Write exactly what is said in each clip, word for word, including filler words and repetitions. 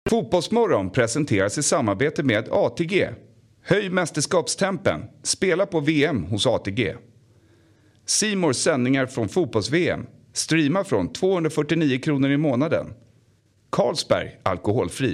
Fotbollsmorgon presenteras i samarbete med A T G. Höj mästerskapstempen. Spela på V M hos A T G. C Mores sändningar från fotbolls-V M. Streama från tvåhundrafyrtionio kronor i månaden. Carlsberg, alkoholfri.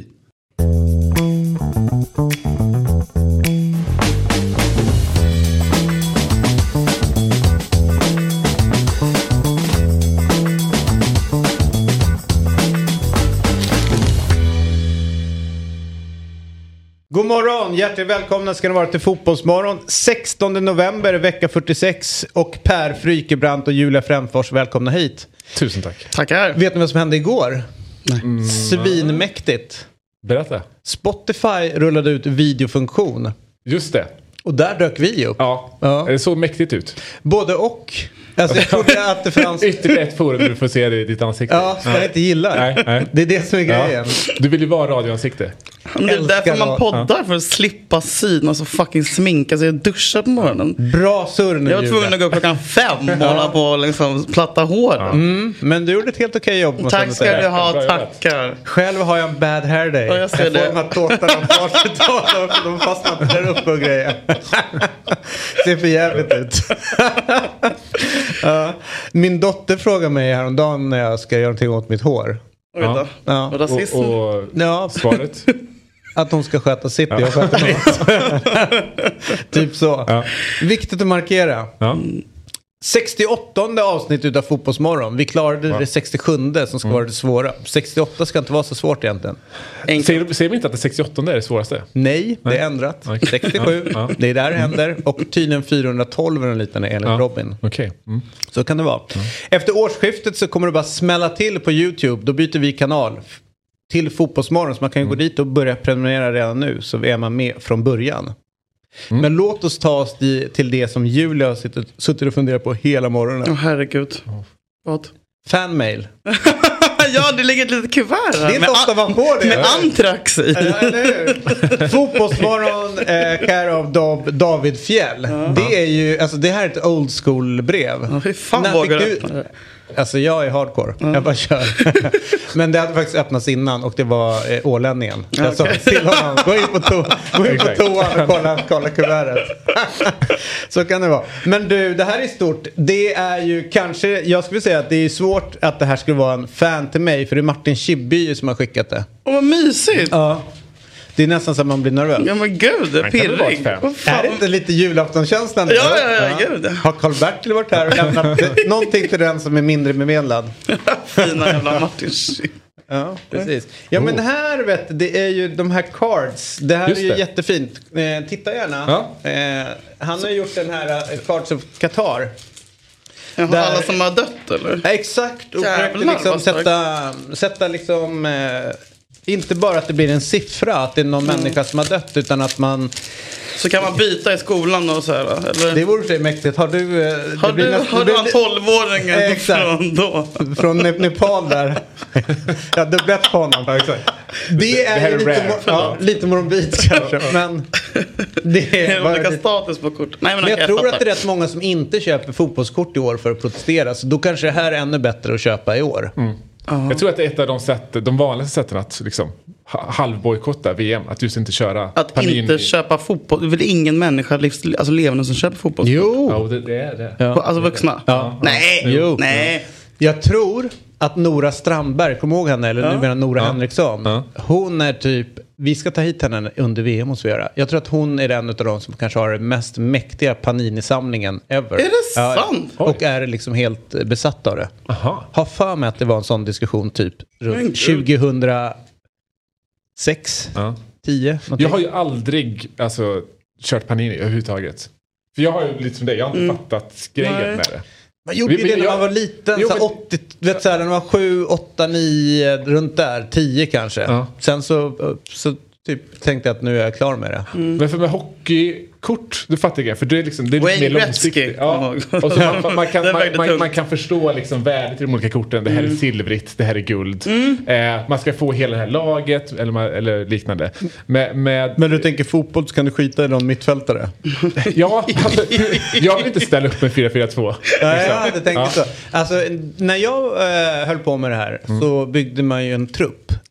God morgon, hjärtligt välkomna ska ni vara till Fotbollsmorgon. sextonde november, vecka fyrtiosex. Och Per Frykebrant och Julia Fränfors, välkomna hit. Tusen tack. Tackar. Vet ni vad som hände igår? Nej. Mm. Svinmäktigt. Berätta. Spotify rullade ut videofunktion. Just det. Och där dök vi upp. Ja, ja. Det såg mäktigt ut. Både och. Alltså jag trodde att det fanns... Ytterligare ett forum du får se det i ditt ansikte. Ja, som jag inte gillar. Nej, nej. Det är det som är grejen. Ja. Du vill ju vara radioansikte. Det är därför man poddar, ja. För att slippa synas och fucking sminka sig och duscha på morgonen. Bra surr nu. Jag var tvungen att gå upp klockan fem och hålla på och liksom platta hår. Ja. Mm, men du gjorde ett helt okej jobb. Tack ska du ha, tackar. Själv har jag en bad hair day. Ja, jag ser jag det. får de här tårtorna och de fastnar där uppe och grejer. Ser för jävligt ut. Ja. Min dotter frågar mig häromdagen när jag ska göra någonting åt mitt hår. Ja. Ja. Och, och, och ja. Svaret? Att hon ska sköta sitt och jag sköter något. Typ så. Ja. Viktigt att markera. Ja. sextioåttonde avsnitt utav Fotbollsmorgon. Vi klarade ja. det sextiosjunde som ska mm. vara det svåra. sextioåtta ska inte vara så svårt egentligen. Säger, säger vi inte att det sextioåttonde är det svåraste? Nej, det är ändrat. Okay. sextiosju, ja. Det är där det händer. Och tydligen fyrahundratolv är den liknande enligt ja. Robin. Okay. Mm. Så kan det vara. Mm. Efter årsskiftet så kommer det bara smälla till på YouTube. Då byter vi kanal till Fotbollsmorgon. Så man kan ju mm. gå dit och börja prenumerera redan nu. Så är man med från början. Mm. Men låt oss ta oss till det som Julia har suttit, suttit och funderat på hela morgonen. Åh oh, herregud. Oh. Vad? Fanmail. Ja, det ligger ett litet kuvert här. Det är inte ofta man får det. Med antrax i. Ja, Fotbollsmorgon, eh, care of Dav, David Fjäll. Ja. Det är ju, alltså det här är ett old school brev. Ja, hur fan vågar du öppna det? Alltså jag är hardcore, mm. jag bara kör. Men det hade faktiskt öppnats innan och det var eh, ålänningen. Okay. Jag sa till honom, gå in på, to- gå in på toan och kolla, kolla kuvertet. Så kan det vara. Men du, det här är stort. Det är ju kanske, jag skulle säga att det är svårt att det här skulle vara en fan till mig. För det är Martin Schibbye som har skickat det. Åh, vad mysigt. Ja. Det är nästan så att man blir nervös. Ja men gud, det är pirrig. Är det inte lite julaftonkänslan? Ja, ja, ja, ja, gud. Har Karl-Bertil varit här och lämnat någonting till den som är mindre bemedlad? Fina jävla Martin. Ja, precis. Ja, men här vet du, det är ju de här cards. Det här Just är ju det. jättefint. Eh, titta gärna. Ja. Eh, han har gjort den här uh, Cards of Qatar. Jaha, där, alla som har dött, eller? Ja, exakt. Och Jävlar, liksom sätta, sätta liksom... Eh, inte bara att det blir en siffra, att det är någon mm. människa som har dött, utan att man... Så kan man byta i skolan och så här, eller? Det vore sig mäktigt. Har du... Har du, näst, har du en tolvåringen eh, från då? Från Nepal där. Jag har dubblett på honom. Ja, exakt. Det är, det är lite, mo- ja, lite morbid kanske, men... Det är olika det... status på kort. Nej, men, men jag, jag tror fattar. att det är rätt många som inte köper fotbollskort i år för att protestera. Så då kanske det här är ännu bättre att köpa i år. Mm. Uh-huh. Jag tror att det är ett av de, sätt, de vanligaste sätten att liksom, halvbojkotta V M. Att just inte köra Att Panini. Inte köpa fotboll. Det är väl ingen människa livs, alltså levande som köper fotboll. Jo, ja, det, det är det. Ja. Alltså vuxna? Ja. Nej, jo. Nej. Jag tror att Nora Strandberg, kommer ihåg henne? Eller ja. nu menar Nora ja. Henriksson. Ja. Hon är typ, vi ska ta hit henne under V M och så göra. Jag tror att hon är en av de som kanske har den mest mäktiga Panini-samlingen ever. Är det sant? Ja, och är liksom helt besatt av det. Aha. Har för mig att det var en sån diskussion typ runt tjugohundrasex, ja. tio. Någonting. Jag har ju aldrig alltså, kört Panini överhuvudtaget. För jag har ju lite som dig, jag har inte mm. fattat grejen Nej. med det. Man gjorde ju det när man var liten, jo, så åttio, vet så här, när man var sju, åtta, nio, runt där, tio kanske. Ja. Sen så, så typ tänkte jag att nu är jag klar med det. Mm. Men för med hockeykort, du fattar jag, för det är liksom det är lite mer långsiktigt. Ja. Och så man, man, kan, man, man, man kan förstå liksom värdet i de olika korten. Det här mm. är silvrigt, det här är guld. Mm. Eh, man ska få hela det här laget eller, eller liknande. Med, med, Men du tänker fotboll så kan du skita i någon mittfältare? Ja, alltså, jag vill inte ställa upp med fyra fyra två. Nej, jag hade tänkt ja. så. Alltså, när jag äh, höll på med det här mm. så byggde man ju en trupp.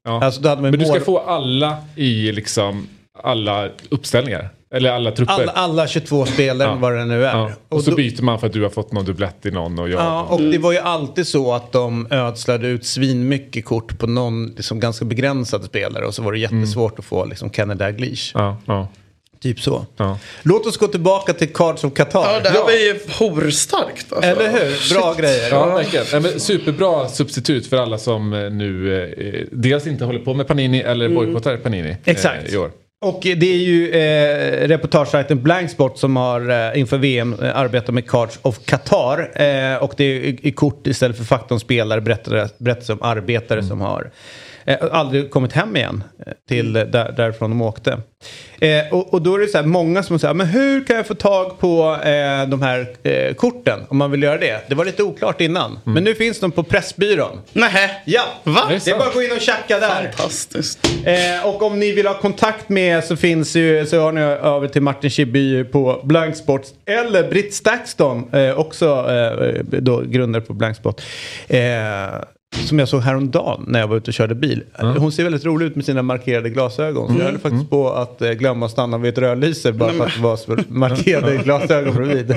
Ja. Alltså, då hade man Men mål... du ska få alla i liksom alla uppställningar. Eller alla trupper. Alla, alla tjugotvå spelare, ja. Vad det nu är. Ja. Och, och så då... byter man för att du har fått någon dubblett i någon. Och jag... Ja, och det var ju alltid så att de ödslade ut svin mycket kort på någon liksom, ganska begränsad spelare. Och så var det jättesvårt mm. att få liksom, Kenny Dalglish. Ja, ja. Typ så. Ja. Låt oss gå tillbaka till Cards of Qatar. Ja, det här ja. var ju horstarkt. Alltså. Eller hur? Bra Shit. grejer. Ja, verkligen. Ja, men superbra substitut för alla som nu eh, dels inte håller på med Panini eller bojkottar mm. Panini Exakt. Eh, i år. Och det är ju eh, reportagesajten Blanksport som har eh, inför V M eh, arbetat med Cards of Qatar. Eh, och det är i, i kort istället för faktomspelare berättar, berättar om arbetare mm. som har eh, aldrig kommit hem igen eh, till mm. där, därifrån de åkte. Eh, och, och då är det så här, många som säger, men hur kan jag få tag på eh, de här eh, korten om man vill göra det? Det var lite oklart innan. Mm. Men nu finns de på Pressbyrån. Nej. Ja, va? Det är, det är bara att gå in och checka där. Fantastiskt. Eh, och om ni vill ha kontakt med så finns ju, så har ni över till Martin Schibbye på Blanksport. Eller Britt Stakston, eh, också eh, då grundare på Blanksport. Eh, som jag såg häromdagen när jag var ute och körde bil. Mm. Hon ser väldigt rolig ut med sina markerade glasögon. Så mm. jag höll faktiskt mm. på att eh, glömma att stanna vid ett rödlyse bara för att det var så markerade glasögon bredvid.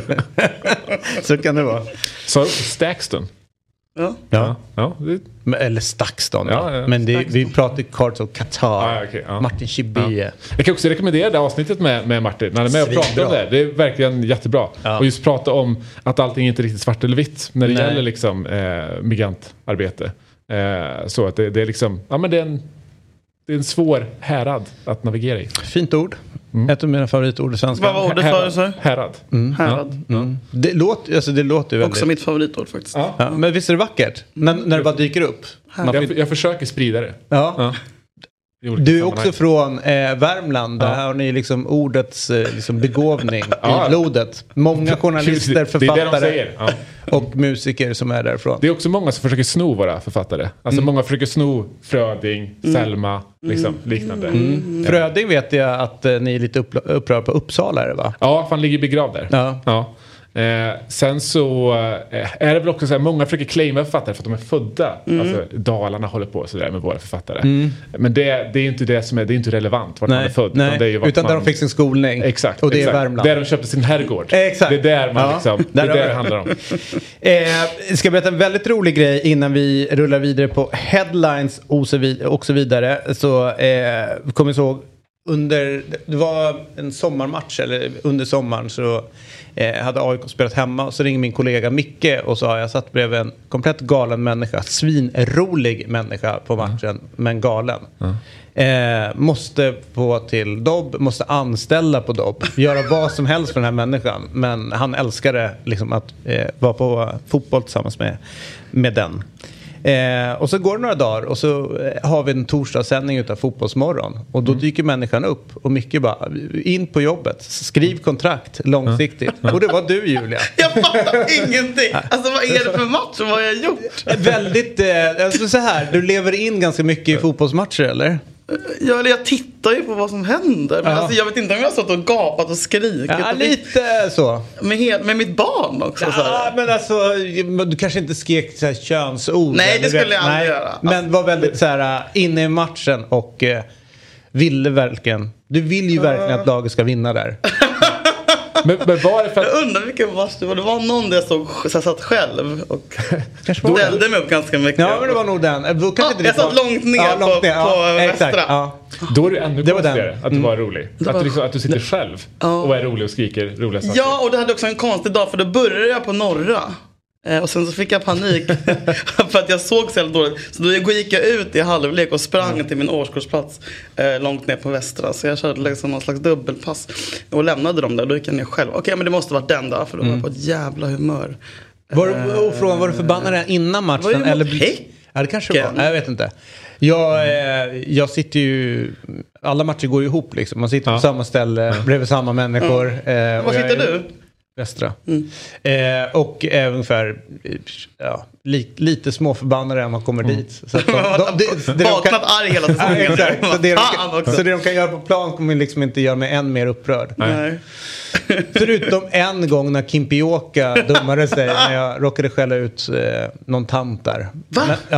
Så kan det vara. Så Stakston? Ja. Ja. Ja, det... Men, eller Stakston. Ja, ja. Men det, vi pratar Cards of Qatar. Ah, okay, ja. Martin Schibbye. Ja. Jag kan också rekommendera det avsnittet med, med Martin. När han är med och pratar om det. Det är verkligen jättebra. Ja. Och just prata om att allting inte är riktigt svart eller vitt. När det Nej. gäller liksom, eh, migrantarbete. Eh, så att det, det är liksom... Ja, men det är en... Det är en svår härad att navigera i. Fint ord. Mm. Ett av mina favoritord i svenska. Vad var ordet för dig så? Härad. Mm. Härad. Ja. Mm. Det låter, alltså det låter väldigt... Också mitt favoritord faktiskt. Ja. Ja. Men visst är det vackert? När, när det bara dyker upp. Jag, jag försöker sprida det. Ja. Ja. Du är också från eh, Värmland. Ja. Där har ni liksom ordets eh, liksom begåvning ja. i blodet. Många journalister, författare ja. och musiker som är därifrån. Det är också många som försöker sno våra författare. Alltså mm. många försöker sno Fröding, mm. Selma, liksom, liknande. Mm. Mm. Fröding vet jag att eh, ni är lite upp- upprörda på Uppsala, är det va? Ja, för han ligger begravd där. Ja. Ja. Eh, sen så eh, är det väl också så här, många försöker claima författare för att de är födda. Mm. Alltså Dalarna håller på så där med våra författare. Mm. Men det, det är inte det som är, det är inte relevant vart nej, man är född. Nej. Utan, det är ju utan man, där de fick sin skolning. Exakt. Och det exakt. är Värmland. Där de köpte sin herrgård. Exakt. Det är där man ja, liksom, det är där det handlar om. eh, jag ska berätta en väldigt rolig grej innan vi rullar vidare på headlines och så vidare. Och så vidare. Så eh, kommer jag ihåg under, det var en sommarmatch eller under sommaren så eh, hade A I K spelat hemma och så ringde min kollega Micke och sa jag satt bredvid en komplett galen människa, svinrolig människa på matchen, mm. men galen. Mm. Eh, måste få till Dobb, måste anställa på Dobb, göra vad som helst för den här människan, men han älskade liksom att eh, vara på fotboll tillsammans med, med den. Eh, och så går det några dagar och så eh, har vi en torsdagssändning utav Fotbollsmorgon och då mm. dyker människan upp och mycket bara in på jobbet, skriv kontrakt långsiktigt mm. och det var du, Julia. Jag fattar ingenting. Alltså vad är det för match och vad har jag gjort? Väldigt, eh, alltså så här, du lever in ganska mycket i fotbollsmatcher, eller? Ja, eller jag tittar ju på vad som händer. Men ja. alltså, jag vet inte om jag har stått och gapat och skrikit. Ja, lite så. Med, hel, med mitt barn också. Ja, så här. men alltså, du kanske inte skrek så här könsord. Nej, det skulle jag aldrig göra. Men var väldigt så här inne i matchen och eh, ville verkligen. Du vill ju verkligen att laget ska vinna där. Men, men var det för att... Jag undrar vilken match det var. Det var någon där jag såg, så jag satt själv och ställde mig upp ganska mycket. Ja, men det var nog den. Då ah, jag satt långt ner, ja, långt ner på, ja, på Västra. Ja. Då är det ännu konstigare att du var rolig. Mm. Att, du liksom, att du sitter själv och är rolig och skriker roliga saker. Ja, och det hade också en konstig dag för då började jag på Norra. Eh, och sen så fick jag panik för att jag såg så dåligt. Så då gick jag ut i halvlek och sprang mm. till min årskursplats eh, långt ner på Västra. Så jag körde liksom någon slags dubbelpass och lämnade dem där. Då gick jag ner själv. Okej, okay, men det måste vara den där för då var jag på ett jävla humör. Var du, och frågan, var du förbannad innan matchen? Var det eller hej? Ja, det kanske var. Nej, jag vet inte. Jag, eh, jag sitter ju... Alla matcher går ju ihop liksom. Man sitter ja. på samma ställe, bredvid samma människor. Mm. Eh, Var sitter jag, du? Västra. Mm. Eh, och är ungefär ja, li, lite småförbannade när man kommer mm. dit. Så att de, de, de, de, Vaknat kan, arg hela säsongen. Ja, exakt. Så det, de kan, så det de kan göra på plan kommer liksom inte göra mig än mer upprörd. Nej. Förutom en gång när Kimpioka dummade sig när jag råkade skälla ut eh, någon tant där. Va? Men, ja.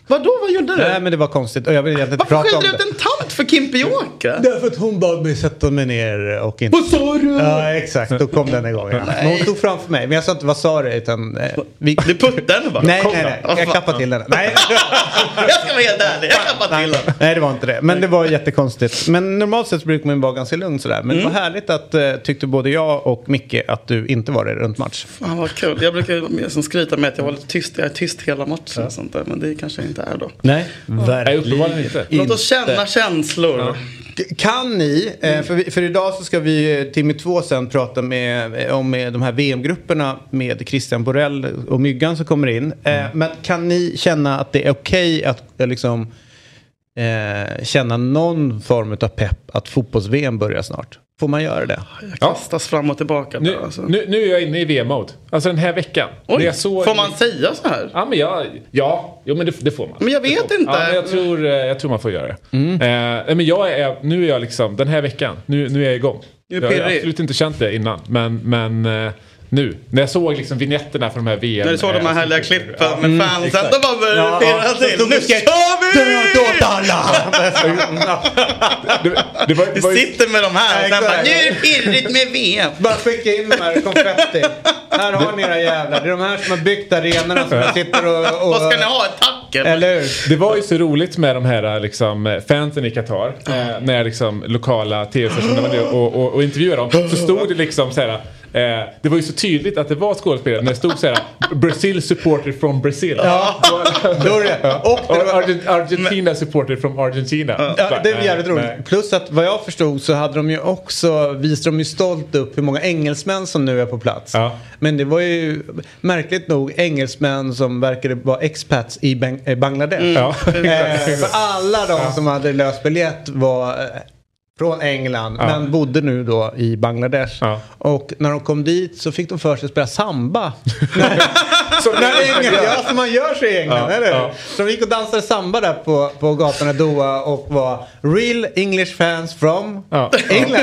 Vadå, vad gjorde du? Nej, men det var konstigt. Och jag vill inte Varför prata om skällde du ut en tant för Kimpiåka? Därför att hon bad mig sätta mig ner och inte... Vad sa du? Ja, exakt. Då kom den igång. Ja. Men hon stod framför mig. Men jag sa inte vad sa du, utan... Eh, vi... Du puttade henne bara? Nej, nej, nej. Jag klappade till henne. Nej. Jag ska vara helt ärlig. Jag klappade till henne. Nej, det var inte det. Men det var jättekonstigt. Men normalt sett brukar man vara ganska lugn sådär. Men Mm. det var härligt att uh, tyckte både jag och Micke att du inte var det runt match. Fan vad kul. Jag brukar mer som skryta med att jag var lite tyst. Jag är tyst hela matchen ja. och sånt där. Men det kanske inte är då. Nej, verkligen inte. Låt oss känna känslor. Ja. Kan ni, mm. för, vi, för idag så ska vi timme två sen prata med, om med de här V M-grupperna med Christian Borell och Myggan som kommer in. Mm. Eh, men kan ni känna att det är okej att liksom eh, känna någon form av pepp att fotbolls-V M börjar snart? Får man göra det? Jag kastas ja. fram och tillbaka. Nu, där, alltså. nu, nu är jag inne i V M-mode. Alltså den här veckan. Oj, jag såg... Får man säga så här? Ja, men jag, ja jo, men det, det får man. Men jag vet inte. Ja, men jag, tror, jag tror man får göra det. Mm. Eh, men jag är, nu är jag liksom, den här veckan, nu, nu är jag igång. Jag har absolut inte känt det innan. Men, men eh, nu, när jag såg liksom vignetterna från de här V M. När du såg de här härliga klippen ja. med mm, fansen, då bara började ja, det pirra ja, till. Nu kör vi! det, det var, det var du sitter med de här och sen bara, nu är det pirrigt med V M. Bara skicka in de här konfetti. Här har ni era jävlar. Det är de här som har byggt arenorna som sitter och... och vad ska ni ha? Ett tack? Eller? Det var ju så roligt med de här liksom, fansen i Qatar. Eh, när liksom, lokala tv-stationer var och, och, och intervjuade dem. Så stod det liksom så här... Eh, det var ju så tydligt att det var skådespelare när det stod så här Brazil supporter from Brazil. Ja, då är det. Och det var Argent- Argentina supporter from Argentina. Ja, det är jävligt roligt. Nej. Plus att vad jag förstod så hade de ju också visade de ju stolt upp hur många engelsmän som nu är på plats. Ja. Men det var ju märkligt nog engelsmän som verkade vara expats i Bang- Bangladesh. Mm. Ja. eh, för alla de ja. som hade löst biljett var från England, ja. men bodde nu då i Bangladesh. Ja. Och när de kom dit så fick de för sig att spela samba. Så när England, ja, som man gör sig i England, ja, eller? Ja. Så de gick och dansade samba där på, på gatorna i Doha och var real English fans from ja. England.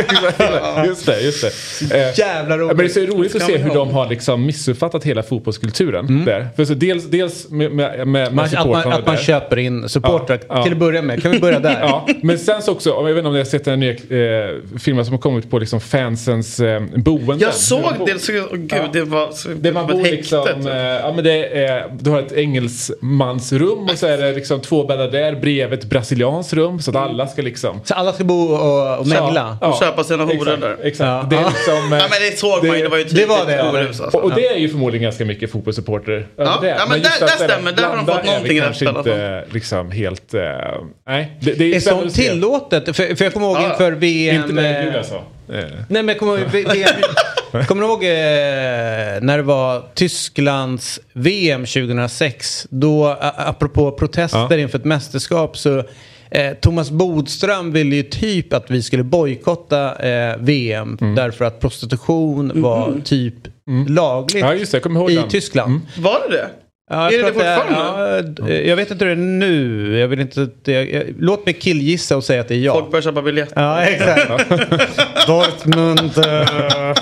Just det, just det. Jävla roligt. Men det är så roligt att se hur de har liksom missuppfattat hela fotbollskulturen mm. där. För så dels, dels med, med, med man, att, man, att man köper in supportrar ja. Ja. till att börja med. Kan vi börja där? Ja. Men sen så också, jag vet inte om ni har sett en ny eh, film som har kommit på liksom fansens eh, boende. Jag såg det, så, oh, gud, ja. det var så, det man bor liksom, eh, ja, men det är, du har ett engelsmansrum och så är det liksom två bäddar där bredvid ett brasilianskt rum så att alla ska liksom... Så alla ska bo och, och mängla? Ja, och köpa sina horor där. Exakt. Ja. Det är liksom, ja, men det såg man ju, det var ju tydligt. Det var det. Horus, alltså. och, och det är ju förmodligen ganska mycket fotbollssupporter. Ja, ja, men, men där, där stämmer. Där har de fått någonting rätt. Inte liksom helt... Uh, nej. Det, det är, är sånt tillåtet? För, för jag kommer ihåg ja. inför V M... Inte med jul alltså. Nej, men jag kommer ihåg... V M, kommer du ihåg eh, när det var Tysklands V M tjugohundrasex? Då, a, apropå protester ja. inför ett mästerskap så... Eh, Thomas Bodström ville ju typ att vi skulle bojkotta eh, V M mm. därför att prostitution mm. var typ mm. lagligt ja, just det, jag kommer ihåg i den. Tyskland. Mm. Var det det? Ja, är det det fortfarande? Ja, jag vet inte hur det är nu. Jag vill inte, jag, jag, låt mig killgissa och säga att det är jag. Folk börjar köpa biljetter. Ja, exakt. Dortmund. Uh,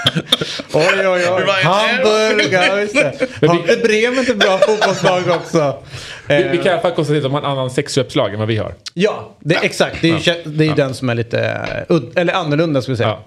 oj, oj, oj. Hamburg. Ja, just det. Har inte Bremen ett bra fotbollslag också? Vi, vi kan i alla fall konstatera att de har en annan sexköpslag än vad vi har. Ja, det, exakt. Det är ju ja. det är ja. den som är lite uh, eller annorlunda skulle jag säga. Ja.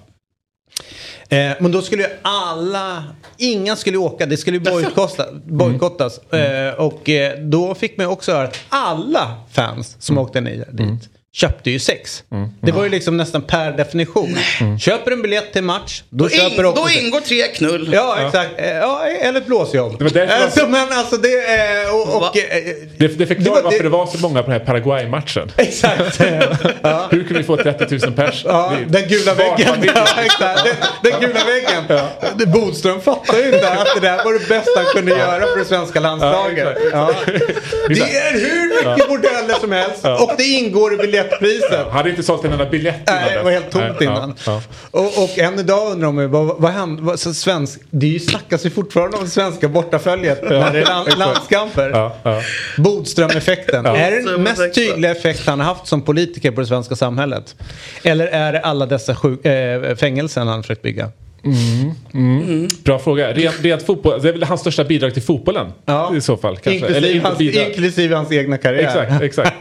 Eh, men då skulle ju alla, ingen skulle åka, det skulle ju bojkotta, bojkottas. Mm. Eh, och eh, då fick man också höra att alla fans som mm. åkte ner dit mm. köpte ju sex. Mm. Det var ju liksom nästan per definition. Mm. Köper en biljett till match, då, då köper in, också... Då ingår tre knull. Ja, exakt. Ja, eller ett blåsjobb. Det var därför alltså, men alltså det... Och, och, det, det förklarar det, varför det... det var så många på den här Paraguay-matchen. Exakt. Ja. Hur kunde vi få trettio tusen pers? Ja, den gula väggen. Ja, exakt. Den, den gula väggen. Ja. Bodström fattar ju inte att det där var det bästa han kunde göra för det svenska landslaget. Ja, ja. Det är hur mycket ja. bordeller som helst. Ja. Och det ingår i biljettpriset. Ja. Hade inte sålt en enda biljett innan. Nej, det var helt tomt Nej. innan. Ja. Ja. Och, och än idag undrar de vad, vad hände? Vad, så svensk, det är ju snackas ju fortfarande om svenska bortaföljet ja. när det är land, landskamper. Ja. Ja. Bodström-effekten. Ja. Är det den mest tydliga effekt han har haft som politiker på det svenska samhället? Eller är det alla dessa sjuk, äh, fängelsen han försökt bygga? Mm, mm. Mm. Bra fråga. Rent, rent fotboll, det är väl hans största bidrag till fotbollen ja. I så fall. Kanske. Inklusive, Eller hans, inklusive hans egna karriär. Exakt, exakt.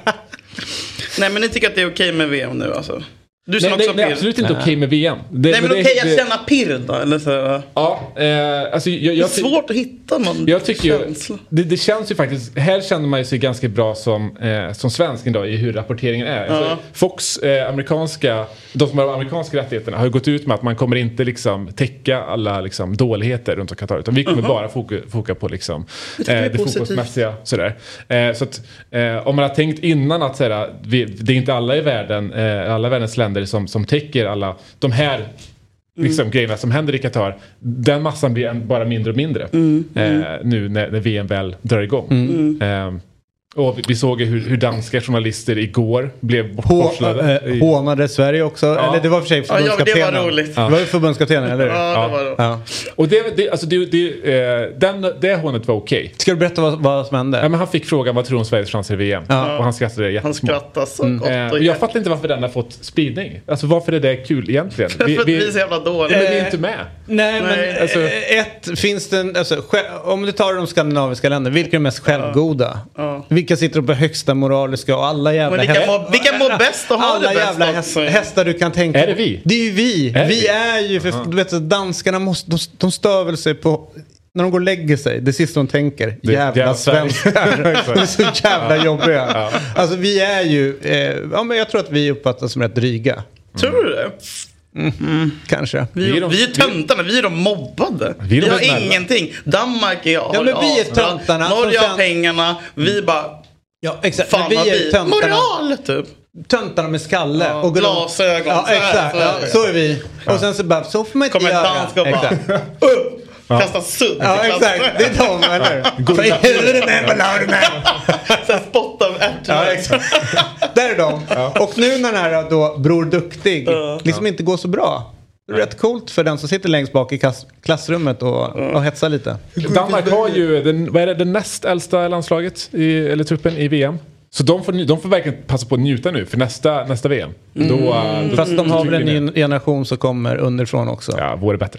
Nej, men ni tycker att det är okej med V M nu alltså? Du nej, nej, nej, absolut inte okej okay med V M. Det, nej, men, men okej okay att känna pirr då? Eller så. Ja, eh, alltså, jag, jag det är svårt att hitta någon jag tycker ju, det, det känns ju faktiskt, här känner man ju sig ganska bra som, eh, som svensk idag i hur rapporteringen är. Ja. Alltså, Fox, eh, amerikanska, de som har de amerikanska rättigheterna har ju gått ut med att man kommer inte liksom täcka alla liksom, dåligheter runt om Qatar, utan vi kommer uh-huh. bara foka, foka på liksom, eh, det, det fotbollsmässiga. Sådär. Eh, så att, eh, om man har tänkt innan att sådär, vi, det är inte alla i världen, eh, alla världens länder Som, som täcker alla de här liksom, mm. grejerna som händer i Qatar. Den massan blir en, bara mindre och mindre mm. eh, nu när, när V M väl drar igång. Mm. Eh, och vi, vi såg hur, hur danska journalister igår blev bortforslade. H- äh, hånade Sverige också. Ja. Eller det var för sig förbundskaptenen. Ja, det var roligt. Ja. Det var ju förbundskaptenen, eller hur? Ja, det var roligt. Ja. Och det, det, alltså det, det, eh, den, det hånet var okej. Okay. Ska du berätta vad, vad som hände? Ja, men han fick frågan vad tror om Sveriges chanser i V M? Ja. Och han skrattade jättesmått. Han skrattade så mm. gott. Eh, och jag fattar inte varför den har fått spridning. Alltså varför är det kul egentligen? Vi, för vi, vi är så jävla dåliga. Men vi är inte med. Nej, nej men alltså, ett, finns det en, alltså, om du tar de skandinaviska länderna, vilka är mest självgoda? Ja. Vilka sitter på högsta moraliska och alla jävla vilka hästar. Må, vilka mår bäst och har alla det bäst jävla häst, hästar du kan tänka. Är det vi? Det är ju vi. Är vi vi är ju för uh-huh. du vet danskarna måste de, de stör väl sig på när de går och lägger sig. Det sista de tänker. Det, jävla det svenskar. De är så jävla ja. jobbiga. Ja. Alltså vi är ju eh, ja men jag tror att vi uppfattas som rätt dryga. Mm. Tror du det? Mm. Mm. Kanske. Vi, vi är, de, vi är töntarna, vi är de mobbade. Vi, vi har snälla. Ingenting. Danmark är ja, men vi är töntarna. Norge har pengarna. Vi bara ja, exakt. Fan vi är vi. Moral typ. Töntarna med skalle ja, och glasögon. Ja, exakt. Ja, så är vi. Och sen så bara så får man inte kommer göra. Kommer ett dansk och bara upp. Ja. Kasta sudd. Ja, exakt. Det är de, eller? Vad i helvete med balladen med? Sen spotta av ärtorna. Ja, exakt. Där är de. Ja. Och nu när den här då Bror Duktig uh. liksom inte går så bra. Det är rätt coolt för den som sitter längst bak i klass- klassrummet och, uh. och hetsar lite. Danmark har ju den, vad är det, den näst äldsta landslaget i, eller truppen i V M. Så de får, de får verkligen passa på att njuta nu för nästa, nästa V M. Mm. Då, då, Fast de har väl en generation som kommer underifrån också. Ja, vore bättre.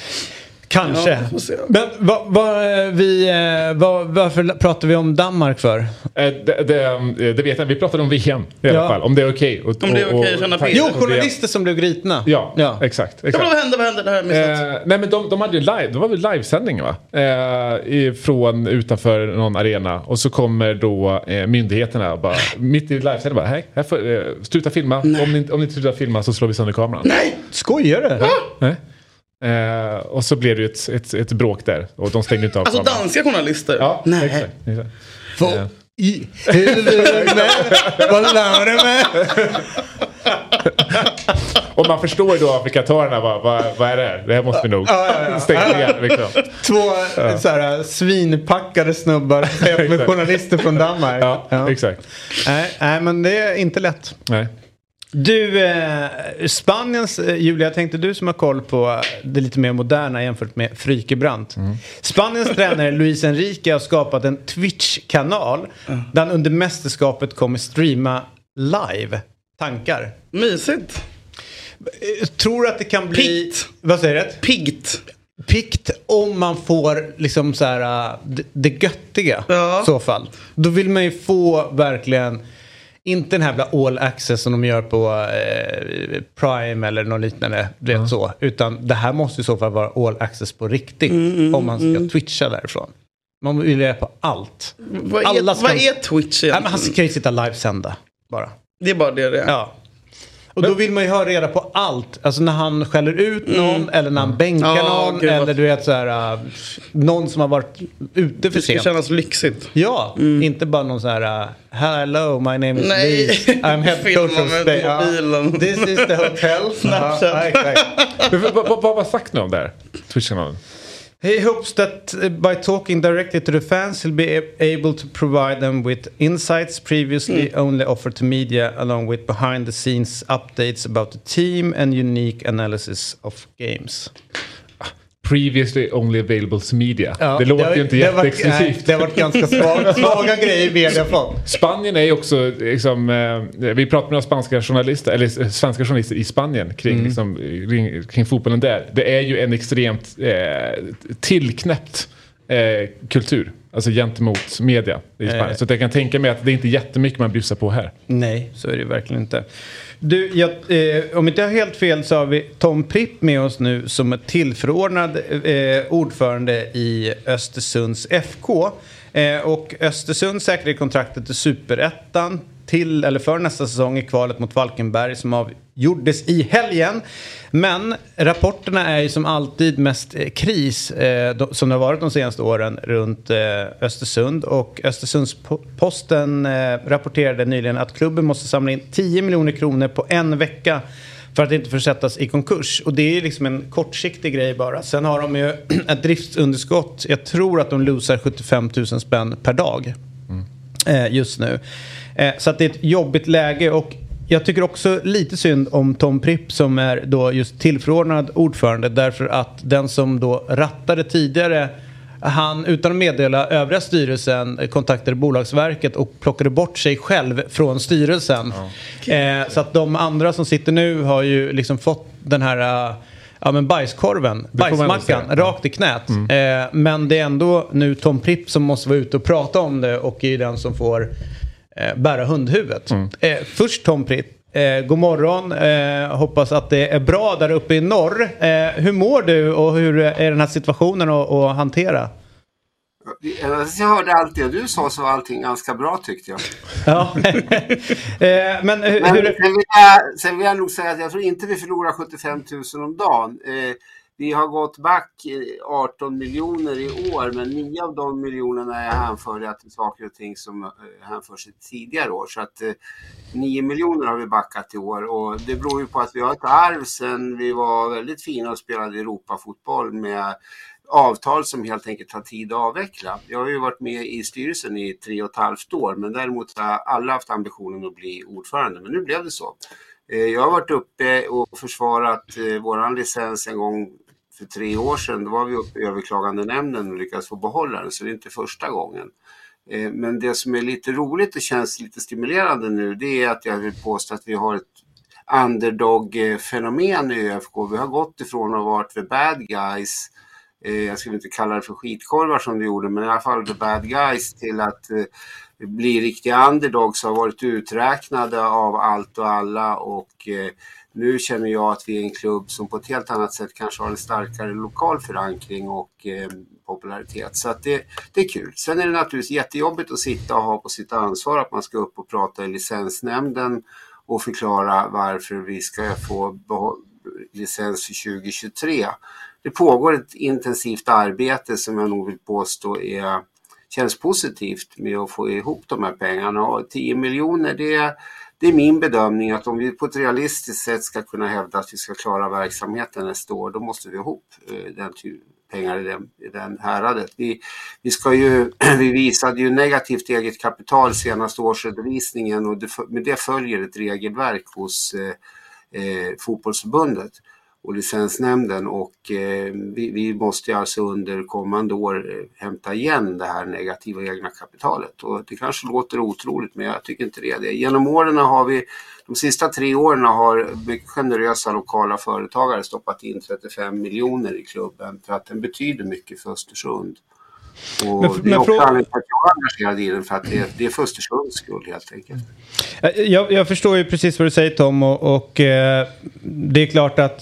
Kanske. Ja, men vad, vad, vi, vad, varför pratar vi om Danmark för? Det, det, det vet jag. Vi pratade om V M i alla ja. fall. Om det är okej. Okay. Om det är okej okay att känna Jo, journalister som blev gripna. Ja, ja. exakt. exakt. Vad hände, vad hände? Det här eh, nej, men de, de hade ju live. De var väl livesändning va? Eh, från utanför någon arena. Och så kommer då eh, myndigheterna och bara, mitt i livesändning bara, hej, här får, eh, sluta filma. Om ni, om ni inte slutar filma så slår vi sönder kameran. Nej! Skojar du? Ja. Nej. Uh, och så blev det ju ett, ett, ett bråk där. Och de stängde inte av alltså kameran. Danska journalister? Ja, nej. Exakt, exakt. Vad uh. i helvete? Vad lär du med? Och man förstår ju då afrikatörerna vad, vad, vad är det här? Det här måste vi nog ja, ja, ja. stänga igen. Liksom. Två ja. så här, svinpackade snubbar med journalister från Danmark. Ja, ja. exakt. Nej, nej, men det är inte lätt. Nej. Du, eh, Spaniens, eh, Julia, jag tänkte du som har koll på det lite mer moderna jämfört med Frykebrant. Mm. Spaniens tränare Luis Enrique har skapat en Twitch-kanal mm. där han under mästerskapet kommer streama live tankar. Mysigt. Tror du att det kan bli... Pigt. Vad säger du? Pigt. Pikt om man får liksom så här det, det göttiga ja. i så fall. Då vill man ju få verkligen... Inte den här jävla all access som de gör på eh, Prime eller något liknande. Det mm. så. Utan det här måste i så fall vara all access på riktigt. Mm, mm, om man ska mm. twitcha därifrån. Man vill göra på allt. Vad är, Alla ska... vad är Twitch egentligen? Nej, men han ska ju sitta livesända bara. Det är bara det det är. Ja. Och men... då vill man ju ha reda på allt. Alltså när han skäller ut någon. Mm. Eller när han bänkar oh, någon. Eller du vet så här. Uh, någon som har varit ute för sent. Det ska kännas lyxigt. Ja. Mm. Inte bara någon så här. Uh, Hello, my name is Lee. I'm head coach of stay. Uh, this is the hotel. Snapchat. uh, Vad var sagt nu om det här? Twitch-kanalen? He hopes that uh, by talking directly to the fans he'll be a- able to provide them with insights previously mm. only offered to media, along with behind the scenes updates about the team and unique analysis of games. previously only available to media. Ja, det låter det, ju inte det jätteexklusivt. Nej, det har varit ganska svaga, svaga grejer i media fått. Spanien är ju också liksom, eh, vi pratar med några spanska journalister eller svenska journalister i Spanien kring, mm. liksom, kring, kring fotbollen där. Det är ju en extremt eh, tillknäppt eh, kultur. Alltså gentemot media i Spanien. Eh. Så att jag kan tänka mig att det är inte jättemycket man bjussar på här. Nej, så är det verkligen inte. Du, jag, eh, om inte jag har helt fel så har vi Tom Pripp med oss nu som är tillförordnad eh, ordförande i Östersunds F K. Eh, och Östersund säkrade kontraktet till Superettan till eller för nästa säsong i kvalet mot Falkenberg som avgjordes i helgen. Men rapporterna är ju som alltid mest eh, kris eh, de, som det har varit de senaste åren runt eh, Östersund. Och Östersundsposten eh, rapporterade nyligen att klubben måste samla in tio miljoner kronor på en vecka för att inte försättas i konkurs. Och det är liksom en kortsiktig grej bara. Sen har de ju ett driftsunderskott. Jag tror att de losar sjuttiofem tusen spänn per dag mm. eh, just nu. Eh, så att det är ett jobbigt läge och jag tycker också lite synd om Tom Pripp som är då just tillförordnad ordförande därför att den som då rattade tidigare han utan att meddela övriga styrelsen kontaktade Bolagsverket och plockade bort sig själv från styrelsen. Ja. Eh, så att de andra som sitter nu har ju liksom fått den här ja, men bajskorven, bajsmackan rakt i knät. Mm. Eh, men det är ändå nu Tom Pripp som måste vara ute och prata om det och är den som får eh, bära hundhuvudet. Mm. Eh, först Tom Pripp. Eh, god morgon, eh, hoppas att det är bra där uppe i norr. Eh, hur mår du och hur är den här situationen att, att hantera? Jag hörde allt det du sa så var allting ganska bra tyckte jag. Ja. eh, men hur... men sen, vill jag, sen vill jag nog säga att jag tror inte vi förlorar sjuttiofem tusen om dagen. Eh, vi har gått back arton miljoner i år men nio av de miljonerna är hänförda till saker och ting som hänför sig tidigare år. Så att eh, nio miljoner har vi backat i år och det beror ju på att vi har ett arv sen vi var väldigt fina och spelade Europafotboll med avtal som helt enkelt tar tid att avveckla. Jag har ju varit med i styrelsen i tre och ett halvt år men däremot har alla haft ambitionen att bli ordförande men nu blev det så. Eh, jag har varit uppe och försvarat eh, våran licens en gång för tre år sedan. Då var vi uppe i överklagande nämnden och lyckades få behålla den så det är inte första gången. Eh, men det som är lite roligt och känns lite stimulerande nu det är att jag vill påstå att vi har ett underdog-fenomen i ÖFK. Vi har gått ifrån att ha varit the bad guys. Eh, jag skulle inte kalla det för skitkorvar som det gjorde men i alla fall the bad guys till att eh, bli riktiga underdogs har varit uträknade av allt och alla och eh, nu känner jag att vi är en klubb som på ett helt annat sätt kanske har en starkare lokal förankring och eh, popularitet. Så att det, det är kul. Sen är det naturligtvis jättejobbigt att sitta och ha på sitt ansvar att man ska upp och prata i licensnämnden och förklara varför vi ska få licens för tjugo tjugotre. Det pågår ett intensivt arbete som jag nog vill påstå är, känns positivt med att få ihop de här pengarna. Och tio miljoner det är Det är min bedömning att om vi på ett realistiskt sätt ska kunna hävda att vi ska klara verksamheten nästa år, då måste vi ihop den pengar i den, i den häradet. Vi, vi, ska ju, vi visade ju negativt eget kapital senaste årsredovisningen och det, med det följer ett regelverk hos eh, eh, fotbollsförbundet och licensnämnden och eh, vi, vi måste alltså under kommande år eh, hämta igen det här negativa egna kapitalet och det kanske låter otroligt men jag tycker inte det är det. Genom åren har vi, de sista tre åren har mycket generösa lokala företagare stoppat in trettiofem miljoner i klubben för att den betyder mycket för Östersund. Och men, det är också anledningen att jag är engagerad i den för att det, det är för Östersunds skull helt enkelt. Jag, jag förstår ju precis vad du säger Tom och, och eh, det är klart att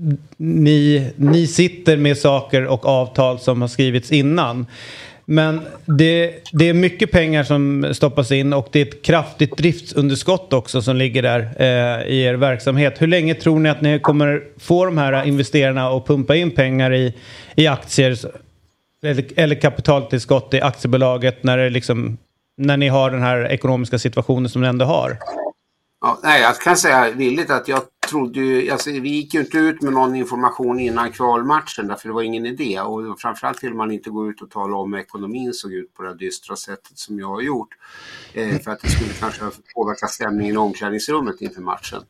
Ni, ni sitter med saker och avtal som har skrivits innan. Men det, det är mycket pengar som stoppas in och det är ett kraftigt driftsunderskott också som ligger där eh, i er verksamhet. Hur länge tror ni att ni kommer få de här investerarna att pumpa in pengar i, i aktier eller, eller kapitaltillskott i aktiebolaget när, det liksom, när ni har den här ekonomiska situationen som ni ändå har? Ja, nej, jag kan säga villigt att jag trodde ju, alltså, vi gick ju inte ut med någon information innan kvalmatchen därför det var ingen idé och framförallt vill man inte gå ut och tala om ekonomin såg ut på det dystra sättet som jag har gjort eh, för att det skulle kanske påverka stämningen i omklädningsrummet inför matchen.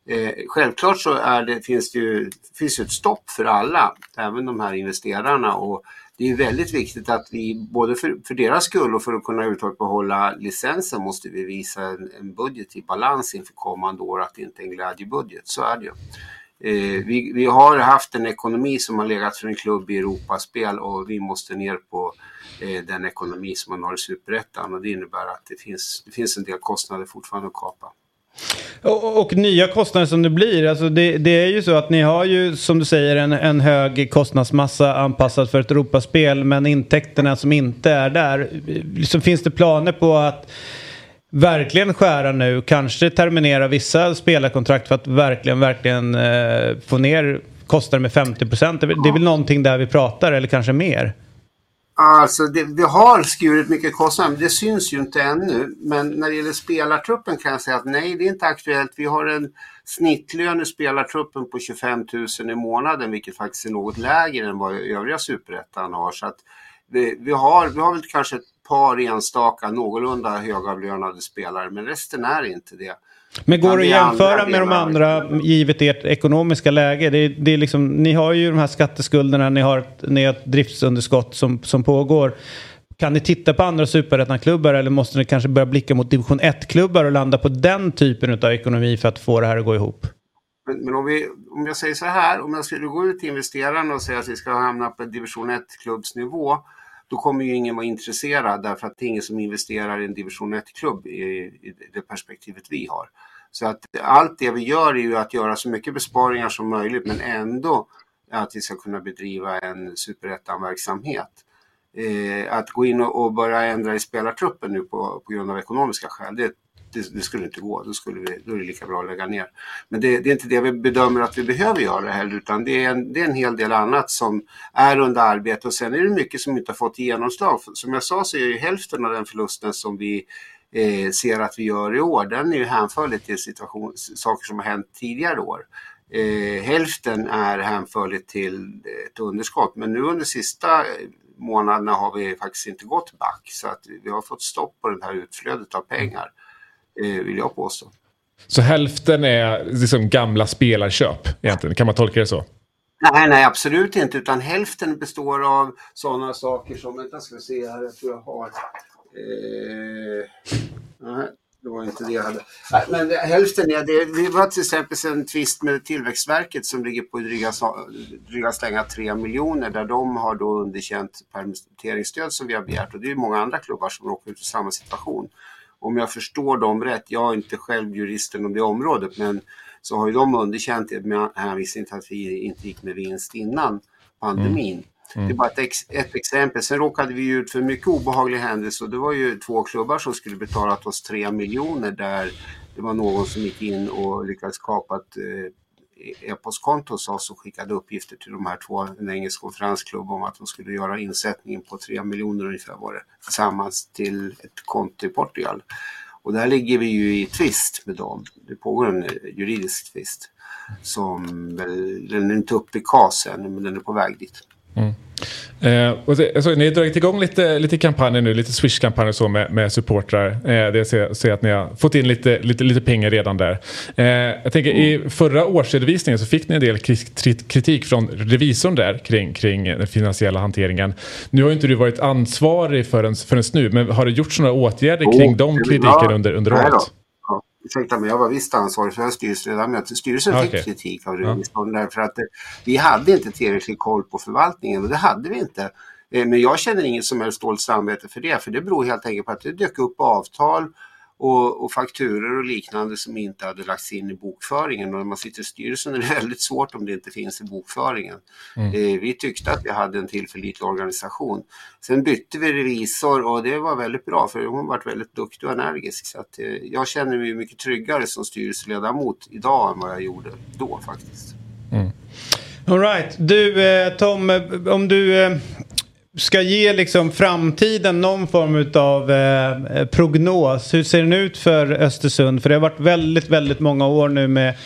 Eh, självklart så är det, finns det ju finns ett stopp för alla, även de här investerarna, och det är väldigt viktigt att vi, både för, för deras skull och för att kunna överhuvudtaget behålla licensen, måste vi visa en, en budget i balans inför kommande år, att det inte är en glädjebudget. Så är det ju. Eh, vi, vi har haft en ekonomi som har legat för en klubb i Europaspel, och vi måste ner på eh, den ekonomi som man har i Superettan, och det innebär att det finns, det finns en del kostnader fortfarande att kapa. Och, och nya kostnader som det blir, alltså det, det är ju så att ni har ju, som du säger, en, en hög kostnadsmassa anpassad för ett Europaspel, men intäkterna som inte är där, liksom, finns det planer på att verkligen skära nu, kanske terminera vissa spelarkontrakt för att verkligen, verkligen eh, få ner kostnader med femtio procent? Det, det är väl någonting där vi pratar, eller kanske mer? Alltså det, vi har skurit mycket kostnader, men det syns ju inte ännu. Men när det gäller spelartruppen kan jag säga att nej, det är inte aktuellt. Vi har en snittlön i spelartruppen på tjugofem tusen i månaden, vilket faktiskt är något lägre än vad övriga Superettan har. Så att vi, vi, har, vi har väl kanske ett par enstaka någorlunda högavlönade spelare, men resten är inte det. Men går det att jämföra med de andra, givet ert ekonomiska läge? Det är, det är liksom, ni har ju de här skatteskulderna, ni har, ni har ett driftsunderskott som, som pågår. Kan ni titta på andra Superettan-klubbar, eller måste ni kanske börja blicka mot division ett-klubbar och landa på den typen av ekonomi för att få det här att gå ihop? Men, men om, vi, om jag säger så här, om jag skulle gå ut till investerarna och säga att vi ska hamna på division ett-klubbsnivå, då kommer ju ingen vara intresserad, därför att det är ingen som investerar i en division ett-klubb i, i det perspektivet vi har. Så att allt det vi gör är ju att göra så mycket besparingar som möjligt, men ändå att vi ska kunna bedriva en Superettan-verksamhet. Eh, att gå in och, och börja ändra i spelartruppen nu på, på grund av ekonomiska skäl, det, det, det skulle inte gå. Då, skulle vi, då är det lika bra att lägga ner. Men det, det är inte det vi bedömer att vi behöver göra heller, utan det är, en, det är en hel del annat som är under arbete. Och sen är det mycket som inte har fått genomslag. Som jag sa, så är ju hälften av den förlusten som vi eh, ser att vi gör i år, den är ju hänförlig till situation, saker som har hänt tidigare år. Eh, hälften är hänförligt till ett underskott, men nu under sista månaderna har vi faktiskt inte gått back, så att vi har fått stopp på det här utflödet av pengar, eh, vill jag påstå. Så hälften är liksom gamla spelarköp egentligen, kan man tolka det så? Nej, nej, absolut inte, utan hälften består av sådana saker som, vänta ska vi se här, jag tror jag har eh, nej, det var inte det jag hade. Nej, men hälften är det, vi var till exempel en tvist med Tillväxtverket som ligger på dryga, dryga slänga tre miljoner, där de har då underkänt permitteringsstöd som vi har begärt, och det är många andra klubbar som råkar ut i samma situation. Om jag förstår dem rätt, jag är inte själv juristen om det området, men så har ju de underkänt det med hänvisning till att vi inte gick med vinst innan pandemin. Mm. Mm. Det är bara ett, ex- ett exempel. Sen råkade vi ut för mycket obehagliga händelser, och det var ju två klubbar som skulle betala oss tre miljoner, där det var någon som gick in och lyckades skapa ett eh, e-postkonto och så skickade uppgifter till de här två, en engelsk konferensklubb, om att de skulle göra insättningen på tre miljoner ungefär var det, tillsammans till ett konto i Portugal. Och där ligger vi ju i tvist med dem. Det pågår en juridisk tvist som väl, den är inte uppe i kasen, men den är på väg dit. Mm. Eh, och det, alltså, ni har dragit igång lite, lite kampanjer nu, lite Swish-kampanjer så med, med supportrar. Eh, det ser, ser att ni har fått in lite, lite, lite pengar redan där. Eh, jag tänker, mm. i förra årsredovisningen så fick ni en del kritik från revisorn där kring, kring den finansiella hanteringen. Nu har ju inte du varit ansvarig förrän, förrän nu, men har det gjorts några åtgärder kring oh, de kritiken under, under året? Ursäkta, men jag var visst ansvarig för styrelseledamöter. Styrelsen fick okay. kritik av revisorn ja. därför att vi hade inte tillräcklig koll på förvaltningen, och det hade vi inte. Men jag känner inget som helst dåligt samvete för det, för det beror helt enkelt på att det dök upp avtal och, och fakturer och liknande som inte hade lagts in i bokföringen, och när man sitter i styrelsen är det väldigt svårt om det inte finns i bokföringen. Mm. Eh, vi tyckte att vi hade en tillförlitlig organisation. Sen bytte vi revisor, och det var väldigt bra, för hon var väldigt duktig och energisk, så att, eh, jag känner mig mycket tryggare som styrelseledamot idag än vad jag gjorde då faktiskt. Mm. All right. Du eh, Tom, om du eh... ska ge liksom framtiden någon form av eh, prognos. Hur ser den ut för Östersund? För det har varit väldigt, väldigt många år nu med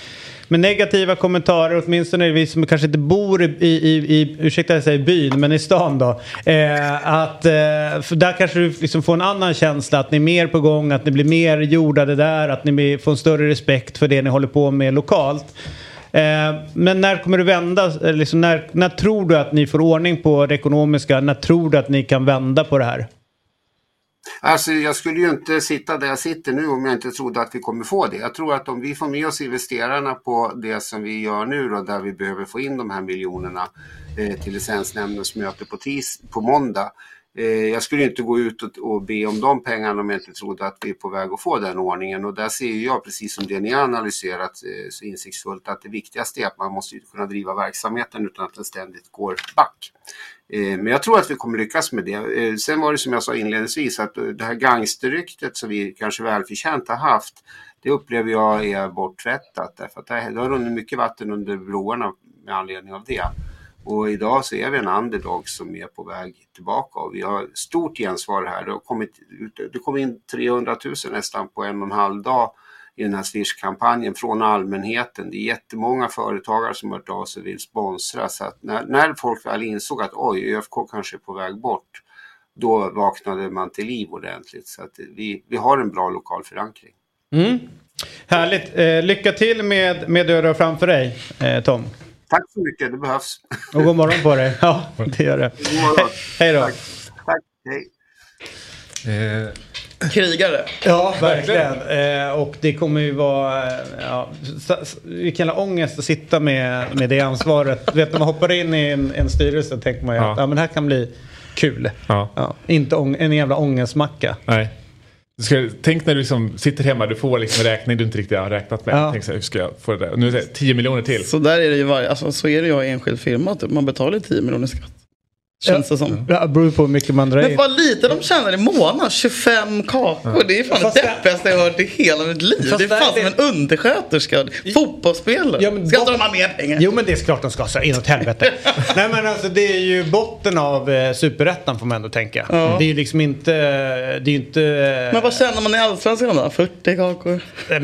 med negativa kommentarer, åtminstone vi som kanske inte bor i, i, i ursäkta jag säger byn, men i stan då. Eh, att, eh, för där kanske du liksom får en annan känsla, att ni är mer på gång, att ni blir mer jordade där, att ni får en större respekt för det ni håller på med lokalt. Eh, men när kommer det vända? Liksom när, när tror du att ni får ordning på det ekonomiska? När tror du att ni kan vända på det här? Alltså jag skulle ju inte sitta där jag sitter nu om jag inte trodde att vi kommer få det. Jag tror att om vi får med oss investerarna på det som vi gör nu då, där vi behöver få in de här miljonerna eh, till licensnämndens möte på, tis, på måndag. Eh, jag skulle inte gå ut och, och be om de pengarna om jag inte trodde att vi är på väg att få den ordningen. Och där ser jag, precis som det ni har analyserat eh, så insiktsfullt, att det viktigaste är att man måste kunna driva verksamheten utan att den ständigt går back. Men jag tror att vi kommer lyckas med det. Sen var det som jag sa inledningsvis att det här gangsterryktet som vi kanske välförtjänt har haft, det upplever jag är borttvättat. Därför att det har runnit mycket vatten under broarna med anledning av det. Och idag så är vi en underdog som är på väg tillbaka. Och vi har stort gensvar här. Det, har kommit, det kom in trehundratusen nästan på en och en halv dag i den här Swish-kampanjen från allmänheten. Det är jättemånga företagare som har hört av sig och vill sponsra. Så att när, när folk väl insåg att oj, ÖFK kanske är på väg bort, då vaknade man till liv ordentligt. Så att vi, vi har en bra lokal förankring. Mm. Härligt. Eh, lycka till med, med det du har framför dig, eh, Tom. Tack så mycket, det behövs. Och god morgon på dig. Ja, det gör det. God morgon. He- hej då. Tack. Tack. Hej. Eh. Krigare. Ja, verkligen. Eh, och det kommer ju vara ja, vilken ångest att sitta med, med det ansvaret. Vet, när man hoppar in i en, en styrelse tänker man ju ja. att ja, men det här kan bli kul. Ja. Ja, inte ång- en jävla ångestmacka. Nej. Du ska, tänk när du liksom sitter hemma, du får liksom en räkning du inte riktigt har räknat med. Ja. Tänk så här, hur ska jag få det där? Och nu är det tio miljoner till. Så där är det ju varje, alltså, så är det ju i enskild firma typ. Man betalar tio miljoner skatt. Känns det som. Ja, det beror på hur mycket man drar in. Men vad lite de tjänar i månaden. tjugofem kakor. Ja. Det är fan det deppigaste jag har hört i hela mitt liv. Fast det är fan det... som en undersköterska. Fotbollsspelare. Ja, ska inte de ha mer pengar? Jo, men det är klart de ska. Så inåt helvete. Nej, men alltså det är ju botten av eh, superrättan får man ändå tänka. Ja. Det är ju liksom inte... Det är inte eh... Men vad tjänar man i allsvenskan då? fyrtio kakor?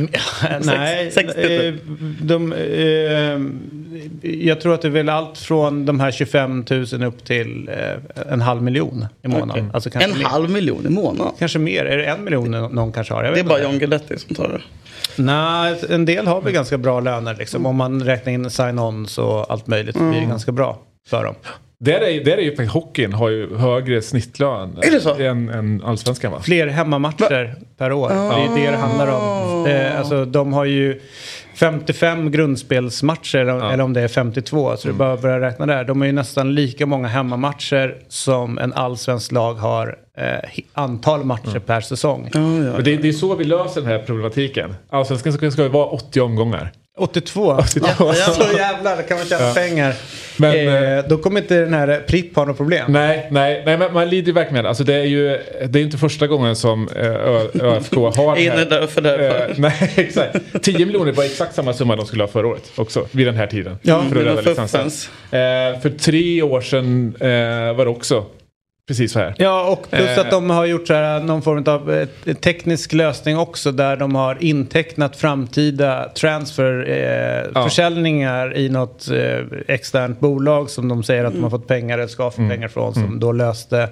Nej. sextio eh, de, eh, jag tror att det är väl allt från de här tjugofem tusen upp till en halv miljon i månaden. Okay. Alltså en mer. halv miljon i månaden? Kanske mer. Är det en miljon någon kanske har? Jag vet det är inte. bara John Guidetti som tar det. Nej, en del har vi ganska bra löner. Liksom. Mm. Om man räknar in sign-ons och allt möjligt mm. blir det ganska bra för dem. Där är, där är ju hockeyn har ju högre snittlön än, än allsvenskan, va? Fler hemmamatcher va? Per år. Oh. Det är det det handlar om. Eh, alltså, de har ju femtiofem grundspelsmatcher ja. Eller om det är femtiotvå. Så mm. det bara börja räkna där. De har ju nästan lika många hemmamatcher som en allsvensk lag har eh, antal matcher mm. per säsong. Oh, ja, ja. Det, det är så vi löser den här problematiken. Allsvenskan ska, ska vara åttio omgångar. åttiotvå. åttiotvå. Ja, så jävlar, det kan man tjäna ja. pengar. Men, eh, då kommer inte den här Pripp ha något problem. Nej, nej, nej men man lider ju verkligen med. Alltså det är ju det är inte första gången som eh, ÖFK har det här. Därför, därför. Eh, nej, exakt. tio miljoner var exakt samma summa de skulle ha förra året också, vid den här tiden. Ja, för, att rädda licensen. Eh, för tre år sedan eh, var det också precis så här. Ja, och plus att de har gjort så här, någon form av eh, teknisk lösning också där de har intecknat framtida transfer eh, ja. försäljningar i något eh, externt bolag som de säger att mm. de har fått pengar eller ska få mm. pengar från som mm. då löste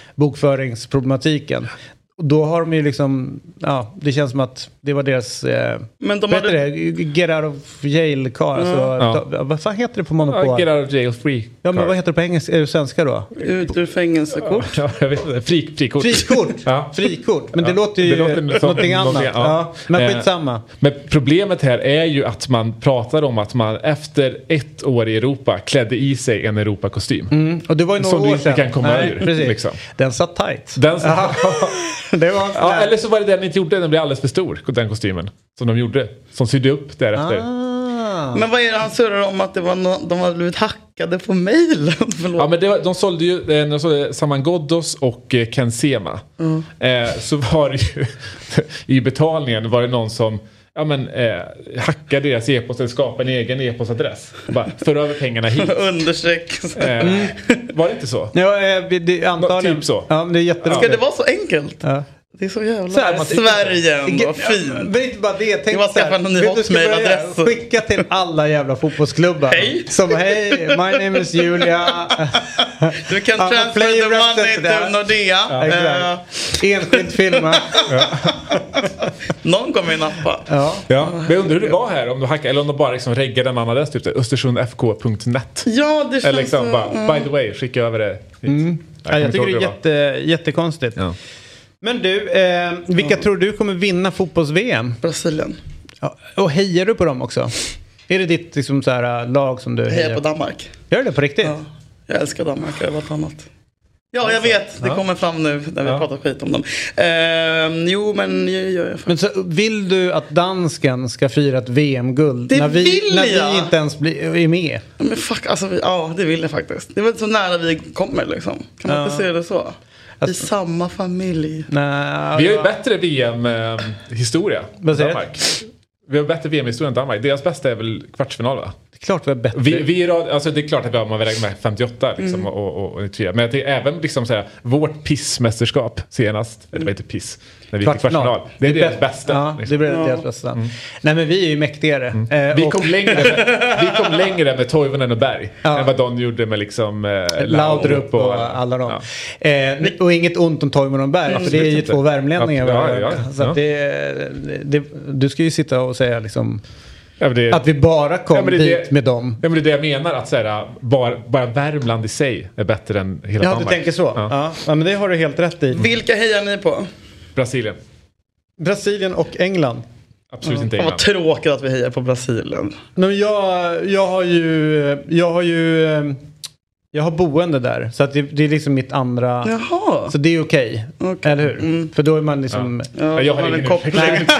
bokföringsproblematiken. Och då har de ju liksom, ja, det känns som att det var deras, eh, men de hade... det? Get out of jail car. Mm. Alltså, ja. Vad fan heter det på monopol? Ja, get out of jail free. Ja, men vad heter det på engelska, är det svenska då? Ut ur fängelsekort. Ja, jag vet inte. Fri, frikort. Frikort. ja. Frikort. Men det ja. låter ju det låter någonting annat. Någonting, ja. Ja. Men skitsamma. Men problemet här är ju att man pratar om att man efter ett år i Europa klädde i sig en Europakostym. Mm. Och det var ju några som år du inte kan komma Nej, ur. Precis. Liksom. Den satt tight. Den satt det var ja, eller så var det den inte gjorde, den blev alldeles för stor, den kostymen som de gjorde, som sydde upp därefter. Ah. Men vad är det han surrar om att det var no- de hade blivit hackade på mejl? Ja, men det var, de sålde ju de sålde Saman Ghoddos och eh, Ken Sema. Mm. Eh, så var det ju i betalningen var det någon som ja, men, eh, hackade deras e-post eller skapade en egen e-postadress. Bara för över pengarna hit. Understreck. Eh, var det inte så? Ja, det, antagligen. Typ så. Ja, men det är jätteroligt. Ska det vara så enkelt? Ja. Det är så jävla så här, Sverige ändå, fint. Men inte bara det, tänk det var skaffa någon ny hotmail-adress. Skicka till alla jävla fotbollsklubbar. Hej. Som hej, my name is Julia. Du kan transfer the money till Nordea. Ja, uh. Enskilt filma. Någon kommer ju nappa. Ja. Ja. Men jag undrar hur det var här, om du hackade, eller om de bara liksom reggade en annan adress, typ östersund f k punkt net. Ja, det känns eller liksom så, bara, mm. by the way, skicka över det. Mm. Jag, jag tycker det är jätte, jättekonstigt. Ja. Men du, eh, vilka ja. tror du kommer vinna fotbolls-V M? Brasilien. Ja, och hejar du på dem också? Är det ditt liksom, så här, lag som du hejar? hejar på Danmark. Gör det på riktigt? Ja, jag älskar Danmark över allt annat. Ja, jag vet. Det ja. kommer fram nu när vi ja. pratar skit om dem. Eh, jo, men jag gör jag. Men så vill du att dansken ska fira ett V M-guld det när vi, vill när jag. vi inte ens blir, är med? Men fuck, alltså, vi, ja, det vill jag faktiskt. Det är väl så nära vi kommer, liksom. Kan man ja. inte se det så? Alltså, i samma familj. Nej, vi har ju bättre V M-historia än Danmark. Vi har bättre V M-historia än Danmark. Deras bästa är väl kvartsfinal, va? Det är klart vi är bättre. Vi, vi är, alltså det är klart att vi har, man räknar med femtioåtta liksom, mm. och, och, och, och men det är även liksom såhär, vårt pissmästerskap senast, eller vad heter piss? När vi gick till kvartsfinal. Det är det deras bästa. Ja, liksom. det blir deras bästa. Mm. Nej, men vi är ju mäktigare. Mm. Eh, vi, kom längre med, vi kom längre med Toivonen och Berg ja. än vad de gjorde med liksom eh, Laudrup och, och alla dem. Ja. Eh, och inget ont om Toivonen och Berg, mm. för det är ju två värmlänningar. Ja, ja, ja. Så att det, det, du ska ju sitta och säga liksom ja, det, att vi bara kom ja, dit det, med dem. Ja, men det är det jag menar, att säga, bara, bara Värmland i sig är bättre än hela ja, Danmark. Ja, du tänker så. Ja. Ja. Ja, men det har du helt rätt i. Vilka hejar ni på? Brasilien. Brasilien och England. Absolut ja. inte England. Vad tråkigt att vi hejar på Brasilien. Men jag, jag har ju... Jag har ju... Jag har boende där. Så att det, det är liksom mitt andra... Jaha. Så det är okej. Okay, okay. Eller hur? Mm. För då är man liksom... Ja. Ja, jag har ingen koppling.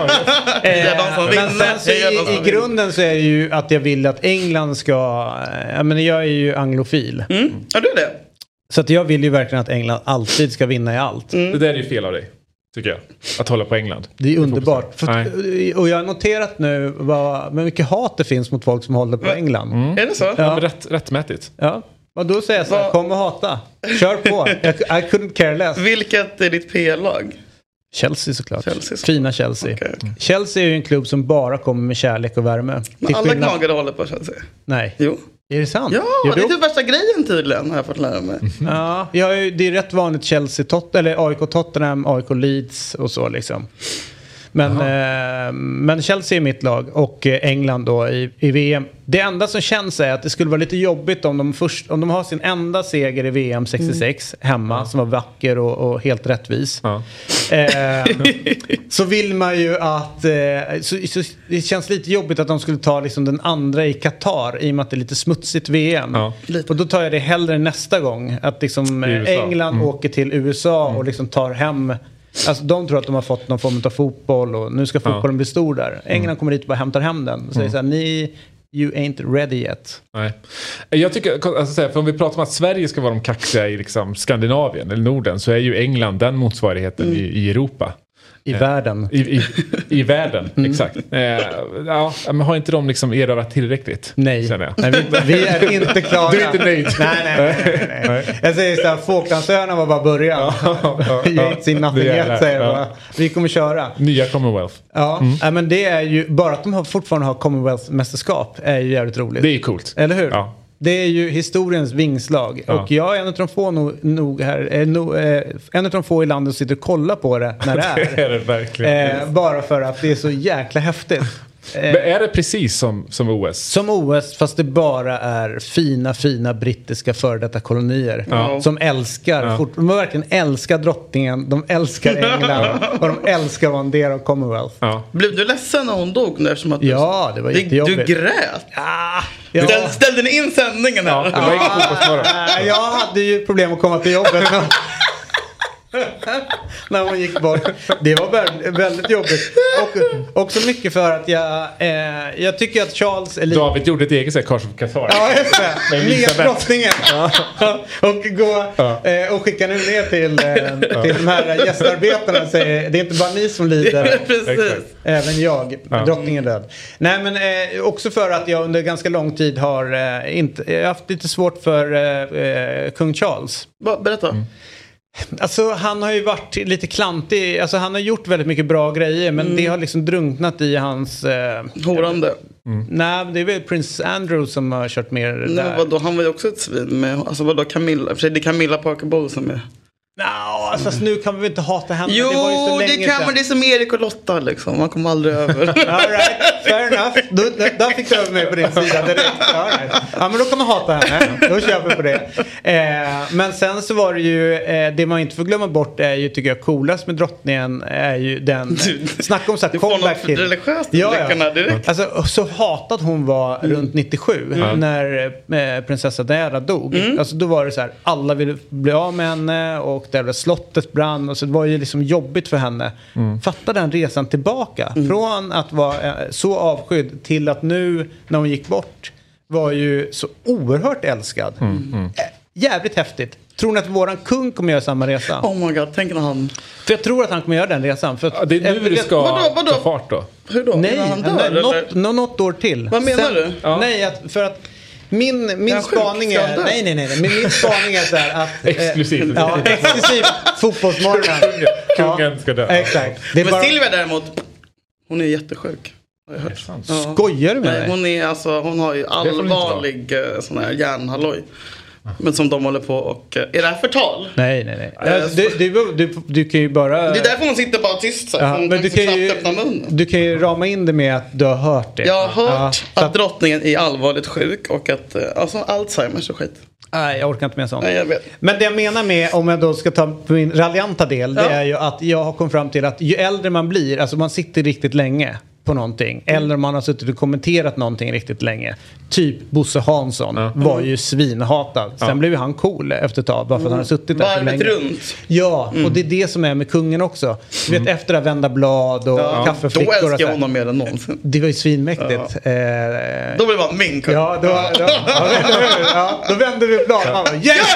Men sen så i, i grunden så är det ju att jag vill att England ska... Jag menar, jag är ju anglofil. Mm. Ja, du är det. Så att jag vill ju verkligen att England alltid ska vinna i allt. Mm. Det där är ju fel av dig, tycker jag. Att hålla på England. Det är underbart. För, och jag har noterat nu vad mycket hat det finns mot folk som håller på England. Mm. Är det så? Ja, ja men rätt, rättmätigt. Ja. Och då säger jag så här, kom och hata. Kör på. I couldn't care less. Vilket är ditt P L-lag? Chelsea såklart. Chelsea, så. Fina Chelsea. Okay, okay. Chelsea är ju en klubb som bara kommer med kärlek och värme. Men alla gnagare håller på Chelsea? Nej. Jo. Är det sant? Ja, det är typ värsta grejen tydligen, har jag fått lära mig. Mm. Ja, jag är, det är rätt vanligt Chelsea, tot, eller A I K Tottenham, A I K Leeds och så liksom. Men, eh, men Chelsea är mitt lag och England då i, i V M. Det enda som känns är att det skulle vara lite jobbigt om de, först, om de har sin enda seger i V M sextiosex mm. hemma mm. som var vacker och, och helt rättvis. Mm. Eh, så vill man ju att eh, så, så, det känns lite jobbigt att de skulle ta liksom den andra i Qatar i och med att det är lite smutsigt V M. Mm. Och då tar jag det hellre nästa gång att liksom, England mm. åker till U S A mm. och liksom tar hem. Alltså de tror att de har fått någon form av fotboll och nu ska fotbollen ja. bli stor där. England mm. kommer dit och bara hämtar hem den och säger mm. så här, ni, you ain't ready yet. Nej. Jag tycker, alltså, för om vi pratar om att Sverige ska vara de kaxiga i liksom Skandinavien eller Norden, så är ju England den motsvarigheten mm. i, i Europa. I eh, världen. I, i, i världen, mm. exakt. Eh, ja, men har inte de liksom erövrat tillräckligt? Nej, nej vi, vi är inte klara. Du är inte nöjd? Nej, nej, nej, nej, nej. Jag säger så här, Falklandsöarna var bara början. Ja, ja, ja. Sin naffighet säger ja. bara, vi kommer köra. Nya Commonwealth. Ja, mm. ja, men det är ju, bara att de har, fortfarande har Commonwealth-mästerskap är ju jävligt roligt. Det är coolt. Eller hur? Ja. Det är ju historiens vingslag. Ja. Och jag är en av de få nog, nog här, eh, no, eh, en av de få i landet som sitter och kollar på det när det är. Det är det verkligen. Eh, bara för att det är så jäkla häftigt. Eh, Men är det precis som, som O S? Som O S, fast det bara är fina, fina brittiska före detta kolonier. Ja. Som älskar, ja. fort, de verkligen älskar drottningen, de älskar England och de älskar att vara en del av Commonwealth. Ja. Blev du ledsen när hon dog? När, att ja, det var du, jättejobbigt. Du grät? Ja. Ja. Ställ, ställde ni in sändningen här? Ja, det var ingen fotbollsmorgon. Jag hade ju problem att komma till jobbet. När hon gick bort. Det var väldigt, väldigt jobbigt. Och också mycket för att jag eh, jag tycker att Charles är lite... David gjorde ett eget så här Kors of Qatar. Ja, just det. Nya drottningen. Och gå ja. eh, och skicka nu ner till, eh, till de här gästarbetarna och säga, det är inte bara ni som lider. Precis. Även jag. Ja. Drottningen är död. Nej, men eh, också för att jag under ganska lång tid har eh, inte, jag har haft lite svårt för eh, kung Charles. Va, berätta. Mm. Alltså han har ju varit lite klantig. Alltså han har gjort väldigt mycket bra grejer. Men mm. det har liksom drunknat i hans... Eh, Horande. Mm. Nej, det är väl Prince Andrew som har kört mer Nej, där. Vadå, han var ju också ett svin med... Alltså vadå, Camilla? För sig, det är Camilla Parker som är... No, alltså, nu kan vi väl inte hata henne. Jo, det, var ju så det länge kan sedan. man. Det är som Erik och Lotta liksom. Man kommer aldrig över. All right, fair enough. Då, då fick du över mig på din sida direkt. All right. Ja, men då kan man hata henne. Då kör vi på det. Eh, men sen så var det ju, eh, det man inte får glömma bort är ju, tycker jag, coolast med drottningen är ju den, snacka om så här comeback till. Du får något religiöst ja, ja. direkt. Alltså, så hatad hon var mm. runt nittiosju mm. när eh, prinsessa Diana dog. Mm. Alltså då var det så här, alla ville bli av med henne och där var slottet brann och så det var ju liksom jobbigt för henne. Mm. Fatta den resan tillbaka. Mm. Från att vara eh, så avskydd till att nu när hon gick bort var ju så oerhört älskad. Mm. Mm. Äh, jävligt häftigt. Tror ni att våran kung kommer göra samma resa? Oh my god, tänk när han... För jag tror att han kommer göra den resan. För att, ja, det är nu äh, det ska vadå, vadå? ta fart då. Hur då? Nej, han dör, nej något, något, något år till. Vad menar Sen, du? Ja. Nej, att, för att Min, min spaning är nej, nej, nej, nej. Min, min spaning är så här att exklusivt. Eh, ja, exklusivt fotbollsmorgon. Kungen ska dö. Exakt. Det är men bara... Silvia däremot, hon är jättesjuk. Har jag hört. Ja. Skojar du med nej, mig? Hon är alltså, hon har ju allvarlig sån här hjärnhalloj. Men som de håller på och... Är det här förtal? Nej, nej, nej. Alltså, du, du, du, du kan ju bara... Det är därför hon sitter bara tyst så. Ja, hon men du kan, ju, munnen. du kan ju rama in det med att du har hört det. Jag har hört ja, att drottningen är allvarligt sjuk och att... Alltså Alzheimers och skit. Nej, jag orkar inte med sånt. Nej, jag vet. Men det jag menar med, om jag då ska ta på min raljanta del, ja. Det är ju att jag har kommit fram till att ju äldre man blir, alltså man sitter riktigt länge på någonting, mm. eller man har suttit och kommenterat någonting riktigt länge. Typ Bosse Hansson mm. var ju svinhatad. Sen mm. blev ju han cool efter ett tag, bara för att han har suttit där så länge. runt. Ja, mm. och det är det som är med kungen också. Du vet, mm. efter att vända blad och ja. kaffeflickor. Då älskar och jag honom mer än någonsin. Det var ju svinmäktigt. Ja. Eh, då blev det bara min kung. Ja, då, då, ja, ja, då vände vi blad. Man bara, yeah!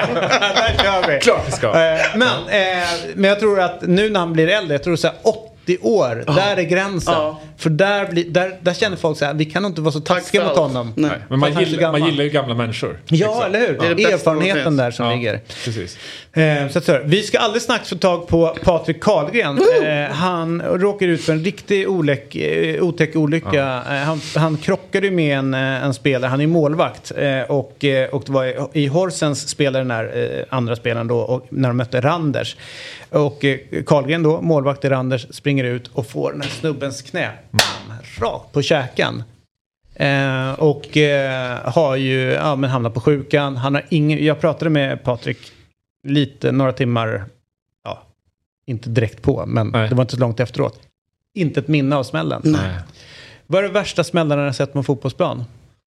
Där kör vi. Klart vi ska. Eh, men, eh, men jag tror att nu när han blir äldre, jag tror så här åttio år, oh. där är gränsen. Oh. För där, blir, där, där känner folk så här, vi kan inte vara så taskiga mot honom. Nej. Men man gillar, man gillar ju gamla människor. Ja, liksom. Eller hur? Ja. Det är erfarenheten där som ja. ligger. Precis. Eh, så att, så, vi ska alldeles snart få tag på Patrik Karlgren. Eh, han råkar ut för en riktig oläck, eh, otäck olycka. Ja. Eh, han, han krockade med en, en spelare, han är målvakt. Eh, och, och det var i Horsens spelare den här eh, andra spelaren då, och när de mötte Randers. Och eh, Karlgren då, målvakt i Randers, springer ut och får den här snubbens knä. Bam, rakt på käken. Eh, och eh, har ju ja, men hamnat på sjukan. Han har ingen, jag pratade med Patrik lite, några timmar, ja, inte direkt på, men Nej. det var inte så långt efteråt. Inte ett minne av smällen. Nej. Vad är det värsta smällen jag sett på fotbollsplan?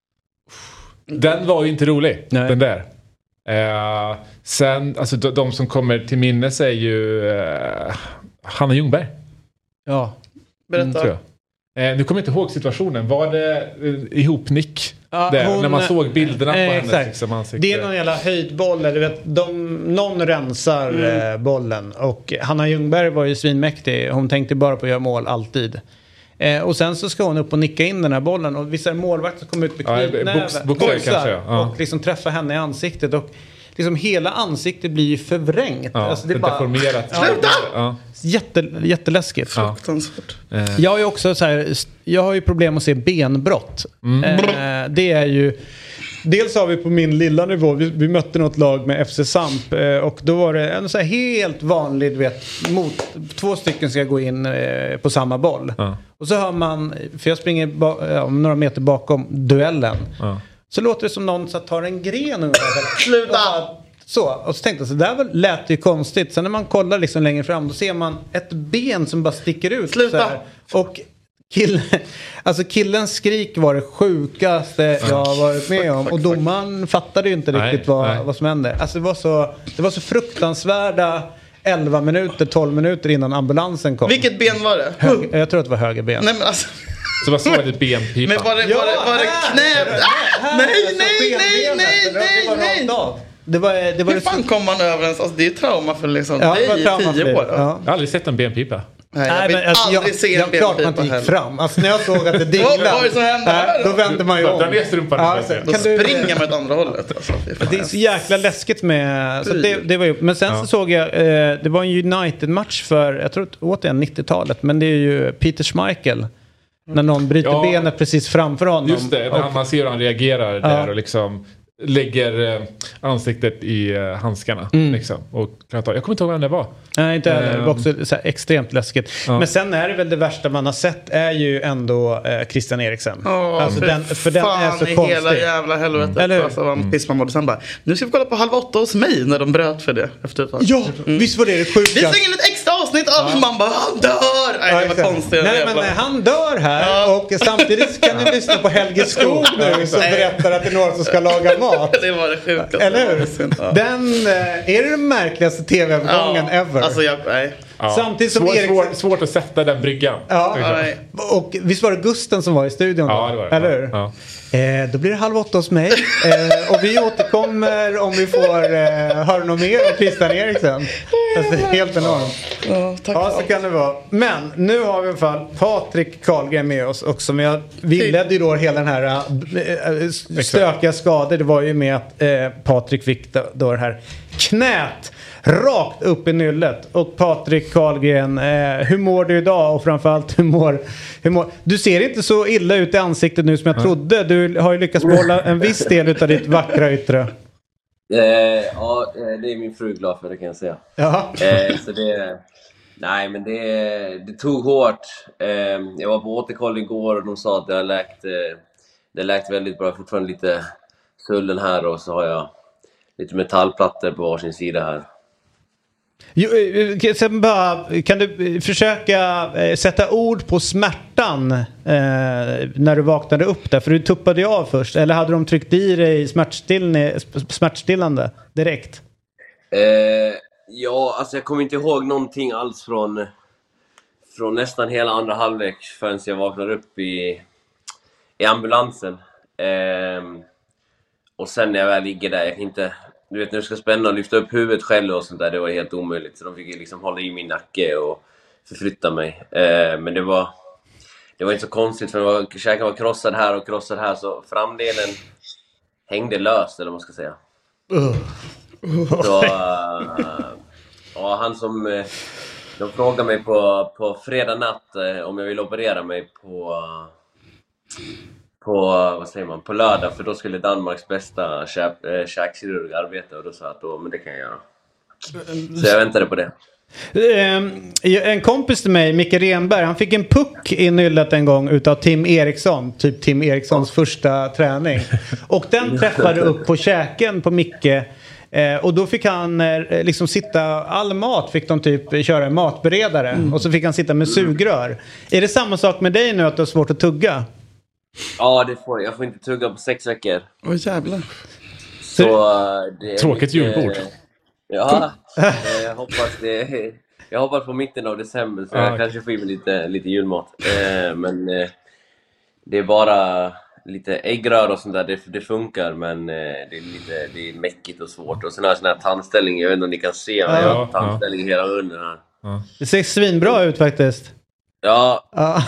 Den var ju inte rolig, Nej. den där. Eh, sen, alltså de, de som kommer till minnes är ju eh, Hanna Ljungberg. Ja. Berätta. Mm, eh, nu kommer jag inte ihåg situationen. Var det eh, ihopnick? Ja, där, hon, när man såg bilderna eh, på hennes exakt. liksom, ansikte. Det är någon jävla höjdboll. Du vet, de, någon rensar mm. eh, bollen. Och Hanna Ljungberg var ju svinmäktig. Hon tänkte bara på att göra mål alltid. Eh, och sen så ska hon upp och nicka in den här bollen. Och vissa målvakter kommer ut med knytnäven. Ja, box, kanske, ja. Och liksom träffa henne i ansiktet. Och liksom hela ansiktet blir ju förvrängt. Ja, alltså det är bara deformerat. Sluta! Ja. Jätte, jätteläskigt. Ja. Fruktansvärt. Eh. Jag har ju också så här, jag har ju problem att se benbrott. Mm. Eh, det är ju dels har vi på min lilla nivå, vi, vi mötte något lag med F C Samp eh, och då var det en så här helt vanlig, du vet, mot två stycken ska gå in eh, på samma boll. Ja. Och så hör man, för jag springer ba, ja, några meter bakom duellen. Ja. Så låter det som någon så tar en gren ungefär. Sluta! Så, och så tänkte jag så där var, lät det ju konstigt. Sen när man kollar liksom längre fram, då ser man ett ben som bara sticker ut. Sluta! Så här. Och kill, alltså killens skrik var det sjukaste jag har varit med om. Och domaren fattade ju inte riktigt nej, vad, nej. vad som hände. Alltså det var så, det var så fruktansvärda elva minuter, tolv minuter innan ambulansen kom. Vilket ben var det? Hög, jag tror att det var höger ben. Nej men alltså... Så vad såg det benpipa? Men var det, var det, var det knä? Ah, nej, nej, nej, nej, nej, nej. Det var, det var Hur fan kom man överens? Alltså, det är trauma för liksom ja, dig i tio år. Ja. Jag har aldrig sett en benpipa. Nej, jag vill men, alltså, aldrig jag, se en jag, klart man inte gick fram. Alltså när jag såg att det dinglade, Vad var det som hände här då vände man ju om. Där ner strumpan. Ja, så, Då kan du, springer man åt andra hållet. Alltså. det är så jäkla läskigt med... Så det, det var ju, men sen ja. så såg jag, eh, det var en United-match för, jag tror återigen nittiotalet, men det är ju Peter Schmeichel. När någon bryter ja, benet precis framför honom. Just det, när och, man ser hur han reagerar ja. där och liksom lägger eh, ansiktet i eh, handskarna. Mm. Liksom, och jag kommer inte ihåg vem det var. Nej, inte heller. Det var också så här extremt läskigt. Ja. Men sen är det väl det värsta man har sett är ju ändå eh, Christian Eriksen. Oh, alltså den, för den är så i konstig. Hela jävla helvetet. Mm. Eller alltså, man pissar man sen bara, nu ska vi kolla på Halv åtta hos mig när de bröt för det. Efter ett ja, mm. visst var det det sjuka. Vi slänger ett extra avsnitt av ja. Man bara, han dör! Nej, ja, det var konstigt. Nej, men nej, han dör här. Ja. Och samtidigt kan ni lyssna på Helge Skog nu som berättar att det är några som ska laga mat. Det var det sjukaste. Eller hur? Ja. Den, är det den märkligaste tv-övergången ja. ever? Alltså, jag, nej. Ja. Samtidigt som Svår, Erik... svår, svårt att sätta den bryggan. Ja. Ja, och visst var det Gusten som var i studion då? Ja, det var det. Eller hur? Ja. Eh, då blir det halv åtta hos mig. Eh, och vi återkommer om vi får eh, höra något mer om Christian Eriksen. Alltså, det är helt enormt. Ja, tack. Ja, så kan det vara. Men nu har vi i alla fall Patrik Karlgren med oss också. Men jag, vi ledde ju då hela den här äh, stökiga skador. Det var ju med att äh, Patrik fick då, då det här knät rakt upp i nyllet. Och Patrik Karlgren, eh, hur mår du idag? Och framförallt hur mår, hur mår... Du ser inte så illa ut i ansiktet nu som jag mm. trodde. Du har ju lyckats behålla en viss del av ditt vackra yttre. Eh, ja, det är min fru glad för, det kan jag säga. Ja. Eh, så det... Nej, men det, det tog hårt. Eh, jag var på återkoll igår och de sa att det har läkt, eh, det har läkt väldigt bra. Jag har fortfarande lite sullen här och så har jag lite metallplattor på varsin sida här. Jo, sen bara, kan du försöka sätta ord på smärtan eh, när du vaknade upp där? För du tuppade ju av först. Eller hade de tryckt i dig smärtstillande, smärtstillande direkt? Eh, ja, alltså jag kommer inte ihåg någonting alls från, från nästan hela andra halvlek förrän jag vaknade upp i, i ambulansen. Eh, och sen när jag väl ligger där, jag kan inte... Du vet, när du ska spänna och lyfta upp huvudet själv och sånt där, det var helt omöjligt. Så de fick liksom hålla i min nacke och förflytta mig. Eh, men det var, det var inte så konstigt, för var, käken var krossad här och krossad här. Så framdelen hängde löst, eller vad man ska säga. Uh. Så, uh, och han som... Uh, de frågade mig på, på fredag natt uh, om jag ville operera mig på... Uh, på, vad säger man, på lördag, för då skulle Danmarks bästa käk, äh, käkkirurg arbeta, och då sa jag att då, men det kan jag göra. Så jag väntade på det. En kompis till mig, Micke Renberg, han fick en puck i nyllet en gång utav Tim Eriksson, typ Tim Erikssons första träning. Och den träffade upp på käken på Micke. Och då fick han liksom sitta, all mat fick de typ köra en matberedare. Mm. Och så fick han sitta med sugrör. Är det samma sak med dig nu, att du har svårt att tugga? Ja, det får, jag får inte tugga på sex veckor. Åh, oh, jävlar. Så, det är tråkigt julbord. Ja, jag hoppas det. Jag hoppas på mitten av december, så ah, jag okay. kanske får i mig lite, lite julmat. Men det är bara lite äggrör och sånt där, det, det funkar, men det är lite det är mäckigt och svårt. Och sen har jag sån här tandställning, jag vet inte om ni kan se, men jag har tandställning hela munnen här. Ja. Det ser svinbra ut faktiskt. Ja, ja.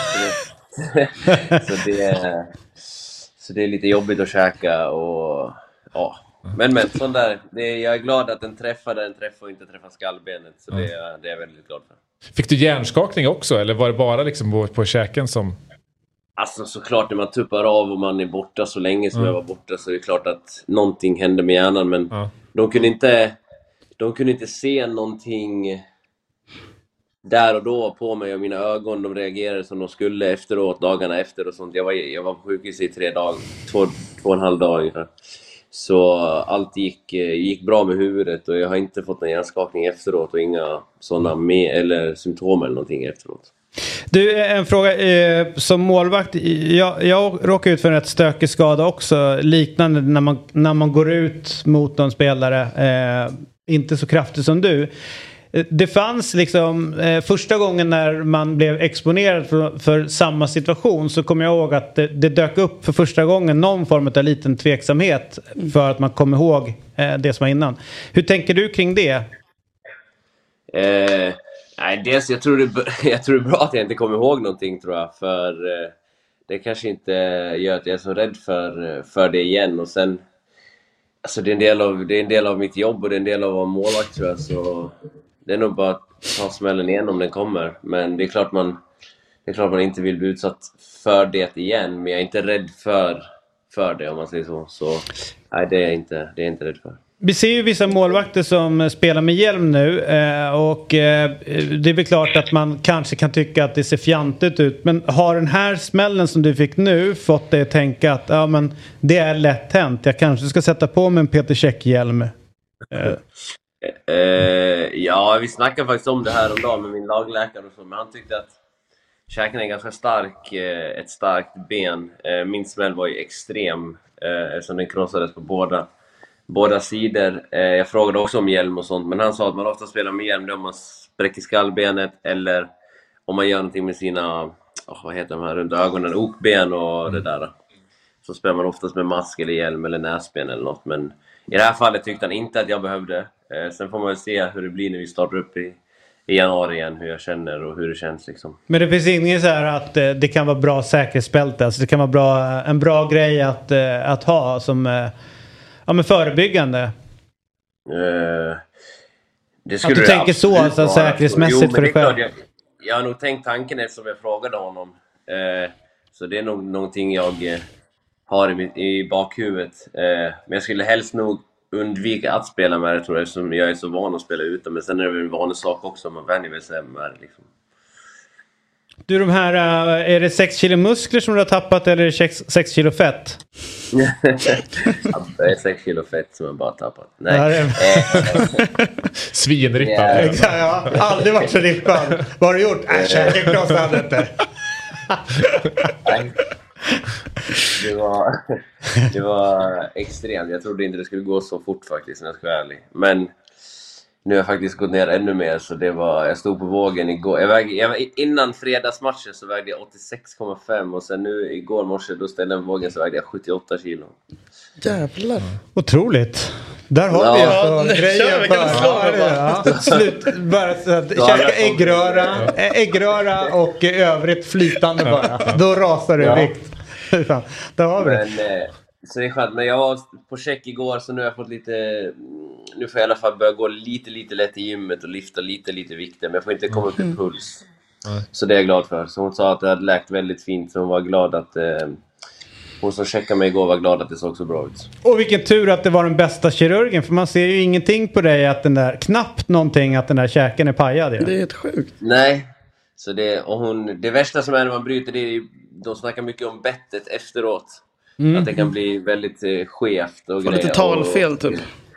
Så, det är, så det är lite jobbigt att käka och ja. Men men sån där, det är, jag är glad att den träffade den träffade och inte träffade skallbenet, så det, det är jag väldigt glad för. Fick du hjärnskakning också, eller var det bara liksom på, på käken som... Alltså såklart, när man tuppar av och man är borta så länge som mm. jag var borta, så är det klart att någonting hände med hjärnan, men ja. de kunde inte de kunde inte se någonting där och då på mig, och mina ögon, de reagerade som de skulle efteråt, dagarna efter och sånt. Jag var, jag var på sjukhus i tre dagar, två, två och en halv dag ungefär. Så allt gick, gick bra med huvudet, och jag har inte fått någon hjärnskakning efteråt och inga sådana med, eller symptom eller någonting efteråt. Du, en fråga eh, som målvakt, jag, jag råkar ut för en rätt stökig skada också, liknande när man, när man går ut mot någon spelare, eh, inte så kraftigt som du. Det fanns liksom eh, första gången när man blev exponerad för, för samma situation, så kommer jag ihåg att det, det dök upp för första gången någon form av liten tveksamhet för att man kom ihåg eh, det som var innan. Hur tänker du kring det? Eh, Nej, dels jag tror, det, jag tror det är bra att jag inte kommer ihåg någonting, tror jag. För eh, det kanske inte gör att jag är så rädd för, för det igen. Och sen, alltså det är, en del av, det är en del av mitt jobb och det är en del av att vara målvakt, tror jag. Så det är nog bara att ta smällen igen om den kommer. Men det är klart man, det är klart man inte vill bli utsatt för det igen. Men jag är inte rädd för, för det, om man säger så. Så nej, det är jag inte, det är jag inte rädd för. Vi ser ju vissa målvakter som spelar med hjälm nu eh, och eh, det är väl klart att man kanske kan tycka att det ser fjantigt ut. Men har den här smällen som du fick nu fått dig att tänka att ja, men det är lätt hänt. Jag kanske ska sätta på mig en Peter Käck-hjälm. Eh. Eh, ja, vi snackade faktiskt om det här om dagen med min lagläkare och så, men han tyckte att käken är ganska stark, eh, ett starkt ben. Eh, min smäll var ju extrem eh, eftersom den krossades på båda. Båda sidor. Eh, jag frågade också om hjälm och sånt, men han sa att man ofta spelar med hjälm om man spräcker skallbenet eller om man gör någonting med sina, oh, vad heter de här runt ögonen, okben och mm. det där. Så spelar man oftast med mask eller hjälm eller näsben eller något, men i det här fallet tyckte han inte att jag behövde. Eh, sen får man väl se hur det blir när vi startar upp i, i januari igen, hur jag känner och hur det känns liksom. Men det finns inget så här att eh, det kan vara bra säkerhetsbälte, alltså det kan vara bra, en bra grej att, eh, att ha som eh, ja, men förebyggande. Uh, det skulle att du tänker så, alltså säkerhetsmässigt jo, för dig själv. Jag, jag har nog tänkt tanken eftersom jag frågade honom. Uh, så det är nog någonting jag uh, har i, mitt, i bakhuvudet. Uh, men jag skulle helst nog undvika att spela med det, tror jag, eftersom jag är så van att spela ute. Men sen är det väl en vanlig sak också om man vänjer sig med det liksom. Du, de här, är det sex kilo muskler som du har tappat eller är det sex, sex kilo fett? Ja, det är sex kilo fett som jag bara har tappat. Nej. Ja, är... Svinrippad. Yeah. Ja, jag har aldrig varit så rippad. Vad har du gjort? Äh, käken krossade inte. Det var, det var extremt. Jag trodde inte det skulle gå så fort faktiskt, när jag ska vara ärlig. Men nu har jag faktiskt gått ner ännu mer, så det var, jag stod på vågen igår. Jag väg, jag, innan fredagsmatchen så vägde jag åttiosex komma fem och sen nu igår morse då ställde jag på vågen så vägde jag sjuttioåtta kilo. Jävlar. Otroligt. Där har ja. vi alltså ja, grejer för. Ja, ja, ja. Slut, bara så att käka äggröra, äggröra och övrigt flytande bara. Då rasar det ja. vikt. Där har vi det. Men, så det är skönt, men jag var på check igår så nu har jag fått lite, nu får jag i alla fall börja gå lite lite lätt i gymmet och lyfta lite lite vikter, men jag får inte komma upp i puls. Mm. Så det är jag glad för. Så hon sa att det hade läkt väldigt fint, så hon var glad att eh, hon som checkade mig igår var glad att det såg så bra ut. Och vilken tur att det var den bästa kirurgen, för man ser ju ingenting på dig att den där, knappt någonting att den där käken är pajad. Ja. Det är helt sjukt. Nej, så det, och hon, det värsta som är när man bryter det är, de snackar mycket om bettet efteråt. Mm. Att det kan bli väldigt eh, skevt och grejer. Lite talfel typ.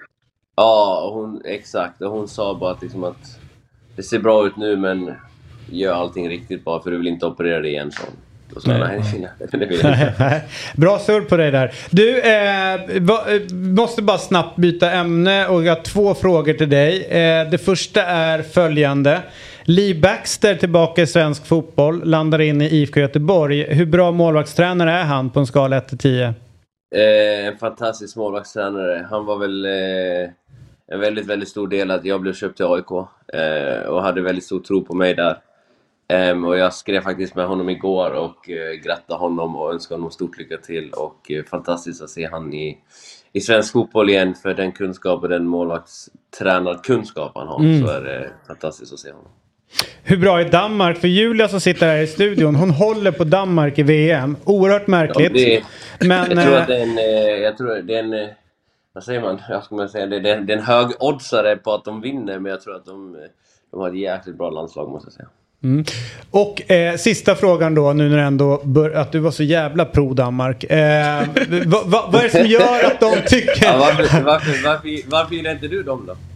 Ja, och hon, exakt. Och hon sa bara att, liksom, att det ser bra ut nu, men gör allting riktigt bra för du vill inte operera det igen. Så. Och så, nej. Nej, det vill jag inte. Bra surr på dig där. Du, eh, va, måste bara snabbt byta ämne och jag har två frågor till dig. Eh, det första är följande. Lee Baxter tillbaka i svensk fotboll, landar in i I F K Göteborg. Hur bra målvaktstränare är han på en skala ett till tio? Eh, en fantastisk målvaktstränare. Han var väl eh, en väldigt, väldigt stor del att jag blev köpt till A I K eh, och hade väldigt stor tro på mig där. Eh, och jag skrev faktiskt med honom igår och eh, grattade honom och önskade honom stort lycka till. Och eh, fantastiskt att se han i, i svensk fotboll igen, för den kunskap och den målvaktstränarkunskap han har. Mm. Så är det fantastiskt att se honom. Hur bra är Danmark? För Julia som sitter här i studion, hon håller på Danmark i V M. Oerhört märkligt. Ja, det, men, jag tror att det är en, jag tror det är en, vad säger man? Jag ska man säga, det är en, det är en hög oddsare på att de vinner, men jag tror att de, de har ett jäkligt bra landslag, måste jag säga. Mm. Och eh, sista frågan då, nu när ändå bör, att du var så jävla pro Danmark. Eh, vad, vad, vad är det som gör att de tycker... Ja, varför, varför, varför, varför gillar inte du dem då?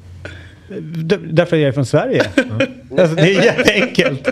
Därför jag är från Sverige. Mm. Alltså, det är jätteenkelt.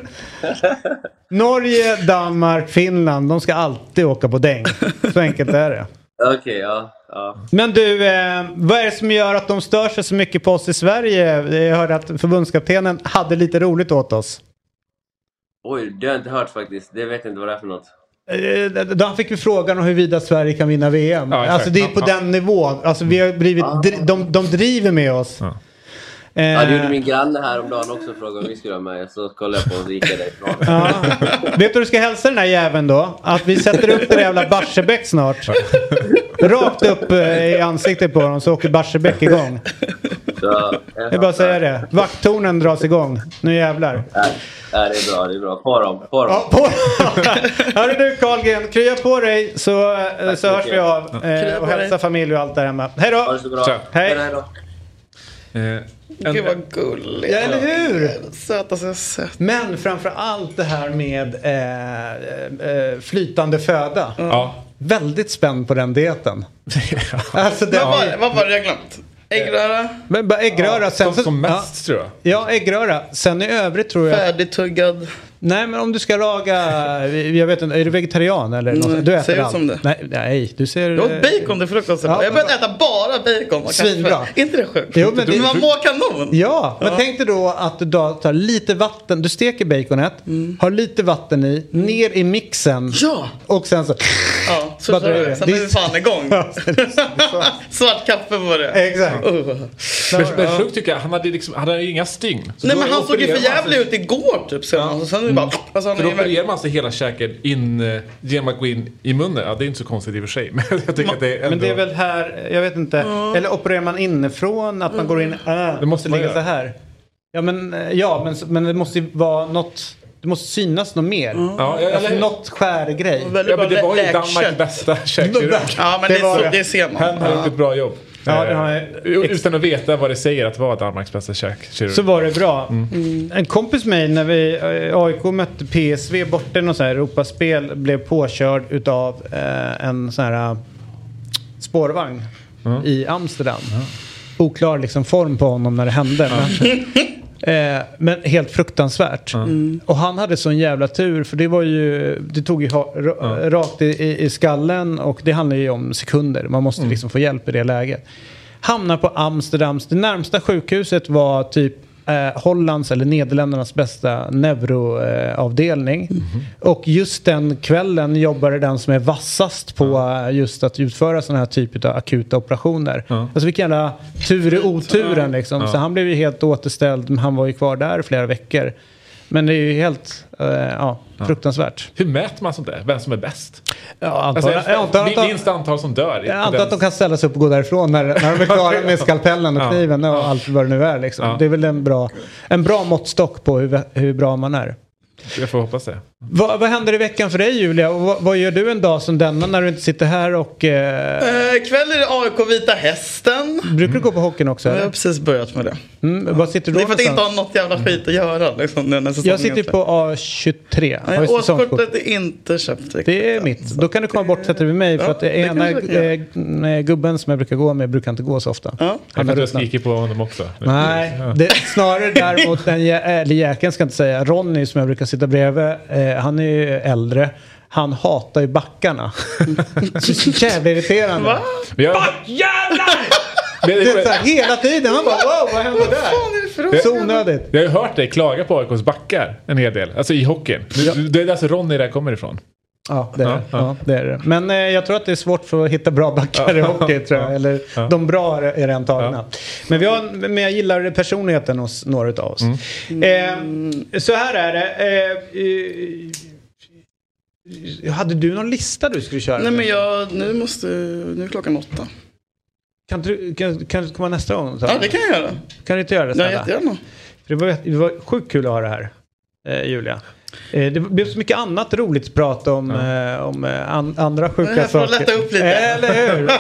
Norge, Danmark, Finland, de ska alltid åka på däng. Så enkelt är det. Okej, okay, ja, ja. Men du, eh, vad är det som gör att de stör sig så mycket på oss i Sverige? Jag hörde att förbundskaptenen hade lite roligt åt oss. Oj, det har jag inte hört faktiskt. Det vet jag inte vad det är för något. Då fick vi frågan om huruvida Sverige kan vinna V M. Ja, alltså det är på ja, den ja. nivån. Alltså vi har blivit, de, de driver med oss. Ja. Eh, ja, det gjorde min granne här om dagen också, frågade om vi skulle ha med. Så kollade jag på och gick jag därifrån. Ja. Vet du du ska hälsa den här jäveln då? Att vi sätter upp det jävla Barsebäck snart. Rakt upp i ansiktet på dem så åker Barsebäck igång. Så, jag vill bara säga det. Vakttornen dras igång. Nu jävlar. Ja, det är bra, det är bra. På dem, på dem. Ja, på Hörru du Carlgren, krya på dig så, så hörs vi av. Eh, och hälsa familj och allt där hemma. Hej då! Ha det så bra. Hej! Hej då. Eh, Gud vad gulligt. Ja, eller hur? Sötaste jag sett. Men framför allt det här med eh, eh, flytande föda. Mm. Ja. Väldigt spänd på den dieten. Alltså, det Vad var, vad var det jag glömt? Äggröra? Men bara äggröra. Ja, sen som, som mest ja, tror jag. Ja, äggröra. Sen i övrigt tror jag... Färdigtuggad. Nej, men om du ska laga... Jag vet inte, är du vegetarian eller något? Nej, Du äter ser ut allt. som det. Nej, nej, du ser... Jag åt bacon till frukost. Ja, jag började äta bara bacon. Svinbra. Är inte det sjukt? Jo, men det- men man mår kanon. Ja, men Ja. tänk dig då att du då tar lite vatten. Du steker baconet, har lite vatten i, ner i mixen. Ja. Och sen så... Ja, så Vad kör drar vi. det? Sen Det är är- vi fan igång. Svart kaffe var det. Exakt. Uh. Men, men sjukt tycker jag, han hade, liksom, han hade ju inga sting. Så Nej då men han såg ju för opererar man jävligt sig- ut igår typ. Sen, och sen är det bara... Alltså, han För då är opererar man sig hela käken in eh, genom att gå in i munnen. Ja, det är inte så konstigt i och för sig. Men jag tycker att det är ändå... Men det är väl här, jag vet inte. Eller opererar man inifrån, att man går in... Äh, Det måste man ligga så göra. här. Ja, men, eh, ja men, men det måste ju vara något... Det måste synas något mer. Ja, ja, Alltså, eller- något skärgrej. väldigt Ja, men det bra var ju lä- Danmarks läkkött. bästa käkkirurg. Ja men Det det, var det, det. det ser man. Han har gjort ett bra jobb. Ja, det Eh, har jag- Utan att veta vad det säger att vara Danmarks bästa käkkirurg. Så var det bra. Mm. En kompis med mig när vi eh, A I K mötte P S V borta i något så här Europaspel blev påkörd utav eh, en sån här eh, spårvagn i Amsterdam. Oklar liksom form på honom när det hände. Men, eh, men helt fruktansvärt. Mm. Och han hade sån jävla tur för det var ju det tog ju ha, ra, rakt i, i, i skallen och det handlar ju om sekunder. Man måste Mm. liksom få hjälp i det läget. Hamnar på Amsterdams, det närmsta sjukhuset var typ eh, Hollands eller Nederländernas bästa neuroavdelning. Mm. Och just den kvällen jobbade den som är vassast på eh, just att utföra sådana här typer av akuta operationer. Ja. Alltså vilken jävla tur i oturen liksom. Ja. Så han blev ju helt återställd, men han var ju kvar där flera veckor. Men det är ju helt eh, ja, fruktansvärt. Hur mäter man sånt där? Vem som är bäst? Ja, antar, Alltså, jag antar, min- antar, minsta antal som dör. jag antar att de kan ställa sig upp och gå därifrån när, när de är klara med skalpellen och Ja. kniven och allt vad det nu är. Liksom. Ja. Det är väl en bra, en bra måttstock på hur, hur bra man är. Jag får hoppas det. Vad, vad händer i veckan för dig Julia? Och vad, vad gör du en dag som denna när du inte sitter här och... Eh, Eh, kväll är det A I K Vita Hästen. brukar du gå på hockeyn också? Jag har Eller? precis börjat med det. Mm, vad sitter du Det då är för att jag inte har någonstans? något jävla skit att göra. Liksom, när säsongen Jag sitter är på A tjugotre. Har Nej, ju säsongskort. årskortet är inte köpt riktigt. Det är mitt. Då kan du komma bort och sätta dig vid mig. För Ja, att det det ena kanske jag kan eh, gubben som jag brukar gå med brukar inte gå så ofta. Ja. Han Jag är får ruttnad. skrika på honom också. Nej, Ja. det, snarare däremot den jä- eller jäkeln ska jag inte säga. Ronny som jag brukar sitta bredvid. Eh, han är ju äldre. Han hatar ju backarna. Så jävla irriterande. Va? Men jag, Jävlar! men, Det är så här, hela tiden. Han bara wow, vad hände Vad där? fan är det för Så roligt? onödigt. jag har ju hört dig klaga på A I Ks backar en hel del. Alltså i hockeyn. Du- Det är alltså Ronny där kommer ifrån. Ja, det är, Ja, det. ja. Ja, det är det. Men eh, jag tror att det är svårt för att hitta bra backar i hockey tror jag. Eller Ja. de bra är redan tagna. Men, vi har, men jag gillar personligheten hos några av oss. Eh, så här är det. Eh, eh, hade du någon lista du skulle köra? Nej men jag, nu måste, nu är klockan åtta. Kan du, kan, kan du komma nästa gång? Ja det kan jag göra. Kan du inte göra det Ja, snälla? jättegärna. För det, var, det var sjukt kul att ha det här, eh, Julia. Eh, det blev så mycket annat roligt att prata om, eh, om eh, an, andra sjuka Det här får saker. lätta upp lite. Eller hur?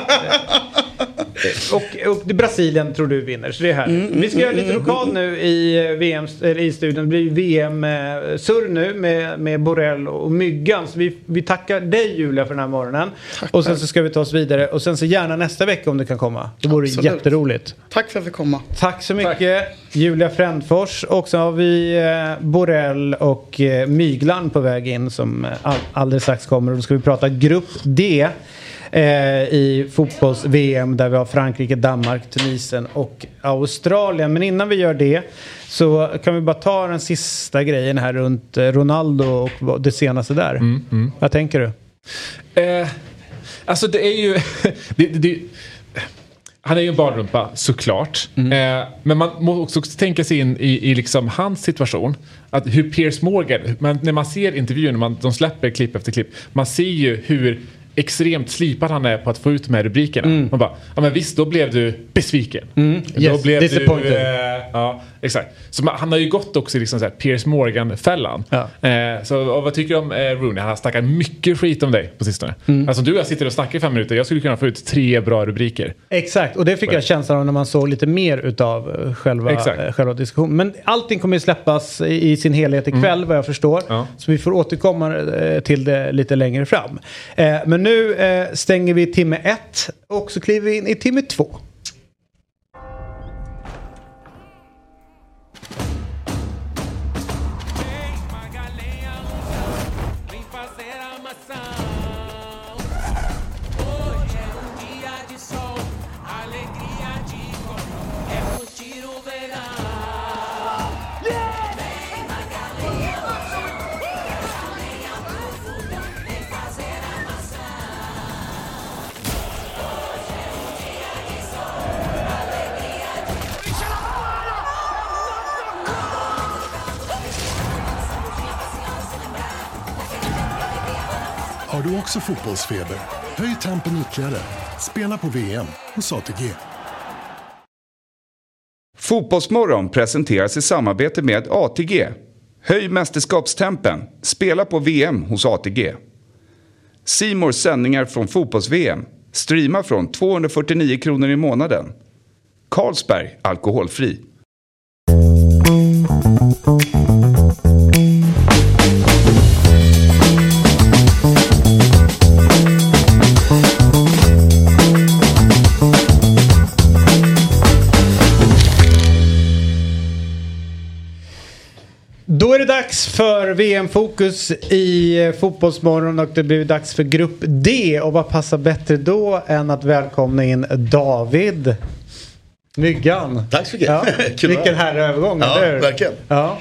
och, och det Brasilien tror du vinner, så det är här. Mm, Vi ska göra lite lokal nu i V M, eller i studion. Det blir V M-surr nu med, med Borrell och Myggan. Så vi, vi tackar dig Julia för den här morgonen. Tack, och sen tack. så ska vi ta oss vidare. Och sen så gärna nästa vecka om du kan komma. Det vore Absolut. jätteroligt. Tack för att jag fick komma. Tack så mycket Julia Frändfors. Och så har vi eh, Borrell och eh, Myglan på väg in som eh, all, alldeles strax kommer. Och då ska vi prata grupp D eh, i fotbolls-V M där vi har Frankrike, Danmark, Tunisien och Australien. Men innan vi gör det så kan vi bara ta den sista grejen här runt eh, Ronaldo och vad- det senaste där. Mm, mm. Vad tänker du? Eh, alltså det är ju... det, det, det, han är ju en barnrumpa, såklart. Mm. Eh, men man måste också tänka sig in i, i liksom hans situation. Att hur Piers Morgan, man, när man ser intervjun, när man, de släpper klipp efter klipp, man ser ju hur extremt slipad han är på att få ut de här rubrikerna. Mm. Man bara, ja men visst, då blev du besviken. Mm. Yes, då blev du, eh, ja, exakt. Så man, han har ju gått också i liksom så här Piers Morgan-fällan. Ja. Eh, så vad tycker du om eh, Rooney? Han har snackat mycket skit om dig på sistone. Mm. Alltså du och jag sitter och snackar i fem minuter. Jag skulle kunna få ut tre bra rubriker. Exakt, och det fick jag känslan av när man såg lite mer utav själva, eh, själva diskussionen. Men allting kommer ju släppas i, i sin helhet ikväll, mm. vad jag förstår. Ja. Så vi får återkomma eh, till det lite längre fram. Eh, men nu eh, stänger vi timme ett och så kliver vi in i timme två. Har du också fotbollsfeber? Höj tempen ytterligare. Spela på V M hos A T G. Fotbollsmorgon presenteras i samarbete med A T G. Höj mästerskapstempen. Spela på V M hos A T G. C More sändningar från fotbolls-V M. Streama från tvåhundrafyrtionio kronor i månaden. Carlsberg, alkoholfri. Då är det dags för V M-fokus i Fotbollsmorgon och det blir dags för grupp D. Och vad passar bättre då än att välkomna in David Myggan. Tack så mycket. Ja, vilken här övergång. Ja, eller? Verkligen. Ja.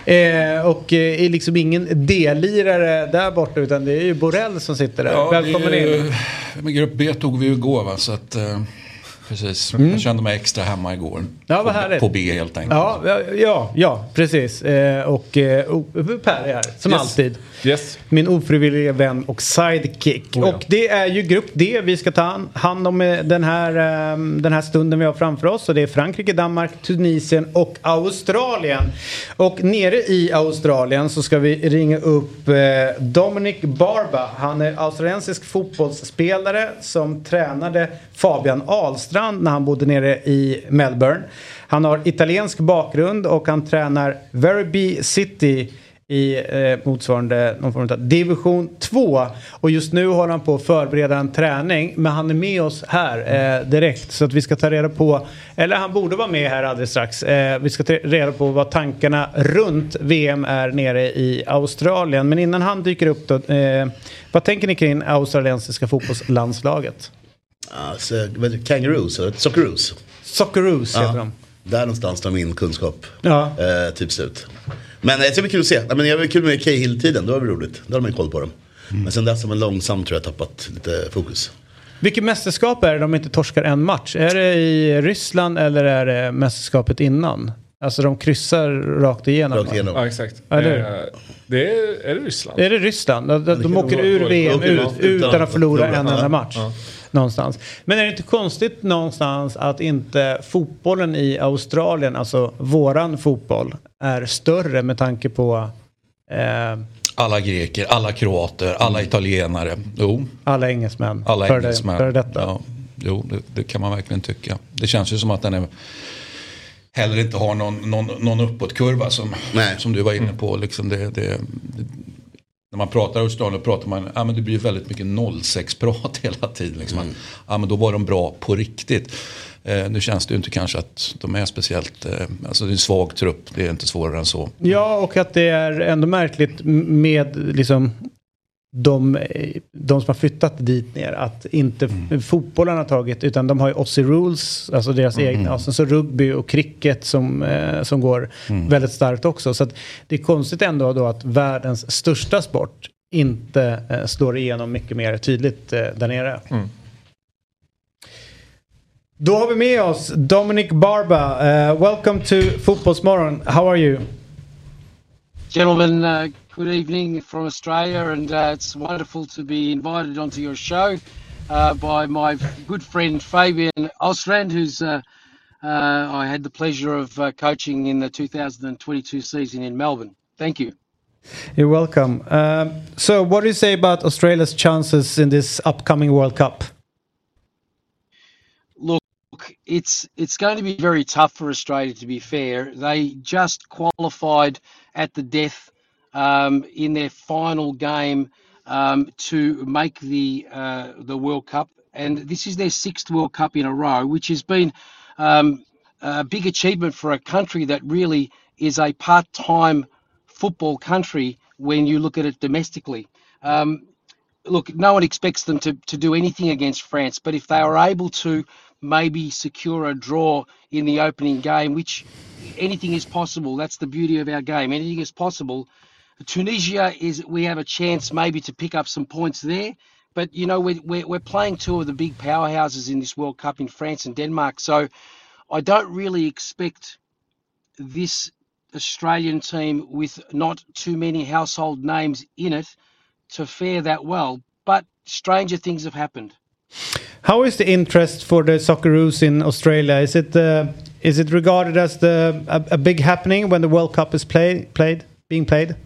Eh, och eh, är liksom ingen D-lirare där borta utan det är ju Borrell som sitter där. Ja, välkommen ju, in. Med grupp B tog vi ju igår va, så att... Eh... Precis, mm. jag kände mig extra hemma igår. Ja, vad härligt. På B helt enkelt. Ja, ja, ja precis. Eh, och eh, Per är här, som yes. alltid. Yes. Min ofrivilliga vän och sidekick. Oh, ja. Och det är ju grupp D vi ska ta hand om den här, den här stunden vi har framför oss. Och det är Frankrike, Danmark, Tunisien och Australien. Och nere i Australien så ska vi ringa upp eh, Dominic Barba. Han är australiensisk fotbollsspelare som tränade Fabian Ahlstrand när han bodde nere i Melbourne. Han har italiensk bakgrund och han tränar Werribee City i eh, motsvarande någon form av division två. Och just nu håller han på att förbereda en träning. Men han är med oss här eh, direkt. Så att vi ska ta reda på, eller han borde vara med här alldeles strax. Eh, vi ska ta reda på vad tankarna runt V M är nere i Australien. Men innan han dyker upp då, eh, vad tänker ni kring australiensiska fotbollslandslaget? Alltså, Kangaroos, eller Socceroos. Socceroos heter ja, de. Där någonstans tar min kunskap ja. eh, typs ut. Men det ska bli kul att se. Men det var kul med Cahill-tiden, det var väl roligt. Då hade man koll på dem. Mm. Men sen dess har man långsamt tror jag tappat lite fokus. Vilket mästerskap är det de inte torskar en match? Är det i Ryssland eller är det mästerskapet innan? Alltså de kryssar rakt igenom. Rakt igenom. Ja, exakt. Eller? Eh, det är, är det Ryssland? Är det Ryssland? De, de, de åker ur V M ut, utan att förlora en enda match. Ja. Någonstans. Men är det inte konstigt någonstans att inte fotbollen i Australien, alltså våran fotboll, är större med tanke på eh, alla greker, alla kroater, alla italienare. Jo. Alla engelsmän. Alla för engelsmän. Det, för detta. Ja, jo, det, det kan man verkligen tycka. Det känns ju som att den är heller inte har någon, någon, någon uppåtkurva som, som du var inne på. Liksom det, det, det, när man pratar Australien pratar man, ja men det blir väldigt mycket noll sex-prat hela tiden. Liksom. Mm. Ja men då var de bra på riktigt. Eh, nu känns det ju inte kanske att de är speciellt, eh, alltså det är en svag trupp, det är inte svårare än så. Ja, och att det är ändå märkligt med liksom de, de som har flyttat dit ner att inte mm. fotbollen har tagit, utan de har ju Aussie Rules, alltså deras mm. egna, och sen så rugby och cricket som, eh, som går mm. väldigt starkt också. Så att det är konstigt ändå då att världens största sport inte eh, slår igenom mycket mer tydligt eh, där nere. Mm. Då har vi med oss Dominic Barba. Uh, welcome to Fotbollsmorgon. How are you? Gentlemen, uh, good evening from Australia, and uh, it's wonderful to be invited onto your show uh, by my good friend Fabian Ostrand, who's uh, uh, I had the pleasure of uh, coaching in the two thousand twenty-two season in Melbourne. Thank you. You're welcome. Um, so what do you say about Australia's chances in this upcoming World Cup? Look, it's it's going to be very tough for Australia, to be fair. They just qualified at the death um, in their final game um, to make the uh, the World Cup, and this is their sixth World Cup in a row, which has been um, a big achievement for a country that really is a part-time football country when you look at it domestically. Um, look, no one expects them to, to do anything against France, but if they are able to maybe secure a draw in the opening game, which anything is possible. That's the beauty of our game. Anything is possible. Tunisia is, we have a chance maybe to pick up some points there, but you know, we're, we're, we're playing two of the big powerhouses in this World Cup in France and Denmark. So I don't really expect this Australian team with not too many household names in it to fare that well, but stranger things have happened. How is the interest for the Socceroos in Australia? Is it uh, is it regarded as the a, a big happening when the World Cup is play, played being played?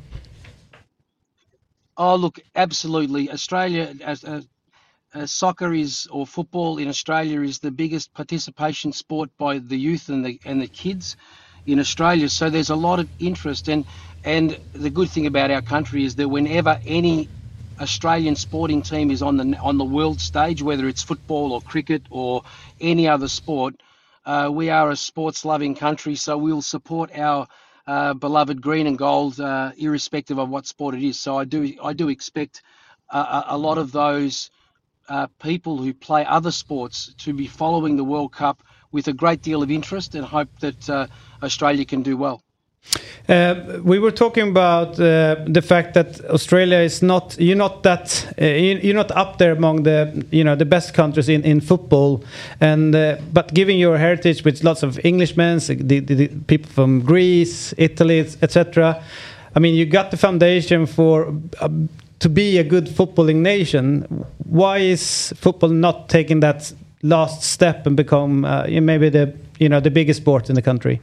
Oh, look, absolutely. Australia as uh, uh, soccer is or football in Australia is the biggest participation sport by the youth and the and the kids in Australia. So there's a lot of interest, and and the good thing about our country is that whenever any Australian sporting team is on the on the world stage, whether it's football or cricket or any other sport, uh, we are a sports-loving country, so we'll support our uh, beloved green and gold, uh, irrespective of what sport it is. So I do I do expect uh, a lot of those uh, people who play other sports to be following the World Cup with a great deal of interest, and hope that uh, Australia can do well. Uh, we were talking about uh, the fact that Australia is not you're not that uh, you're not up there among the you know the best countries in, in football, and uh, but given your heritage with lots of Englishmen, the, the, the people from Greece, Italy, et cetera. I mean, you got the foundation for uh, to be a good footballing nation. Why is football not taking that last step and become uh, maybe the you know the biggest sport in the country?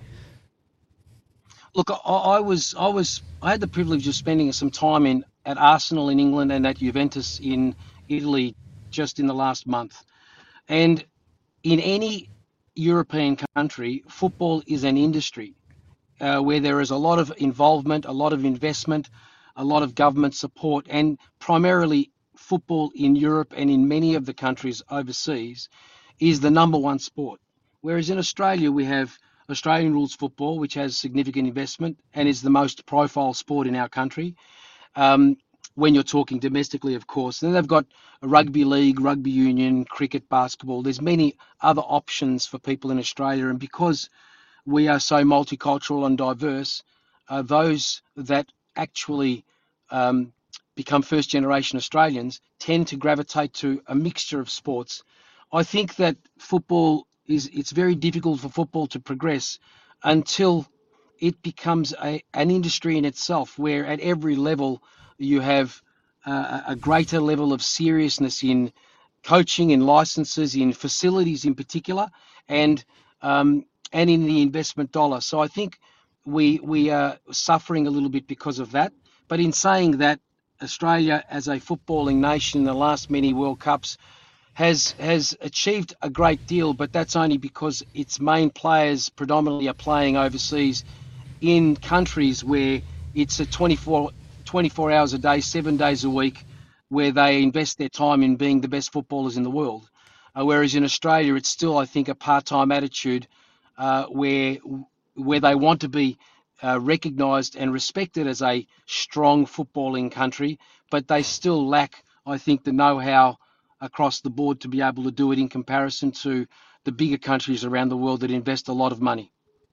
Look, I, I was, I was, I had the privilege of spending some time in at Arsenal in England and at Juventus in Italy just in the last month. And in any European country, football is an industry uh, where there is a lot of involvement, a lot of investment, a lot of government support, and primarily football in Europe and in many of the countries overseas is the number one sport. Whereas in Australia, we have Australian rules football, which has significant investment and is the most profile sport in our country. Um, when you're talking domestically, of course. And then they've got a rugby league, rugby union, cricket, basketball. There's many other options for people in Australia. And because we are so multicultural and diverse, uh, those that actually um, become first generation Australians tend to gravitate to a mixture of sports. I think that football is it's very difficult for football to progress until it becomes a, an industry in itself, where at every level you have uh, a greater level of seriousness in coaching, in licenses, in facilities in particular, and um, and in the investment dollar. So I think we we are suffering a little bit because of that. But in saying that, Australia as a footballing nation in the last many World Cups has has achieved a great deal, but that's only because its main players predominantly are playing overseas in countries where it's a twenty-four, twenty-four hours a day, seven days a week, where they invest their time in being the best footballers in the world. Uh, whereas in Australia, it's still, I think, a part-time attitude uh, where where they want to be uh, recognised and respected as a strong footballing country, but they still lack, I think, the know-how across the board to be able to do it in comparison to the bigger countries around the world that invest a lot of money.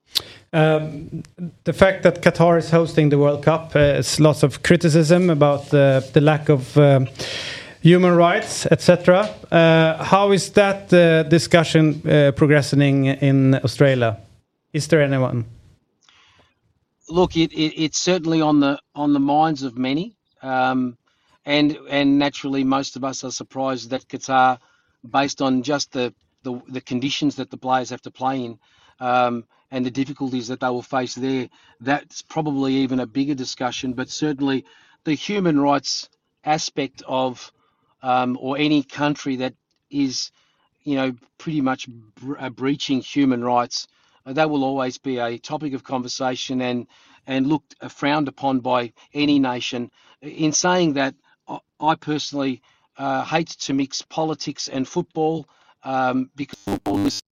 Um, the fact that Qatar is hosting the World Cup, uh, there's lots of criticism about uh, the lack of uh, human rights, et cetera. Uh, how is that uh, discussion uh, progressing in Australia? Is there anyone? Look, it, it, it's certainly on the on the minds of many, um, and and naturally, most of us are surprised that Qatar, based on just the the, the conditions that the players have to play in, um, and the difficulties that they will face there, that's probably even a bigger discussion. But certainly, the human rights aspect of um, or any country that is, you know, pretty much bre- breaching human rights, uh, that will always be a topic of conversation and and looked uh, frowned upon by any nation. In saying that, I, I personally uh, hate to mix politics and football um, because football is.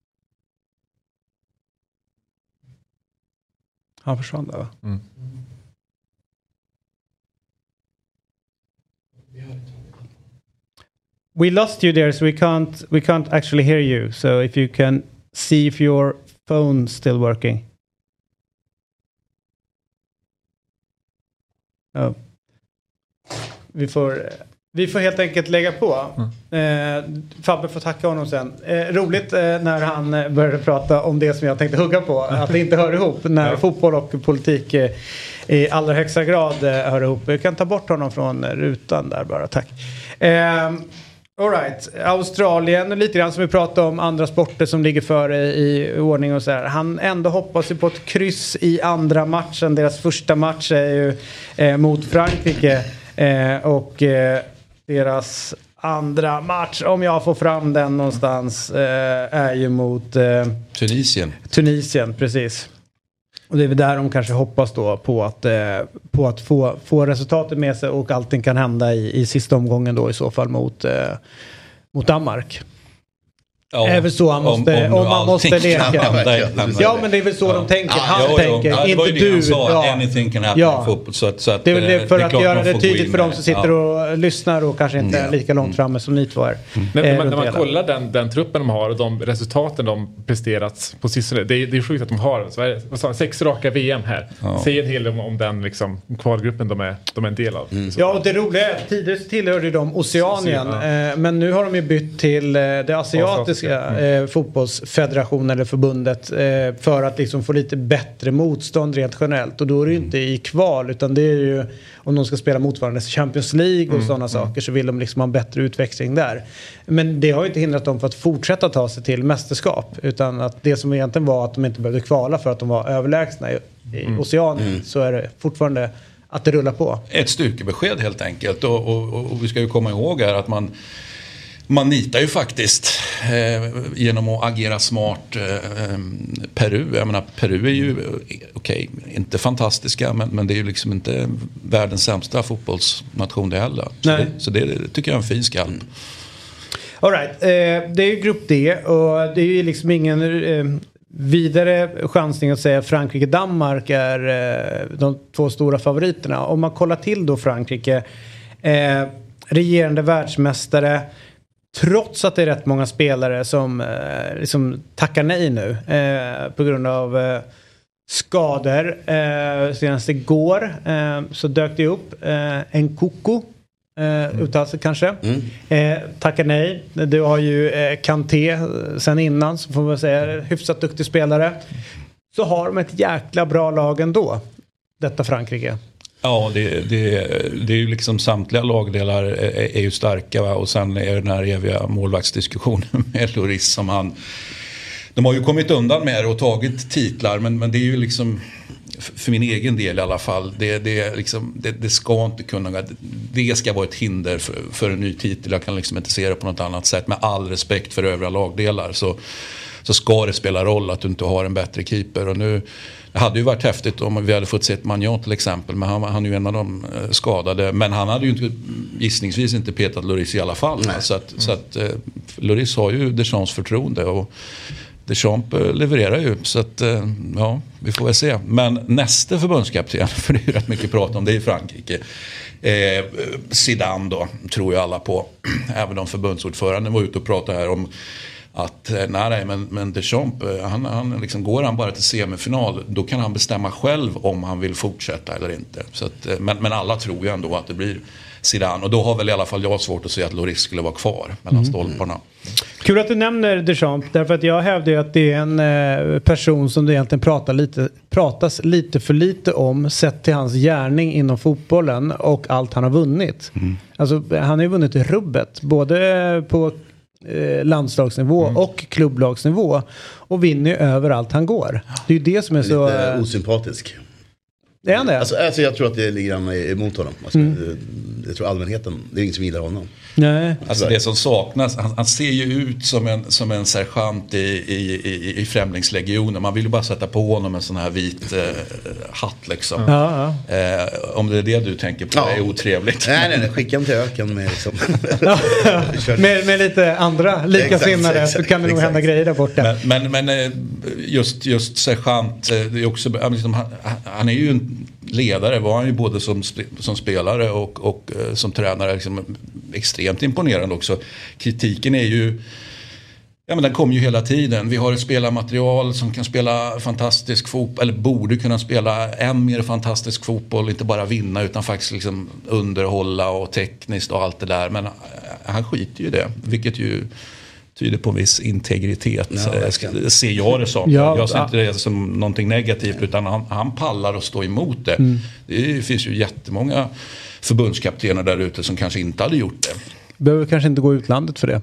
Han försvann där, va? Mm. We lost you there, so we can't we can't actually hear you. So if you can see if your phone's still working. Oh. Vi får vi får helt enkelt lägga på. Mm. Eh, Fabbe får tacka honom sen. Eh, roligt eh, när han började prata om det som jag tänkte hugga på, att det inte hör ihop när ja. fotboll och politik eh, i allra högsta grad eh, hör ihop. Jag kan ta bort honom från rutan där bara, tack. Eh, All right. Australien, lite grann som vi pratade om andra sporter som ligger före i ordning och så här. Han ändå hoppas ju på ett kryss i andra matchen. Deras första match är ju eh, mot Frankrike eh, och eh, deras andra match, om jag får fram den någonstans, eh, är ju mot eh, Tunisien. Tunisien, precis. Och det är väl där de kanske hoppas då på att, eh, på att få, få resultatet med sig, och allting kan hända i, i sista omgången då i så fall mot, eh, mot Danmark. Ja, är väl så han måste, om, om, om man måste leka. Ja, men det är väl så ja. de tänker. Ja, han ja, tänker, ja, inte du. Han sa, ja. Anything can happen ja. fotboll. Så att, så att, det är väl det, för det att göra det tydligt för de som sitter ja. och lyssnar och kanske inte är lika långt framme som ni två är. Mm. Men eh, när man hela. kollar den, den truppen de har och de resultaten de presterat på sistone, det är, det är sjukt att de har Sverige, vad sa, sex raka V M här. Ja. Säger en hel del om, om den liksom, kvalgruppen de är, de är en del av. Mm. Ja, och det roliga är att tidigare tillhörde de Oceanien, ja. eh, men nu har de ju bytt till eh, det asiatiska mm. eh, fotbollsfederationen eller förbundet eh, för att liksom få lite bättre motstånd rent generellt, och då är det ju inte i kval, utan det är ju om de ska spela motsvarande Champions League och mm, sådana mm. saker, så vill de liksom ha en bättre utväxling där. Men det har ju inte hindrat dem för att fortsätta ta sig till mästerskap, utan att det som egentligen var att de inte behövde kvala för att de var överlägsna i, i mm. Oceanien, mm. så är det fortfarande att det rullar på. Ett styrkebesked helt enkelt, och, och, och vi ska ju komma ihåg här att man Man nitar ju faktiskt eh, genom att agera smart eh, Peru. Jag menar, Peru är ju okej, okay, inte fantastiska, men, men det är ju liksom inte världens sämsta fotbollsnation det heller. Så, det, så det, det tycker jag är en fin skalp. All right. Eh, det är ju grupp D, och det är ju liksom ingen eh, vidare chansning att säga Frankrike-Danmark är eh, de två stora favoriterna. Om man kollar till då Frankrike, eh, regerande världsmästare, trots att det är rätt många spelare som eh, liksom tackar nej nu eh, på grund av eh, skador. Eh, senast igår eh, så dök det upp eh, en Koko eh, mm. uttalat kanske. Mm. Eh, tackar nej. Du har ju eh, Kanté sen innan, så får man säga hyfsat duktig spelare. Så har de ett jäkla bra lag ändå, detta Frankrike. Ja, det, det, det är ju liksom samtliga lagdelar är, är ju starka, va? Och sen är det den här eviga målvaktsdiskussionen med Lloris som han... De har ju kommit undan med det och tagit titlar, men, men det är ju liksom, för min egen del i alla fall, det, det, liksom, det, det ska inte kunna... Det ska vara ett hinder för, för en ny titel. Jag kan liksom inte se det på något annat sätt. Med all respekt för övriga lagdelar så, så ska det spela roll att du inte har en bättre keeper. Och nu... Det hade ju varit häftigt om vi hade fått sett Magnon till exempel, men han, han är ju en av de skadade, men han hade ju inte, gissningsvis inte petat Lloris i alla fall. Så att, mm. så att eh, Lloris har ju Deschamps förtroende, och Deschamps levererar ju, så att eh, ja, vi får väl se. Men nästa förbundskapten, för det är ju rätt mycket prat om det i Frankrike, eh, Zidane då, tror ju alla på. Även om förbundsordföranden var ute och pratade här om att nej, nej men, men Deschamps, han, han liksom, går han bara till semifinal, då kan han bestämma själv om han vill fortsätta eller inte. Så att, men, men alla tror ju ändå att det blir Zidane, och då har väl i alla fall jag svårt att se att Lloris skulle vara kvar mellan mm. stolparna. Kul att du nämner Deschamps, därför att jag hävdar ju att det är en eh, person som det egentligen pratar lite, pratas lite för lite om, sett till hans gärning inom fotbollen och allt han har vunnit. Mm. Alltså, han har ju vunnit rubbet, både på eh, landslagsnivå mm. och klubblagsnivå, och vinner ju överallt han går. Det är ju det som är så... Lite osympatisk. Det är han det? Alltså, alltså jag tror att det ligger emot honom. Alltså, mm. Jag tror allmänheten, det är ingen som gillar honom. Nej. Alltså det som saknas, han, han ser ju ut som en, som en sergeant i, i, i, i främlingslegionen. Man vill ju bara sätta på honom en sån här vit eh, hatt liksom. Ja, ja. Eh, om det är det du tänker på, ja. är otrevligt. Nej, nej, nej, skicka dem till öken med, liksom. ja, med, med lite andra likasinnade, så kan det nog hända grejer där borta. Men, men, men just, just sergeant, det är också, liksom, han, han är ju en ledare, var han ju både som, som spelare och, och uh, som tränare, liksom, extremt imponerande också. Kritiken är ju, ja men den kommer ju hela tiden. Vi har ett spelarmaterial som kan spela fantastisk fotboll, eller borde kunna spela än mer fantastisk fotboll, inte bara vinna utan faktiskt liksom underhålla och tekniskt och allt det där. Men uh, han skiter ju det, vilket ju tyder på en viss integritet, ja, ser jag det som. Ja, jag ser inte det som någonting negativt, utan han, han pallar att stå emot det. Mm. Det finns ju jättemånga förbundskaptener där ute som kanske inte hade gjort det. Behöver kanske inte gå utlandet för det.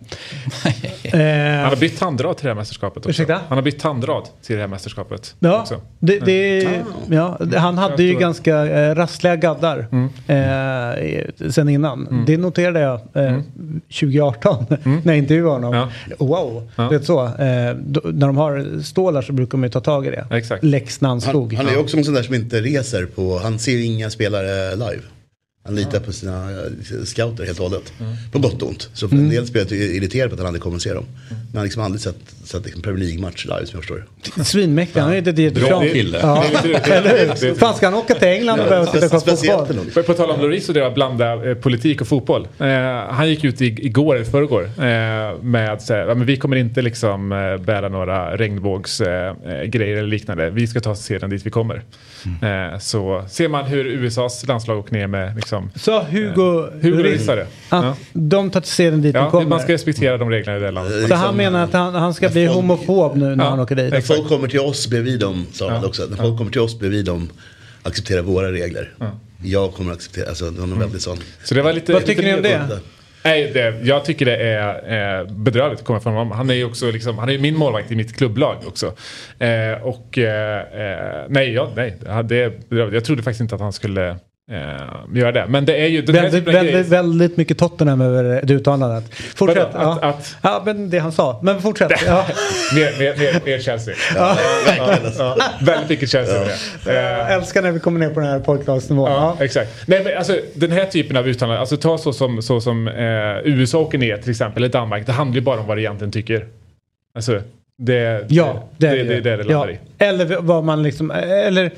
Han har bytt handdrad till det här mästerskapet också. Ursäkta? Han har bytt handdrad till det här mästerskapet. Ja, det, det, ja. ja han hade ju ganska eh, rassliga gaddar mm. eh, sen innan. Mm. Det noterade jag eh, mm. tjugo arton mm. när jag intervjuade honom. Ja. Wow, ja. Vet så. Eh, då, när de har stålar så brukar de ju ta tag i det. Exakt. Lex Nanskog. Han, han är ju också en sån där som inte reser på, han ser inga spelare live. Han litar på sina scouter helt och hållet. Mm. På gott och ont. Så mm. en del spelare är irriterade på att han aldrig kommer se dem. Men han har liksom aldrig sett, sett en Premier League-match live, som jag förstår. Svinmäktig, han är inte det. Bra kille. Ja. Eller hur? Fan, ska han åka till England och börja titta på fotboll? På, på tal om Lloris och det var blanda eh, politik och fotboll. Eh, han gick ut i, igår eller förrgår eh, med så här, ja, men vi kommer inte liksom eh, bära några regnbågsgrejer eh, grejer eller liknande. Vi ska ta oss sedan dit vi kommer. Mm. Eh, så ser man hur U S A:s landslag åker ner med liksom, så Hugo, eh, Hugo Llorisare. Ja. De tar till sedan dit ja, de kommer. Man ska respektera de reglerna i det landet. Så han menar att han, han ska bli folk, homofob nu när ja, han åker dit. När folk kommer till oss bredvid dem, sa han ja. också. När folk ja. kommer till oss bredvid dem, acceptera våra regler. Ja. Jag kommer att acceptera, alltså de är mm. väldigt sån. Så det var lite, vad tycker lite ni om det? Nej, det, jag tycker det är eh, bedrövligt att komma från honom. Han är ju också liksom, han är min målvakt i mitt klubblag också. Eh, och eh, nej, ja, nej, det är bedrövligt. Jag trodde faktiskt inte att han skulle eh, göra det. Men det är ju väldigt, väldigt, väldigt mycket Tottenham över det uttalandet. Fortsätt. Att, ja. Att, att, ja, men det han sa. Men fortsätt. Ja. mer, mer, mer, mer Chelsea. Ja. Ja, ja, ja. Väldigt mycket Chelsea. Ja. Jag älskar när vi kommer ner på den här podcastnivån. Ja, ja, exakt. Nej, men alltså, den här typen av uttalanden, alltså ta så som, så som eh, U S A åker ner till exempel, eller Danmark, det handlar ju bara om vad det egentligen tycker. Alltså, det, ja, det, det, det, det, det, det, det landar ja. i. Eller vad man liksom, eller...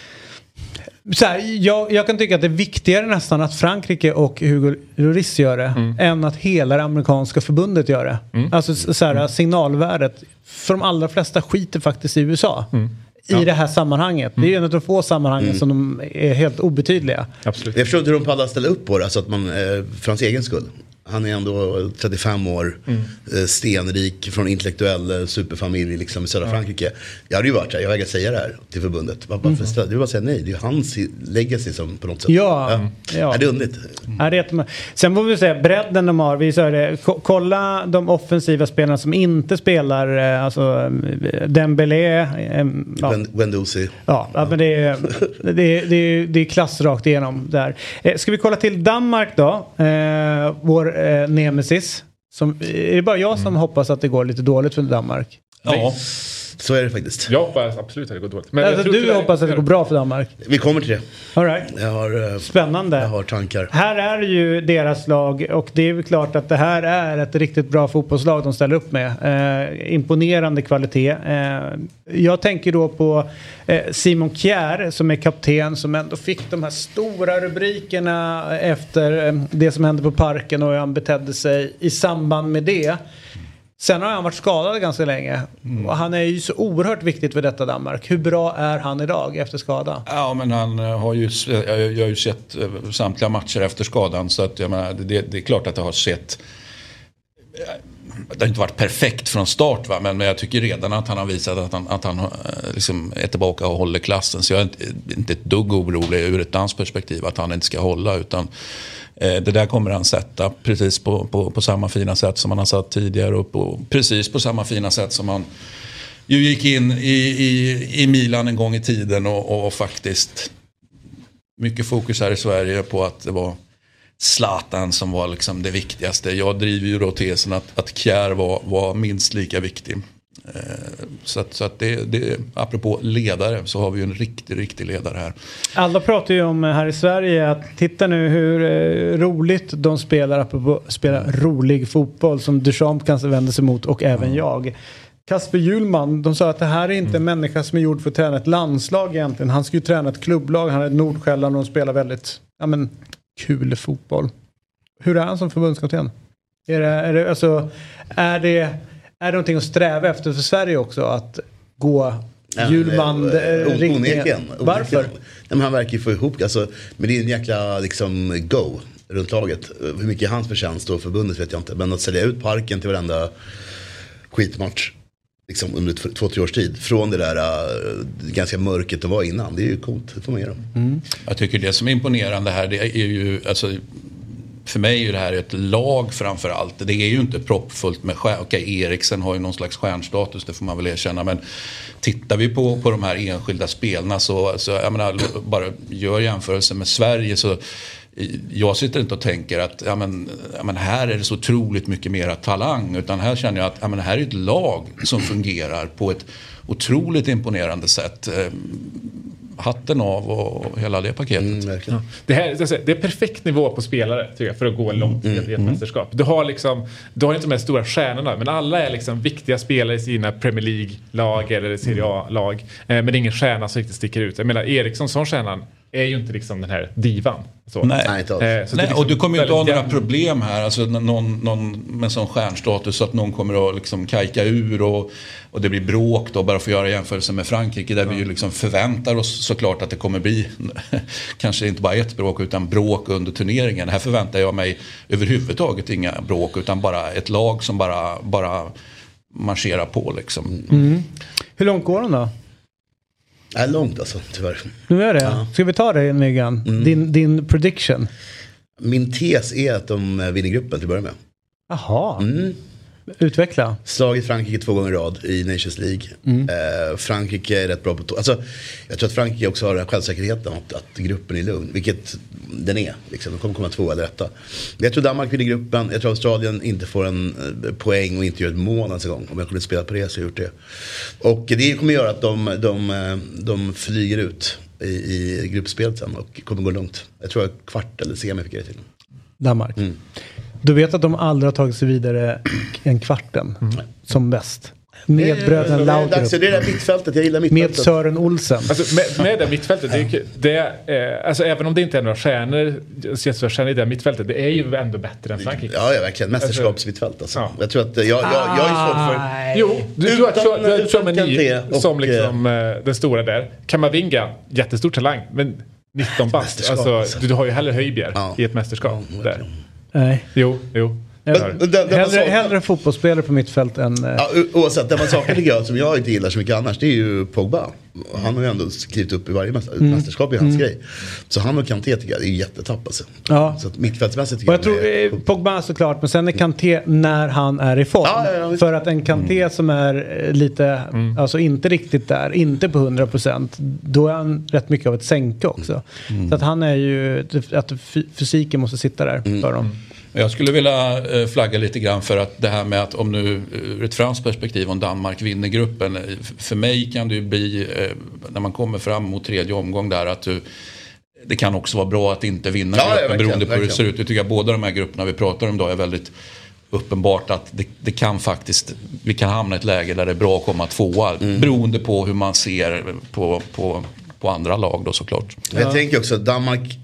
Så här, jag, jag kan tycka att det är viktigare nästan att Frankrike och Hugo Lloris gör det mm. än att hela det amerikanska förbundet gör det. Mm. Alltså så här, signalvärdet för de allra flesta skiter faktiskt i U S A. Mm. Ja. I det här sammanhanget. Mm. Det är ju en av de få sammanhangen mm. som de är helt obetydliga. Absolut. Jag förstår inte hur de pallar ställa upp på det, alltså att man, eh, för hans egen skull. Han är ändå trettiofem år, mm. stenrik, från intellektuell superfamilj liksom, i södra ja. Frankrike. Jag hade ju varit här, jag vägrar säga det här till förbundet. Varför mm. det vill bara säga nej, det är ju hans legacy som på något sätt. Ja, ja. ja. Är det underligt? Mm. Ja, det är, sen får vi säga, bredden de har, vi sa det, kolla de offensiva spelarna som inte spelar, alltså Dembélé. Ja. Guendouzi. Ja, ja, men det är, det, är, det, är, det är klassrakt igenom där. Ska vi kolla till Danmark då? Eh, vår Eh, nemesis. Som, är det bara jag som mm. hoppas att det går lite dåligt för Danmark? Ja, så är det faktiskt. Jag hoppas absolut att det går dåligt. Men alltså, jag du hoppas att det går bra för Danmark? Vi kommer till det. All right. Jag har, uh, Spännande. Jag har tankar. Här är ju deras lag, och det är ju klart att det här är ett riktigt bra fotbollslag de ställer upp med. Eh, imponerande kvalitet. Eh, jag tänker då på eh, Simon Kjær som är kapten, som ändå fick de här stora rubrikerna efter eh, det som hände på Parken och hur han betedde sig i samband med det. Sen har han varit skadad ganska länge. Mm. Och han är ju så oerhört viktigt för detta Danmark. Hur bra är han idag efter skada? Ja, men han har ju, jag har ju sett samtliga matcher efter skadan. Så att jag menar, det, det är klart att jag har sett... Det har inte varit perfekt från start, va? Men, men jag tycker redan att han har visat att han, att han liksom är tillbaka och håller klassen. Så jag är inte, inte ett dugg orolig ur ett danskt perspektiv att han inte ska hålla, utan eh, det där kommer han sätta precis på, på, på samma fina sätt som han har satt tidigare och på, precis på samma fina sätt som han ju gick in i, i, i Milan en gång i tiden och, och faktiskt mycket fokus här i Sverige på att det var Zlatan som var liksom det viktigaste. Jag driver ju då tesen att, att Kjär var, var minst lika viktig. Eh, så att, så att det, det, apropå ledare, så har vi ju en riktig, riktig ledare här. Alla pratar ju om här i Sverige att titta nu hur eh, roligt de spelar, apropå spela rolig fotboll som Duchamp kanske vänder sig mot, och även mm. jag. Kasper Hjulman, de sa att det här är inte mm. en människa som är gjord för att träna ett landslag egentligen. Han ska ju träna ett klubblag, han är Nordsjälland och de spelar väldigt, ja men, kul fotboll. Hur är han som förbundskapten? Är det, är det, alltså, är det, är det någonting att sträva efter för Sverige också? Att gå Hjulman riktningen? Varför? Nej, men han verkar ju få ihop, alltså, men det är en jäkla liksom, go runt laget. Hur mycket hans förtjänst och förbundet vet jag inte. Men att sälja ut Parken till varenda skitmatch liksom under två, två, tre års tid. Från det där uh, ganska mörket det var innan. Det är ju coolt, det får man göra. Mm. Jag tycker det som är imponerande här, det är ju, alltså, för mig är ju det här ett lag framför allt. Det är ju inte proppfullt med stjärn. Okej, Eriksen har ju någon slags stjärnstatus, det får man väl erkänna. Men tittar vi på, på de här enskilda spelarna så, så jag menar, bara gör jämförelse med Sverige, så jag sitter inte och tänker att ja, men, ja, men här är det så otroligt mycket mer talang, utan här känner jag att ja, men här är ett lag som fungerar på ett otroligt imponerande sätt. Hatten av och hela det paketet. Mm, ja. Det här det är perfekt nivå på spelare tycker jag, för att gå långt mm, i ett mm. mästerskap. Du har liksom, du har inte de här stora stjärnorna, men alla är liksom viktiga spelare i sina Premier League-lag eller Serie A-lag. Eh, men det är ingen stjärna som riktigt sticker ut. Jag menar, Eriksson som stjärnan är ju inte liksom den här divan. Så. Nej, Nej, eh, Nej liksom och du kommer ju inte ha några problem här, alltså någon, någon med sån stjärnstatus så att någon kommer att liksom kajka ur och, och det blir bråk då, bara för att göra jämförelse med Frankrike där ja. vi ju liksom förväntar oss såklart att det kommer bli kanske inte bara ett bråk utan bråk under turneringen. Här förväntar jag mig överhuvudtaget inga bråk, utan bara ett lag som bara, bara marscherar på liksom. Mm. Hur långt går de då? Det är långt alltså, tyvärr. Nu är det. Ja. Ska vi ta det, Myggan? Mm. Din, din prediction? Min tes är att de vinner gruppen till att börja med. Jaha. Mm. Utveckla. Slagit Frankrike två gånger i rad i Nations League. Mm. Eh, Frankrike är rätt bra på to- alltså, jag tror att Frankrike också har den självsäkerheten att, att gruppen är lugn. Vilket den är. Liksom. De kommer komma två eller etta. Jag tror Danmark vinner gruppen. Jag tror Australien inte får en eh, poäng och inte gör ett mål ens en gång. Om jag kunde spela på det så har jag gjort det. Och det kommer göra att de, de, de flyger ut i, i gruppspelet sen och kommer gå långt. Jag tror att kvart eller semi fick jag till. Danmark. Mm. Du vet att de aldrig har tagit sig vidare en kvarten mm. som bäst. Med det, bröderna Laudrup. Det är det där mittfältet, jag gillar mittfältet. Med Sören Olsen. Alltså, med, med det mittfältet, det, det, eh, alltså, även om det inte är några stjärnor, stjärnor i det mittfältet, det är ju ändå bättre än Frankrike. Ja, ja verkligen. Mästerskapsmittfält alltså. Ja. Jag tror att, jag, jag, jag är svårt för... Jo, du tror att Chouameni som liksom eh, den stora där. Kamavinga, jättestor talang, men nitton bast. Alltså, alltså. Du, du har ju hellre Höjbjerg ja. i ett mästerskap ja, där. Nej. Jo, jo. Men, den, den hellre, saknar... hellre fotbollsspelare på mittfält än... Eh... Ja, oavsett, det man saknar tycker jag, som jag inte gillar så mycket annars, det är ju Pogba. Han har ju ändå skrivit upp i varje mäster- mm. mästerskap i hans mm. grej. Så han och Kanté tycker jag, det är ju jättetapp alltså. Ja. Så att mittfältsmässigt tycker jag... jag tror är... Pogba såklart, men sen är Kanté när han är i form. Ja, ja, ja, för att en Kanté mm. som är lite, mm. alltså inte riktigt där, inte på hundra procent, då är han rätt mycket av ett sänke också. Mm. Så att han är ju, att fysiken måste sitta där mm. för dem. Jag skulle vilja flagga lite grann för att det här med att om nu ur ett franskt perspektiv om Danmark vinner gruppen, för mig kan det ju bli när man kommer fram mot tredje omgång där att du, det kan också vara bra att inte vinna ja, gruppen beroende på hur det ser ut. Jag tycker att båda de här grupperna vi pratar om idag är väldigt uppenbart att det, det kan faktiskt, vi kan hamna i ett läge där det är bra att komma tvåa mm. beroende på hur man ser på, på, på andra lag då såklart. Jag ja. tänker också att Danmark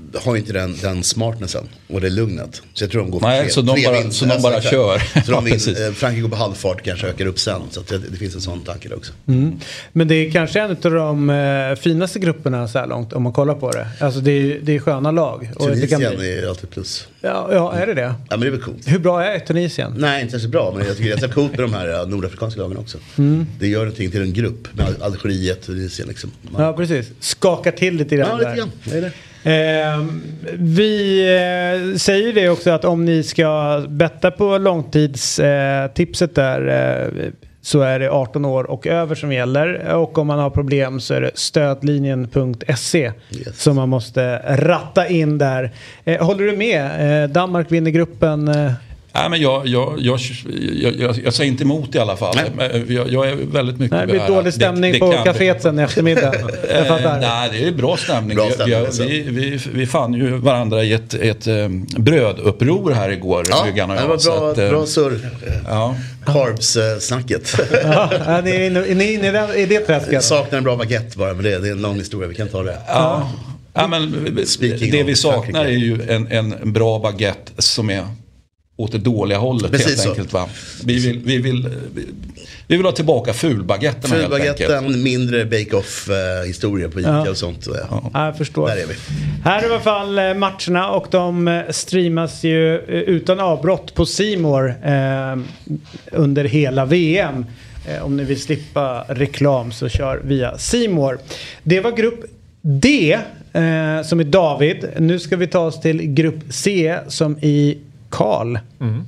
har inte den, den smartnessen och det lugnet. Så jag tror de går för Nej, tre, så de tre bara, vinst, så de bara kör. Så de vinner, Frankrike går på halvfart, kanske ökar upp sen. Så att det, det finns en sån tanke där också. Mm. Men det är kanske en av de eh, finaste grupperna så här långt om man kollar på det. Alltså det är, det är sköna lag. Och Tunisien det kan... är alltid plus. Ja, ja, är det det? Ja, men det är väl coolt. Hur bra är Tunisien? Nej, inte så bra, men jag tycker det är så coolt med de här nordafrikanska lagen också. Mm. Det gör någonting till en grupp med Algeriet, Tunisien liksom. Man... Ja, precis. Skakar till lite grann. Ja, lite grann. Det är det. Eh, vi eh, säger det också att om ni ska betta på långtidstipset eh, där eh, så är det arton år och över som gäller. Och om man har problem så är det stödlinjen punkt se yes. som man måste ratta in där. Eh, håller du med? Eh, Danmark vinner gruppen. Eh. Nej, men jag, jag, jag, jag, jag, jag säger inte emot i alla fall. Jag, jag är väldigt mycket... Nej, det blir dålig stämning det, det på kaféet sen i eftermiddag. Jag fattar. Nej, det är bra stämning. Bra stämning vi, vi, vi, vi fann ju varandra i ett, ett bröduppror här igår. Ja, och jag, det var bra, att, bra surr. Ja. Carbs-snacket. Ja, ni är inne, ni är inne i, det, i det träsket. Jag saknar en bra baguette bara, men det, det är en lång historia. Vi kan ta det. Ja. Ja, men Speaking det vi saknar Frankrike. är ju en, en bra baguette som är åt det dåliga hållet. Precis helt så. enkelt, va? Vi vill, vi vill, vi, vi vill ha tillbaka fulbaguetterna helt enkelt. Fulbaguetten, mindre bake-off-historia på Ica Ja. och sånt. Ja. Ja, jag förstår. Där är vi. Här är i alla fall matcherna och de streamas ju utan avbrott på C More eh, under hela V M. Eh, om ni vill slippa reklam så kör via C More. Det var grupp D eh, som är David. Nu ska vi ta oss till grupp C som i Karl. Mm.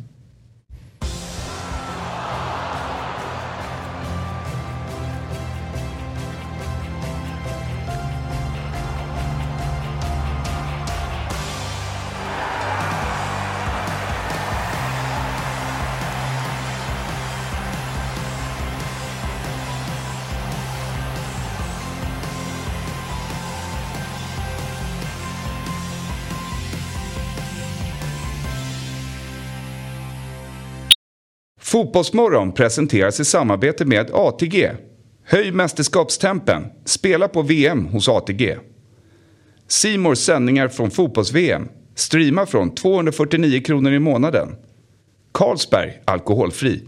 Fotbollsmorgon presenteras i samarbete med A T G. Höj mästerskapstempen. Spela på V M hos A T G. C Mores sändningar från fotbolls-V M. Streama från tvåhundrafyrtionio kronor i månaden. Carlsberg, alkoholfri.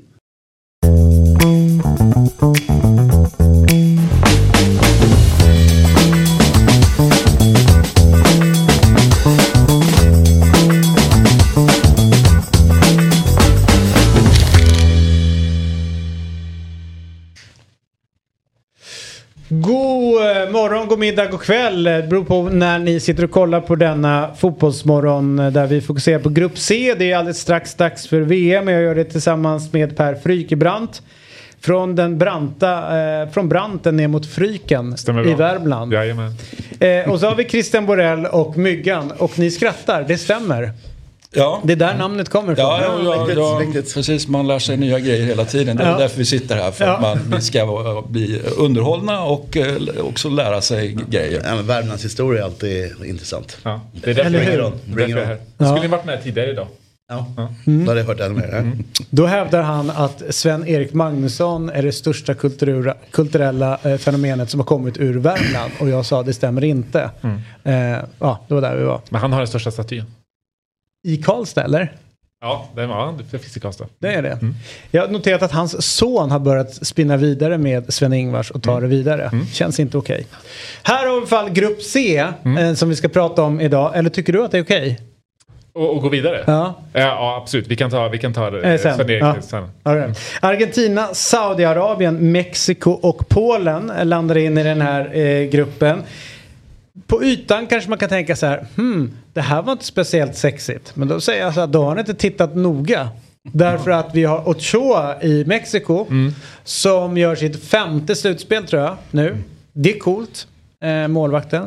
God morgon, god middag, god kväll. Det beror på när ni sitter och kollar på denna fotbollsmorgon där vi fokuserar på grupp C. Det är alldeles strax dags för V M. Jag gör det tillsammans med Per Frykebrant. Från den branta, eh, från Branten ner mot Fryken i Värmland. Jajamän. Eh, och så har vi Christian Borell och Myggan. Och ni skrattar, det stämmer. Ja. Det är där namnet kommer ifrån. Ja, ja, ja, ja, precis. Man lär sig nya grejer hela tiden. Det är ja. därför vi sitter här. För ja. att man vi ska bli underhållna och eh, också lära sig grejer. Ja, men Värmlands historia är alltid intressant. Ja, det är därför Bring jag it on. Bring it on. här. Ja. Skulle ni varit med tidigare idag? Ja, ja. Mm. Då hade jag hört ännu mer. Mm. Då hävdar han att Sven-Erik Magnusson är det största kulturella, kulturella eh, fenomenet som har kommit ur Värmland. Och jag sa det stämmer inte. Mm. Eh, ja, det var där vi var. Men han har den största statyn. I Karlstad, eller? Ja, det, var, det finns i Karlstad. Det är det. Mm. Jag har noterat att hans son har börjat spinna vidare med Sven-Ingvars och ta mm. det vidare. Mm. Känns inte okej. Okay. Här har vi i alla fall grupp C mm. eh, som vi ska prata om idag. Eller tycker du att det är okej? Okay? Och, och gå vidare? Ja. Ja, ja, absolut. Vi kan ta, vi kan ta det eh, sen. Ja. sen. Mm. Argentina, Saudiarabien, Mexiko och Polen landar in i den här eh, gruppen. På ytan kanske man kan tänka så här, hmm, det här var inte speciellt sexigt. Men då säger jag så att då har han inte tittat noga. Därför att vi har Ochoa i Mexiko mm. som gör sitt femte slutspel tror jag nu. Det är coolt, eh, målvakten.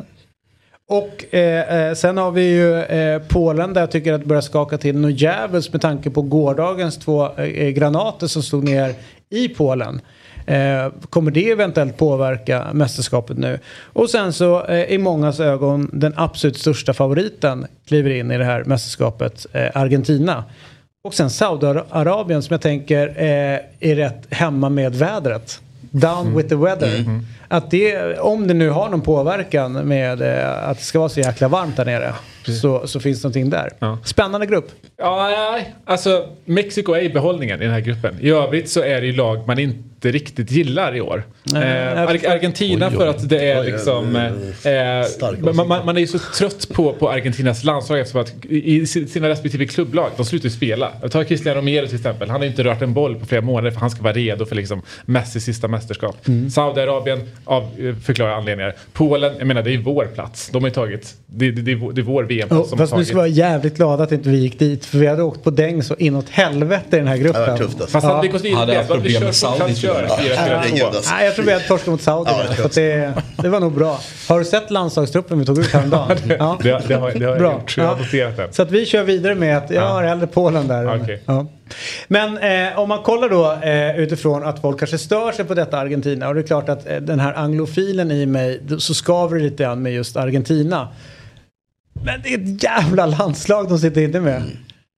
Och eh, sen har vi ju eh, Polen där jag tycker att det börjar skaka till något jävligt med tanke på gårdagens två eh, granater som stod ner i Polen. Eh, kommer det eventuellt påverka mästerskapet nu? Och sen så eh, i mångas ögon den absolut största favoriten kliver in i det här mästerskapet, eh, Argentina. Och sen Saudiarabien som jag tänker eh, är rätt hemma med vädret. Down mm. with the weather. Mm. att det, om det nu har någon påverkan med eh, att det ska vara så jäkla varmt där nere, så, så finns det någonting där. Ja. Spännande grupp. Ja, alltså Mexiko är i behållningen i den här gruppen. I övrigt så är det ju lag man inte riktigt gillar i år. Nej, eh, Ar- Argentina oj, oj. För att det är liksom eh, man, man, man är ju så trött på, på Argentinas landslag eftersom att i sina respektive klubblag, de slutar spela. Jag tar Cristiano Romero till exempel. Han har inte rört en boll på flera månader för han ska vara redo för liksom Messis sista mästerskap. Mm. Saudiarabien av förklara anledningar. Polen, jag menar det är vår plats. De har ju tagit det, det, det, det är vår V M oh, som fast har nu ska vara jävligt glada att inte vi gick dit, för vi hade åkt på däng så inåt helvete i den här gruppen. Det var tufft alltså. Fast hade vi gått vidare, hade haft problem med Saudi. Nej, jag tror vi hade torskat mot Saudi. Ja, så det, det var nog bra. Har du sett landslagstruppen vi tog ut häromdagen? Ja, det, det har, det har jag gjort. Jag har noterat den. Så att vi kör vidare med att jag ja. har hellre Polen där. Okay. Ja. Men eh, om man kollar då eh, utifrån att folk kanske stör sig på detta Argentina, och det är klart att eh, den här anglofilen i mig, så skaver det lite grann med just Argentina. Men det är ett jävla landslag de sitter inte med.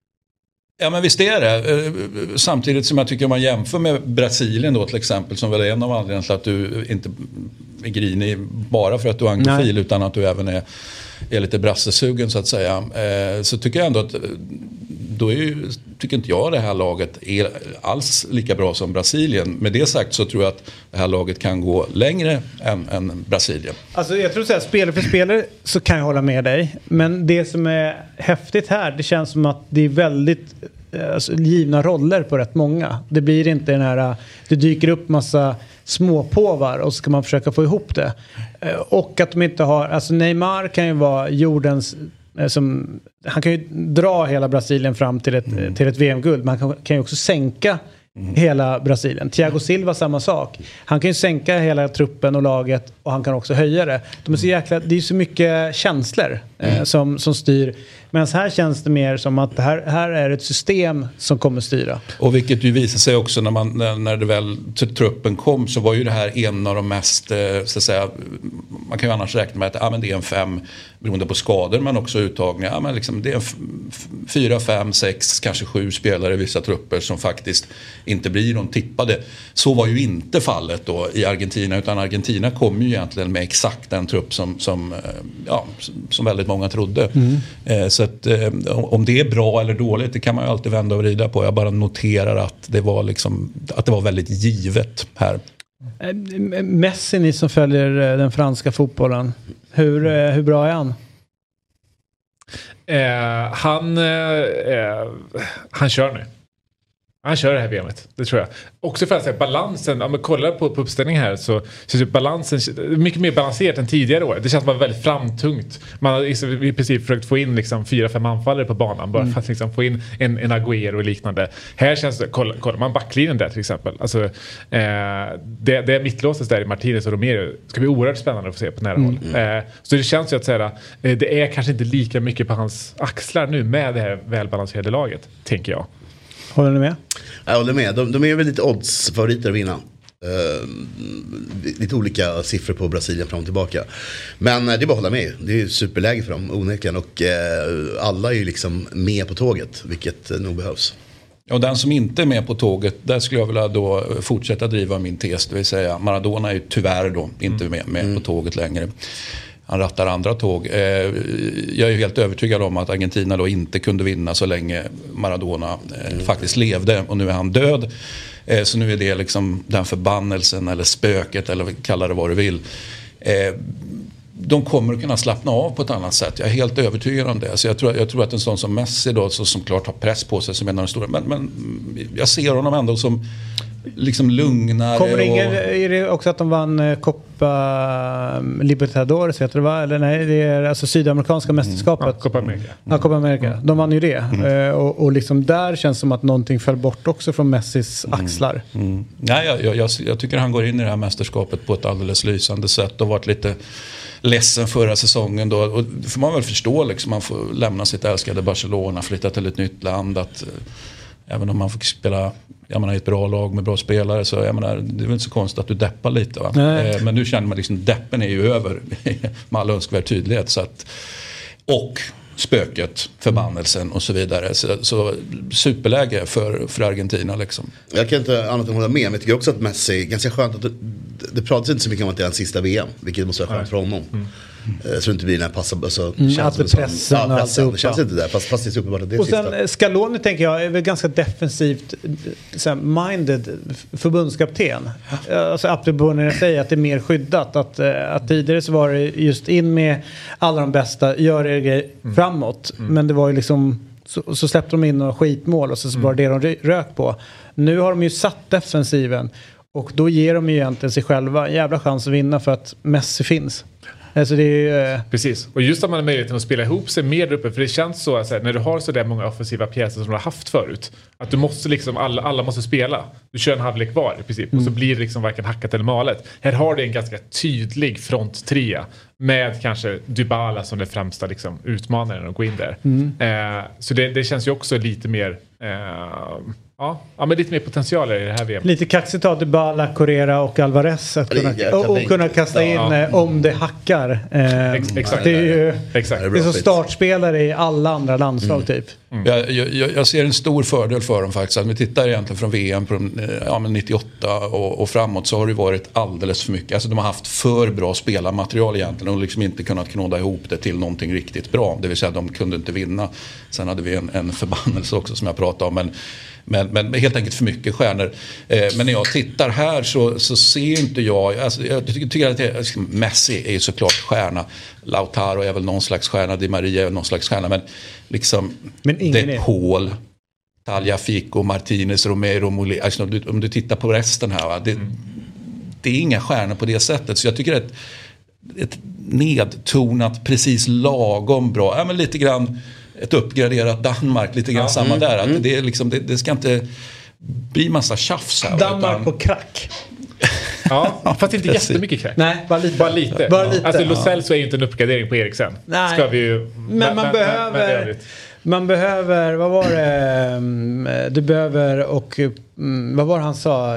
Ja, men visst är det. Samtidigt som jag tycker man jämför med Brasilien då till exempel, som väl är en av anledningarna till att du inte är grinig bara för att du är anglofil. Nej. Utan att du även är, är lite brassesugen så att säga. Så tycker jag ändå att då är ju, tycker inte jag det här laget är alls lika bra som Brasilien. Med det sagt så tror jag att det här laget kan gå längre än, än Brasilien. Alltså jag tror så här, spelare för spelare så kan jag hålla med dig. Men det som är häftigt här, det känns som att det är väldigt alltså, givna roller på rätt många. Det blir inte den här, det dyker upp massa småpåvar och så ska man försöka få ihop det. Och att de inte har, alltså Neymar kan ju vara jordens som, han kan ju dra hela Brasilien fram till ett, mm. till ett V M-guld, men han kan, kan ju också sänka mm. hela Brasilien. Thiago Silva samma sak. Han kan ju sänka hela truppen och laget, och han kan också höja det. De är så jäkla, det är så mycket känslor mm. eh, som, som styr. Men här känns det mer som att här, här är ett system som kommer styra. Och vilket ju visar sig också när, man, när, när det väl till truppen kom, så var ju det här en av de mest, så att säga, man kan ju annars räkna med att ja, men det är en fem beroende på skador men också uttagningar. Ja, men liksom, det är en f- fyra, fem, sex, kanske sju spelare i vissa trupper som faktiskt inte blir de tippade. Så var ju inte fallet då i Argentina, utan Argentina kom ju egentligen med exakt den trupp som, som, ja, som väldigt många trodde. Mm. Så att, om det är bra eller dåligt, det kan man ju alltid vända och vrida på. Jag bara noterar att det var, liksom, att det var väldigt givet här. Messi, ni som följer den franska fotbollen, hur, hur bra är han? Eh, han eh, han kör nu. Han kör det här V M:et, det tror jag. Också för att säga balansen, om man kollar på, på uppställningen här så syns balansen mycket mer balanserat än tidigare år. Det känns bara väldigt framtungt. Man har i princip försökt få in liksom fyra, fem anfallare på banan bara mm. för att liksom få in en, en Agüero och liknande. Här känns det, kolla, kolla man backlinjen där till exempel. Alltså, eh, det, det är mittlåset där i Martinez och Romero. Det ska bli oerhört spännande att få se på nära mm. håll. Eh, så det känns ju att säga, eh, det är kanske inte lika mycket på hans axlar nu med det här välbalanserade laget, tänker jag. Håller ni med? Jag håller med. De, de är väl lite odds-favoriter att vinna. Uh, lite olika siffror på Brasilien fram och tillbaka. Men uh, det är bara att hålla med. Det är superläge för dem, onekligen. Och uh, alla är ju liksom med på tåget, vilket uh, nog behövs. Och den som inte är med på tåget, där skulle jag vilja då fortsätta driva min tes. Det vill säga, Maradona är ju tyvärr då inte med, med mm. på tåget längre. Han rattar andra tåg. Eh, jag är ju helt övertygad om att Argentina då inte kunde vinna så länge Maradona eh, mm. faktiskt levde. Och nu är han död. Eh, så nu är det liksom den förbannelsen eller spöket eller kalla det vad du vill. Eh, de kommer att kunna slappna av på ett annat sätt. Jag är helt övertygad om det. Så jag tror, jag tror att en sån som Messi då, så, som klart har press på sig som en av de stora. Men, men jag ser honom ändå som liksom lugnare. Kommer det ingen, och... är det också att de vann Copa Libertadores, heter det va? Eller nej, det är alltså sydamerikanska mästerskapet. Mm. Ja, Copa America. Ja, Copa America. De vann ju det. Mm. Och, och liksom där känns som att någonting föll bort också från Messis axlar. Mm. Mm. Nej, jag, jag, jag, jag tycker han går in i det här mästerskapet på ett alldeles lysande sätt och varit lite ledsen förra säsongen då. Och det får man väl förstå liksom, man får lämna sitt älskade Barcelona, flytta till ett nytt land, att även om man får spela, jag menar, ett bra lag med bra spelare, så jag menar, det är väl inte så konstigt att du deppar lite va? Eh, men nu känner man liksom, deppen är ju över med all önskvärd tydlighet, så att, och spöket, förbannelsen och så vidare, så, så superläge för, för Argentina liksom. Jag kan inte annat än hålla med, men jag tycker också att Messi, ganska skönt att det pratas inte så mycket om att det är en sista V M, vilket måste vara skönt för honom. Mm. Mm. Så det inte blir den här passa, alltså, mm, att det pressen ja, pressen. Det känns inte där, fast, fast det är så uppenbart att det är och sista. sen Scaloni tänker jag är väl ganska defensivt så här, minded förbundskapten. Alltså apropå när jag säger att det är mer skyddat, att, att tidigare så var det just in med alla de bästa, gör er grej mm. framåt, mm. men det var ju liksom så, så släppte de in några skitmål och så, så var det mm. det de rök på. Nu har de ju satt defensiven och då ger de ju egentligen sig själva en jävla chans att vinna för att Messi finns. Alltså det är ju, eh... Precis, och just att man har möjligheten att spela ihop sig mer uppe, för det känns så att när du har så där många offensiva pjäser som du har haft förut, att du måste liksom, alla, alla måste spela. Du kör en halvlek var i princip mm. och så blir det liksom varken hackat eller malet. Här har du en ganska tydlig fronttrea med kanske Dybala som den främsta liksom, utmanaren att gå in där. Mm. Eh, så det, det känns ju också lite mer... Eh, Ja, ja, men lite mer potential i det här V M. Lite kaxigt av Dybala, Correa och Alvarez att kunna, och, och kunna kasta in ja. eh, om det hackar. Eh, Ex- exakt. Det är ju exakt. Det är som startspelare i alla andra landslag mm. typ. Mm. Jag, jag, jag ser en stor fördel för dem faktiskt. Att vi tittar egentligen från V M från ja, men nittioåtta och, och framåt så har det varit alldeles för mycket. Alltså de har haft för bra spelarmaterial egentligen och liksom inte kunnat knåda ihop det till någonting riktigt bra. Det vill säga de kunde inte vinna. Sen hade vi en, en förbannelse också som jag pratade om. Men Men, men helt enkelt för mycket stjärnor. Eh, men när jag tittar här så, så ser inte jag... Alltså, jag tycker, tycker att det, Messi är ju såklart stjärna. Lautaro är väl någon slags stjärna. Di Maria är någon slags stjärna. Men liksom... Men det är Paul, Tagliafico, Martinez, Romero, Moli. Alltså, om, du, om du tittar på resten här. Va? Det, mm. det är inga stjärnor på det sättet. Så jag tycker att ett nedtonat, precis lagom bra. Ja, men lite grann... Ett uppgraderat Danmark, lite grann ja, samma mm, där. Att mm. det, är liksom, det, det ska inte bli massa tjafs här. Danmark utan... på krack. Ja, fast inte jättemycket crack. Nej, bara lite. Bara lite. Bara lite. Alltså Lo Celso är ju inte en uppgradering på Eriksen. Nej. Ska vi ju... Men, men man men, behöver... Men man behöver... Vad var det? Du behöver och... Vad var det han sa?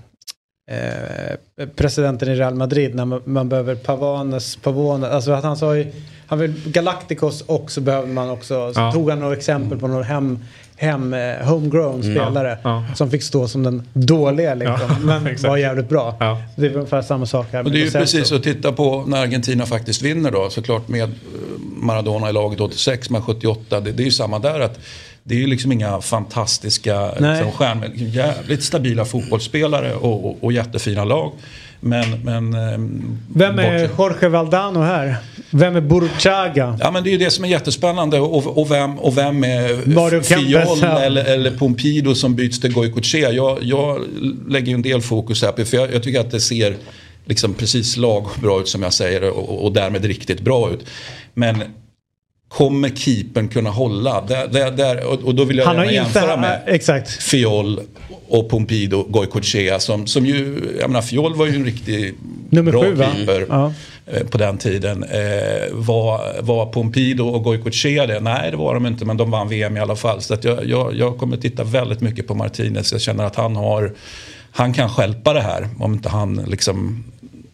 Eh, presidenten i Real Madrid när man, man behöver Pavanes, Pavone, alltså att han sa ju, han vill Galacticos och så behöver man också, så ja. tog han några exempel på några hem, hem homegrown spelare ja. Ja. som fick stå som den dåliga liksom, ja, men var jävligt bra. Ja. Det är ungefär samma sak här. Och det är ju precis att titta på när Argentina faktiskt vinner då, såklart med Maradona i laget åttiosex med sjuttioåtta, det, det är ju samma där att det är ju liksom inga fantastiska liksom, stjärnor, jävligt stabila fotbollsspelare och, och, och jättefina lag. Men, men, vem är bort... Jorge Valdano här? Vem är Burruchaga? Ja, men det är ju det som är jättespännande. Och, och, vem, och vem är Fiol eller, eller Pompido som byts till Goicoechea? Jag, jag lägger ju en del fokus här på, för jag, jag tycker att det ser liksom precis lag bra ut som jag säger och, och därmed riktigt bra ut. Men kommer keepern kunna hålla? Där, där, där, och, och då vill jag Han har jämföra inte, med exakt. Fiol och Pompido, Goicoechea som, som ju, jag menar Fiol var ju en riktig Nummer bra sju, keeper ja. på den tiden. Eh, var, var Pompido och Goicoechea det? Nej, det var de inte, men de vann V M i alla fall. Så att jag, jag, jag kommer titta väldigt mycket på Martinez. Jag känner att han har, han kan stjälpa det här om inte han liksom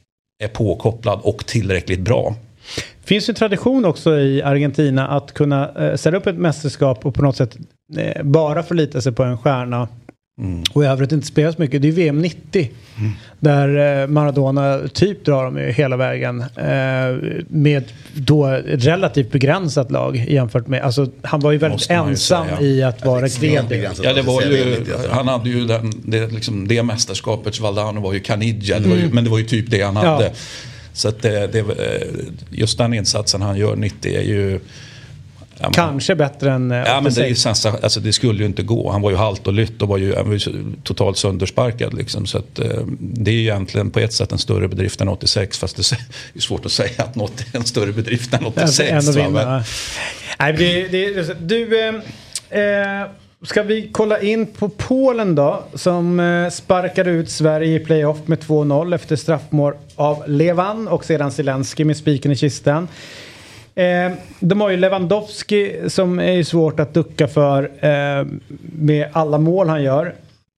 är påkopplad och tillräckligt bra. Finns ju tradition också i Argentina att kunna eh, sätta upp ett mästerskap och på något sätt eh, bara förlita sig på en stjärna mm. och i övrigt inte spela så mycket. Det är V M nittio mm. där eh, Maradona typ drar dem ju hela vägen eh, med då relativt begränsat lag jämfört med, alltså han var ju väldigt ensam säga. i att vara gredig. Ja, det var ju, han hade ju den, det, liksom, det mästerskapets Valdano var ju Caniggia, mm. det var ju, men det var ju typ det han hade. Ja. Så att det, det, just den insatsen han gör nittio är ju... Ja, kanske men, bättre än... Ja, men det, är sens, alltså, det skulle ju inte gå. Han var ju halt och lytt och var ju, var ju totalt söndersparkad. Liksom. Så att, det är ju egentligen på ett sätt en större bedrift än åttiosex. Fast det är svårt att säga att något är en större bedrift än åttiosex. Alltså, men... Nej, det, det, du... Eh, ska vi kolla in på Polen då, som eh, sparkade ut Sverige i playoff med två noll efter straffmål av Levan och sedan Zelensky med spiken i kistan. Eh, de har ju Lewandowski som är svårt att ducka för eh, med alla mål han gör.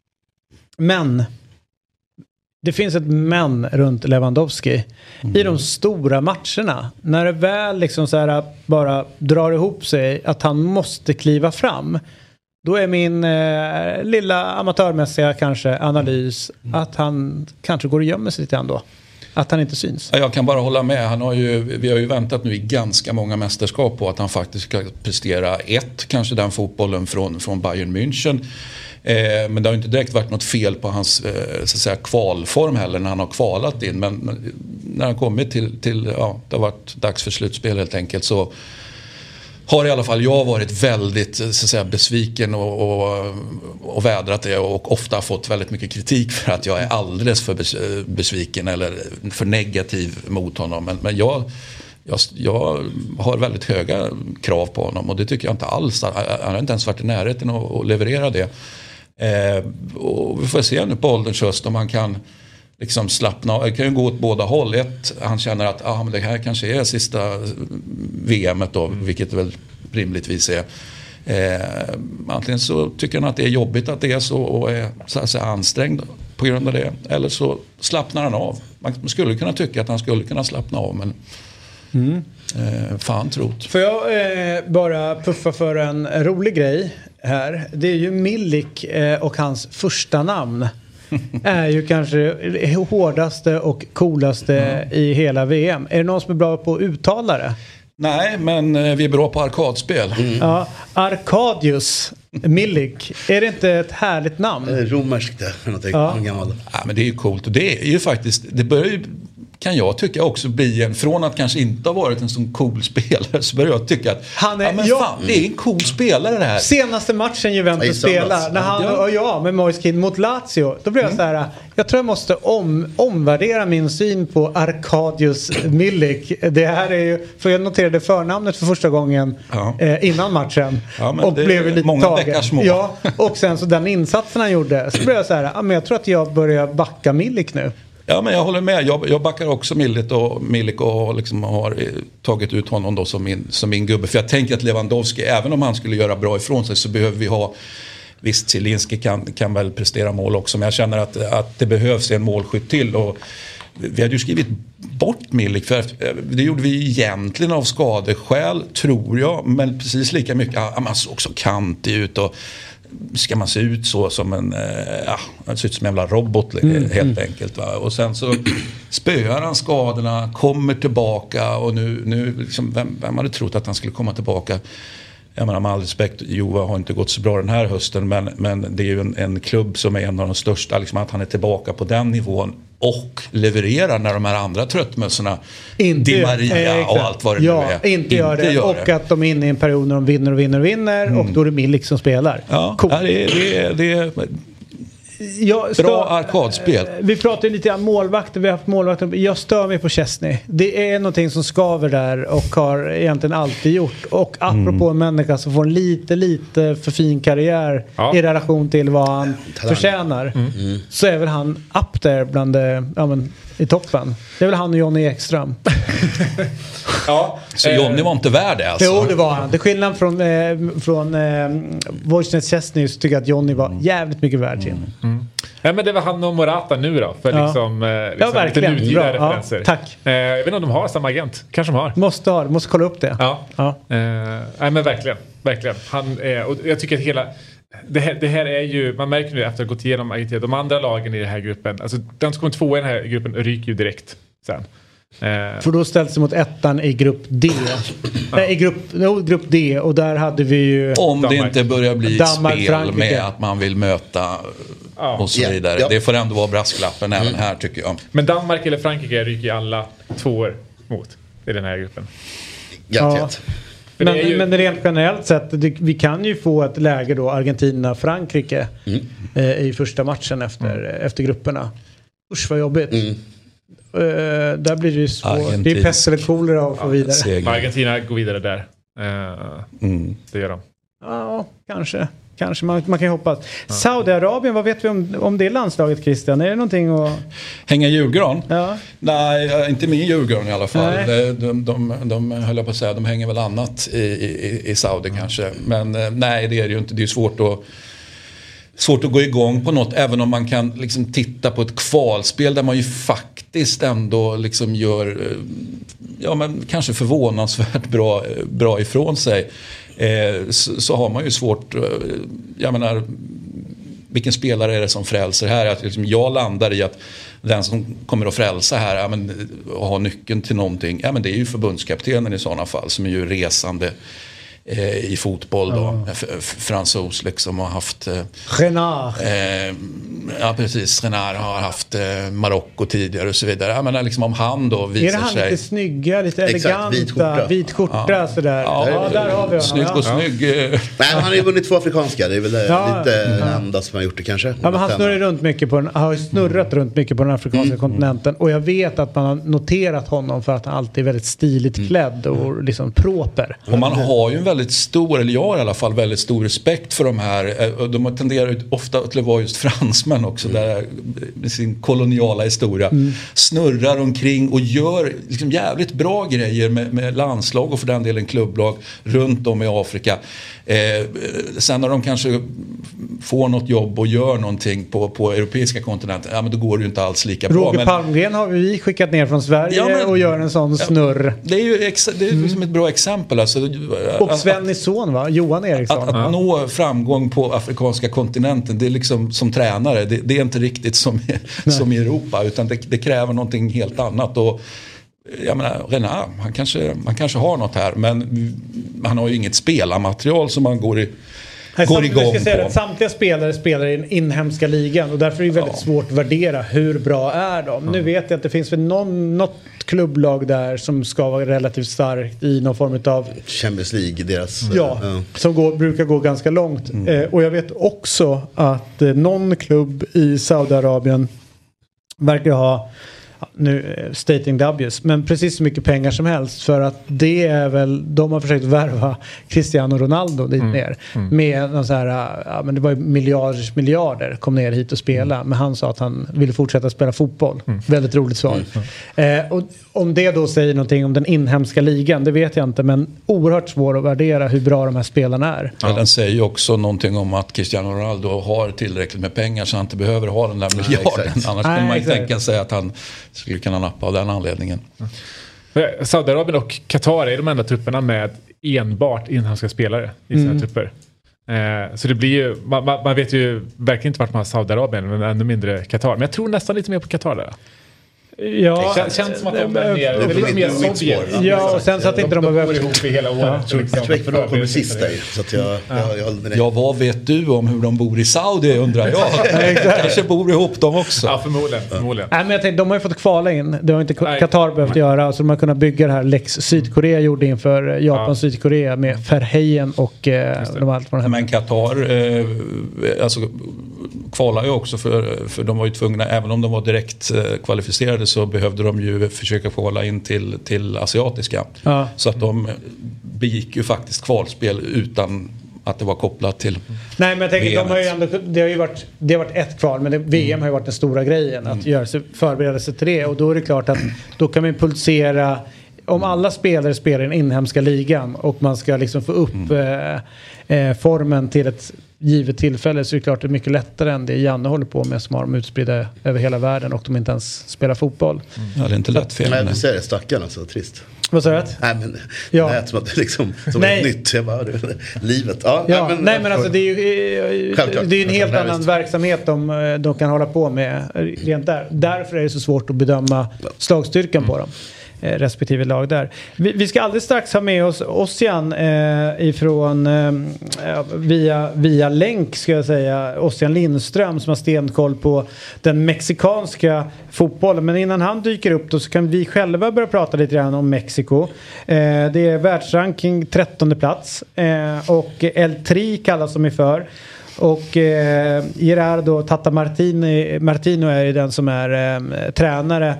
Men det finns ett men runt Lewandowski. Mm. I de stora matcherna, när det väl liksom så här bara drar ihop sig att han måste kliva fram, Då är min eh, lilla amatörmässiga kanske analys att han kanske går och gömmer sig lite ändå. Att han inte syns. Jag kan bara hålla med. Han har ju, vi har ju väntat nu i ganska många mästerskap på att han faktiskt ska prestera ett, kanske den fotbollen från, från Bayern München. Eh, men det har inte direkt varit något fel på hans eh, så att säga, kvalform heller när han har kvalat in. Men, men när han kommit till, till ja, det har varit dags för slutspel helt enkelt, så har i alla fall jag varit väldigt så att säga, besviken och, och, och vädrat det och ofta fått väldigt mycket kritik för att jag är alldeles för besviken eller för negativ mot honom. Men, men jag, jag, jag har väldigt höga krav på honom och det tycker jag inte alls. Han har inte ens varit i närheten att, att leverera det. Eh, och vi får se nu på ålderns höst om han kan liksom slappna av. Det kan ju gå åt båda håll. Ett, han känner att ah, men det här kanske är sista V M:et då, mm. vilket väl rimligtvis är. Eh, antingen så tycker han att det är jobbigt att det är så och är så att säga, ansträngd på grund av det. Eller så slappnar han av. Man skulle kunna tycka att han skulle kunna slappna av, men mm. eh, fan trot. Får jag eh, bara puffa för en rolig grej här. Det är ju Milik eh, och hans första namn är ju kanske det hårdaste och coolaste mm. i hela V M. Är det någon som är bra på att uttala det? Nej, men vi är bra på arkadspel. Mm. Ja, Arkadius Milik. Är det inte ett härligt namn? Romerskt det. Ja. Ja, men det är ju coolt. Och det är ju faktiskt, det börjar ju, kan jag tycka, också bli en, från att kanske inte ha varit en sån cool spelare, så börjar jag tycka att han är, ja, men ja, fan, det är en cool spelare det här. Senaste matchen Juventus spelar, när han ja. och jag med Moise Kean mot Lazio, då blev jag mm. så här, jag tror jag måste om, omvärdera min syn på Arkadius Milik. Det här är ju, för jag noterade förnamnet för första gången ja. eh, innan matchen ja, och blev lite många tagen. Små. Ja, och sen så den insatsen han gjorde, så blev jag så här, ja, men jag tror att jag börjar backa Milik nu. Ja, men jag håller med. Jag, jag backar också Milik och, Milik och liksom har tagit ut honom då som min, som min gubbe. För jag tänker att Lewandowski, även om han skulle göra bra ifrån sig, så behöver vi ha, visst Zielinski kan, kan väl prestera mål också, men jag känner att, att det behövs en målskytt till. Och vi hade ju skrivit bort Milik, för det gjorde vi egentligen av skadeskäl, tror jag, men precis lika mycket, han såg så kantig ut och ska man se ut så som en ja, han ser ut som en jävla robot mm, helt mm. enkelt, va? Och sen så spöar han skadorna, kommer tillbaka och nu, nu liksom, vem, vem hade trott att han skulle komma tillbaka? Jag menar, med all respekt, Juve har inte gått så bra den här hösten, men, men det är ju en, en klubb som är en av de största, liksom, att han är tillbaka på den nivån och levererar när de här andra tröttmössorna, inte, Di Maria eh, och allt vad det ja, nu är. Inte, inte gör det. Gör och det. Att de är inne i en period när de vinner och vinner och vinner mm. och då är det Milik som spelar. Ja, cool. ja det, det, det, Jag stör, bra arkadspel. Vi pratar ju lite om målvakter. Vi har haft målvakter. Jag stör mig på Chesney. Det är någonting som skaver där och har egentligen alltid gjort. Och apropå mm. en människa som får en lite, lite för fin karriär ja. i relation till vad han Talang. förtjänar. Mm. Mm. Så är väl han up there bland ja, men, i toppen. Det är väl han och Johnny Ekström. Ja, så Johnny var inte värd det alltså? Jo, det var han. Det är skillnad från, eh, från eh, Wojciech Szczesny, så tycker jag att Johnny var jävligt mycket värd till. Mm. Mm. Ja, men det var han och Morata nu då, för ja. liksom, eh, liksom ja, verkligen. lite nutida referenser. Ja, tack. Eh, jag vet inte om de har samma agent. Kanske de har. Måste ha, måste kolla upp det. Ja, ja. Eh, nej, men verkligen, verkligen. Han, eh, och jag tycker att hela det här, det här är ju, man märker nu efter att ha gått igenom Argentina, de andra lagen i den här gruppen, alltså den som kommer två i den här gruppen ryker ju direkt sen. Eh. För då ställs det mot ettan i grupp D. Ja. I grupp, no, grupp D, och där hade vi ju om Danmark. Det inte börjar bli Danmark, spel Frankrike. Med att man vill möta ja. och så vidare. Yeah. Det får ändå vara brasklappen mm. även här, tycker jag. Men Danmark eller Frankrike ryker alla två mot i den här gruppen. Garanterat. Ja. Men, ju... men rent generellt sett, det, vi kan ju få ett läge då Argentina-Frankrike mm. eh, i första matchen efter, mm. efter grupperna. Usch vad jobbigt. Mm. Uh, där blir det ju svårt. Argentin. Det är pest eller kolera att få ja, vidare. Seger. Argentina går vidare där. Uh, mm. Det gör de. Ja, kanske. Kanske, man, man kan ju hoppas. Ja. Saudiarabien, vad vet vi om, om det landslaget, Christian? Är det någonting att... Hänga julgran? Ja. Nej, inte min julgran i alla fall. De, de, de, de höll jag på att säga, de hänger väl annat i, i, i Saudi mm. kanske. Men nej, det är det ju inte. Det är svårt att svårt att gå igång på något, även om man kan liksom titta på ett kvalspel där man ju faktiskt ändå liksom gör ja, men kanske förvånansvärt bra, bra ifrån sig. eh, så, så har man ju svårt, eh, jag menar, vilken spelare är det som frälser här? Att liksom jag landar i att den som kommer att frälsa här, ja, men, och ha nyckeln till någonting, ja, men det är ju förbundskaptenen i sådana fall, som är ju resande eh, i fotboll då. Ja. Fransos liksom har haft eh, Renard. Eh, ja precis, Renard har haft eh, Marocko tidigare och så vidare. Jag menar liksom om han då visar sig. Är det han sig... lite snygga, lite Exakt, eleganta, vit skjorta, vit skjorta Ja. sådär. Ja, Ja, där har vi honom. snygg och Ja. snygg. eh, Nej, han har ju vunnit två afrikanska. Det är väl Ja, lite ja. enda som har gjort det kanske. Ja, men han snurrar runt mycket på den, har snurrat runt mycket på den afrikanska Mm. kontinenten. Och jag vet att man har noterat honom för att han alltid är väldigt stiligt klädd och liksom proper. Och man har ju en väldigt stor, eller jag har i alla fall väldigt stor respekt för de här. Och de tenderar ju ofta till att vara just fransmän också, där med sin koloniala historia. Mm. Snurrar omkring och gör liksom jävligt bra grejer med, med landslag och för den delen klubblag runt om i Afrika. Eh, sen när de kanske får något jobb och gör någonting på, på europeiska kontinenten, ja men då går det ju inte alls lika bra. Roger Men, Palmgren har vi skickat ner från Sverige Ja, men- och gör en sån snurr. det är ju ex, det är liksom ett bra exempel. Alltså, Och Svennis son va? Johan Eriksson. Att, att nå framgång på afrikanska kontinenten, det är liksom som tränare, det, det är inte riktigt som, som i Europa, utan det, det kräver någonting helt annat. Och jag menar, Renard, han kanske, han kanske har något här, men han har ju inget spelarmaterial som man går i Nej, går samt, igång jag ska säga på. att samtliga spelare spelar i den inhemska ligan och därför är det väldigt Ja. svårt att värdera hur bra är de. Nu vet jag att det finns väl någon, något klubblag där som ska vara relativt starkt i någon form av Champions League, deras... ja, ja. som går, brukar gå ganska långt. Eh, och jag vet också att eh, någon klubb i Saudiarabien verkar ha nu eh, stating W's, men precis så mycket pengar som helst för att det är väl, de har försökt värva Cristiano Ronaldo dit Mm. ner Mm. med någon så här, ja men det var ju miljarders miljarder kom ner hit och spela, Mm. men han sa att han ville fortsätta spela fotboll. Mm. Väldigt roligt svar. Eh, och om det då säger någonting om den inhemska ligan, det vet jag inte, men oerhört svårt att värdera hur bra de här spelarna är. Ja. Den säger ju också någonting om att Cristiano Ronaldo har tillräckligt med pengar så han inte behöver ha den där miljarden. exakt. Annars Nej, kan man ju exakt. tänka sig att han skulle kunna nappa av den anledningen. Saudiarabien och Qatar är de enda trupperna med enbart inhemska spelare i sina Mm. trupper. Eh, så det blir ju, man, man man vet ju verkligen inte vart man har Saudiarabien, men ännu mindre Qatar. Men jag tror nästan lite mer på Qatar där. Ja, Det känns som att de är mer, det det är blir lite mer lite Sovjet. Ja, och sen så att inte de har de bor behövt... ihop i hela året. Jag tror inte de kommer sist där. Så att jag, jag, jag håller med dig. Ja, vad vet du om hur de bor i Saudi undrar jag. Kanske bor ihop dem också. Ja, förmodligen. förmodligen. Nej, men jag tänkte, de har ju fått kvala in. Det har inte Nej. Qatar behövt göra. Så de har kunnat bygga det här Lex Sydkorea gjorde inför Japan Ja. Sydkorea med Verheyen och eh, de allt vad de här. Men Qatar eh, alltså, kvalar ju också för, för de var ju tvungna, även om de var direkt eh, kvalificerade så behövde de ju försöka kvala in till, till asiatiska. Ja. Så att de begick ju faktiskt kvalspel utan att det var kopplat till Nej, men jag tänker, V M. de har ju ändå, det har ju varit, det har varit ett kval, men det, V M har ju varit den stora grejen. Att göra sig, förbereda sig till det. Och då är det klart att då kan man pulsera. Om alla spelare spelar i den inhemska ligan och man ska liksom få upp Mm. eh, eh, formen till ett givet tillfälle, så är det klart det är mycket lättare än det Janne håller på med som har dem utspridda över hela världen och de inte ens spelar fotboll. Ja, det är inte lätt fel. Nej, du säger det, stackarn alltså, trist. Vad sa du? Nej, men Ja. det lät som att det liksom, som Nej. ett nytt. Jag bara, det, livet. Ja, Ja, nej, nej men alltså det är ju, Självklart. det är ju en helt Nej, annan visst. verksamhet de, de kan hålla på med rent där. Därför är det så svårt att bedöma slagstyrkan på dem. Eh, respektive lag där. Vi, vi ska alldeles strax ha med oss Ossian eh, ifrån eh, via, via länk ska jag säga. Ossian Lindström som har stenkoll på den mexikanska fotbollen. Men innan han dyker upp då så kan vi själva börja prata lite grann om Mexiko. Eh, det är världsranking trettonde plats eh, och El Tri kallas de för. Och eh, Gerardo Tata Martini, Martino är ju den som är eh, tränare.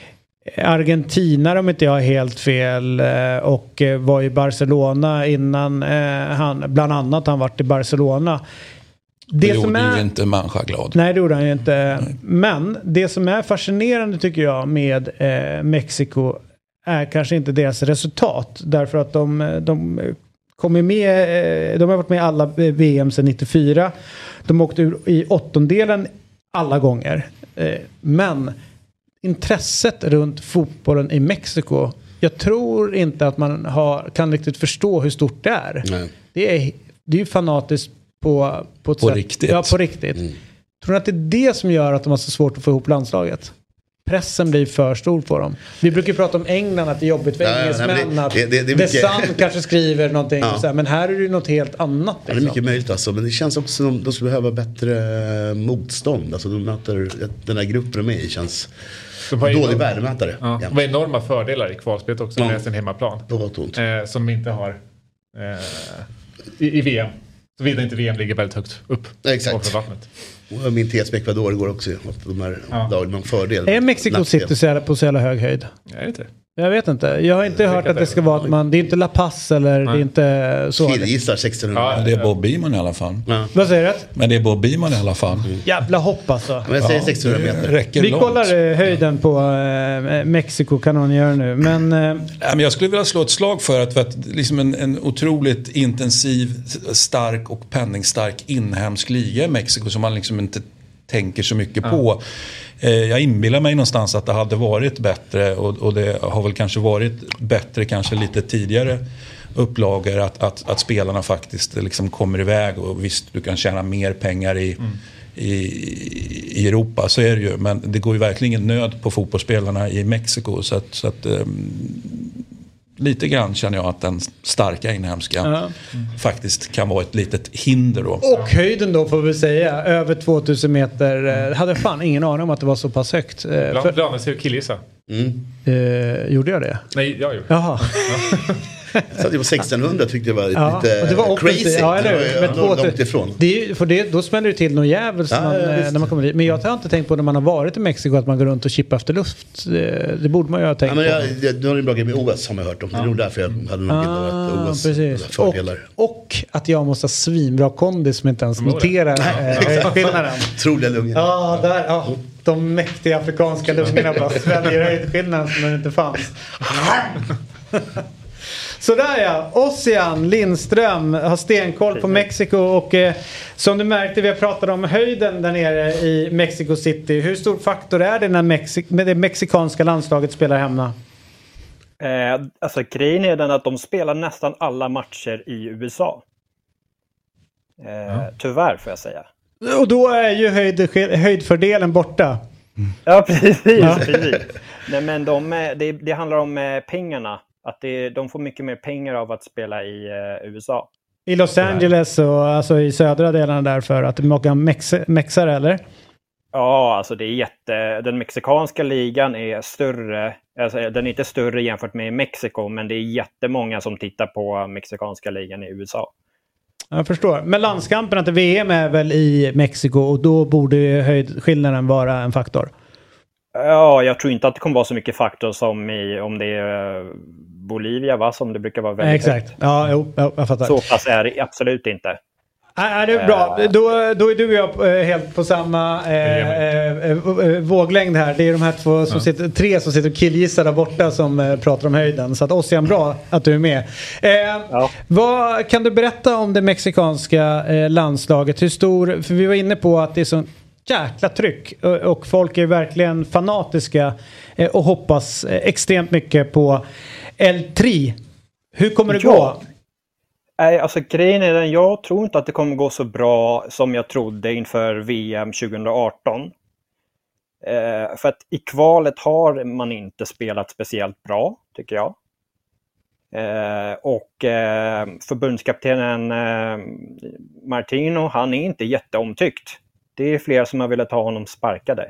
Argentina om inte jag har helt fel eh, och eh, var i Barcelona innan eh, han, bland annat han varit i Barcelona. Det, det gjorde är, ju inte människa glad. Nej, det gjorde han ju inte. Nej. Men det som är fascinerande tycker jag med eh, Mexiko är kanske inte deras resultat. Därför att de, de kommer med, de har varit med i alla V M sedan nittiofyra. De åkte ur i åttondelen alla gånger. Eh, men intresset runt fotbollen i Mexiko, jag tror inte att man har, kan riktigt förstå hur stort det är. Nej. Det är, det är ju fanatiskt på, på ett på sätt. Riktigt. Ja, på riktigt. Mm. Tror ni att det är det som gör att de har så svårt att få ihop landslaget? Pressen blir för stor på dem. Vi brukar ju prata om England, att det är jobbigt för ja, engelsmän. Att det, det, det mycket... The Sun kanske skriver någonting. Ja. Så här, men här är det ju något helt annat. Liksom. Ja, det är mycket möjligt alltså. Men det känns också som att de skulle behöva bättre motstånd. Alltså de möter, den här gruppen de är i känns dålig värdemätare. Ja. De har enorma fördelar i kvalspelet också ja. med sin hemmaplan. Eh, som de inte har eh, i, i V M. Så vidare inte V M ligger väldigt högt upp. Exakt. Vattnet. Och min tes med Ecuador går också att de här ja. lagen har en fördel. Är Mexico City så på så jävla hög höjd? Jag vet inte. Jag vet inte. Jag har inte jag hört att det ska vara att man, det är inte La Paz eller Nej. det är inte så. Killgissar sextonhundra. Ja, det är Bob Beamon i alla fall. Ja. Vad säger du? Men det är Bob Beamon i alla fall. Mm. Jävla hopp alltså. Men jag säger ja, sextonhundra meter. Räcker Vi långt. kollar höjden på eh, Mexiko kan någon göra nu. Men, eh... ja, men jag skulle vilja slå ett slag för att, för att liksom en, en otroligt intensiv, stark och penningstark inhemsk liga i Mexiko som man liksom inte tänker så mycket ja. på. Eh, jag inbillar mig någonstans att det hade varit bättre och, och det har väl kanske varit bättre kanske lite tidigare upplagor att, att, att spelarna faktiskt liksom kommer iväg och visst du kan tjäna mer pengar i, mm. i, i Europa, så är det ju, men det går ju verkligen nöd på fotbollsspelarna i Mexiko så att, så att um, lite grann känner jag att den starka inhemska ja. mm. faktiskt kan vara ett litet hinder då. Och höjden då får vi säga, över tvåtusen meter. Mm. Hade fan ingen aning om att det var så pass högt. Bland för... annat ser du killgissa. Mm. Eh, gjorde jag det? Nej, jag gjorde. Jaha. Så det var sextonhundra tyckte jag var ja, lite det var crazy. Ja, eller hur? Men två, långt ifrån. Det är, för det, då smäller det till någon jävel ja, man, ja, när man kommer dit. Men jag har inte tänkt på när man har varit i Mexiko att man går runt och chippar efter luft. Det, det borde man ju ha tänkt ja, men jag, på. Jag, du har en bra grej med O S har man hört om. Ja. Det är nog därför jag hade någon bild av att O S precis. fördelar. Och, och att jag måste ha svinbra kondis som inte ens noterar äh, skillnaden. Troliga lungor. Ja, där. Ja. De mäktiga afrikanska lungorna bara sväljer höjdskillnaden som den inte fanns. Sådär ja, Ossian Lindström har stenkoll på Mexiko och eh, som du märkte, vi har pratat om höjden där nere i Mexico City. Hur stor faktor är det när Mexik- med det mexikanska landslaget spelar hemma? Eh, alltså grejen är den att de spelar nästan alla matcher i U S A. Eh, ja. Tyvärr får jag säga. Och då är ju höjd, höjdfördelen borta. Mm. Ja, precis. Ja. precis. Nej, men de, det, det handlar om pengarna. Att det, de får mycket mer pengar av att spela i uh, U S A. I Los Angeles och alltså i södra delarna där för att de åker mex- mexare eller? Ja, alltså det är jätte... Den mexikanska ligan är större. Alltså, den är inte större jämfört med Mexiko, men det är jättemånga som tittar på mexikanska ligan i U S A. Jag förstår. Men landskamperna till V M är väl i Mexiko och då borde höjdskillnaden vara en faktor? Ja, jag tror inte att det kommer vara så mycket faktor som i, om det är Bolivia, va? Som det brukar vara väldigt exakt. Högt. Ja, jo, jag fattar. Så pass är det absolut inte. Ja, det är bra. Då, då är du och jag helt på samma eh, eh, våglängd här. Det är de här två som ja. sitter, tre som sitter och killgissar där borta som eh, pratar om höjden. Så att Ossian, bra att du är med. Eh, ja. Vad kan du berätta om det mexikanska eh, landslaget? Hur stor, för vi var inne på att det är så jäkla tryck och folk är verkligen fanatiska och hoppas extremt mycket på El Tri. Hur kommer det ja. gå? Nej, alltså grejen är den, jag tror inte att det kommer gå så bra som jag trodde inför V M tjugo arton. Eh, för att i kvalet har man inte spelat speciellt bra, tycker jag. Eh, och eh, förbundskaptenen eh, Martino, han är inte jätteomtyckt. Det är fler som har velat ha honom sparkade.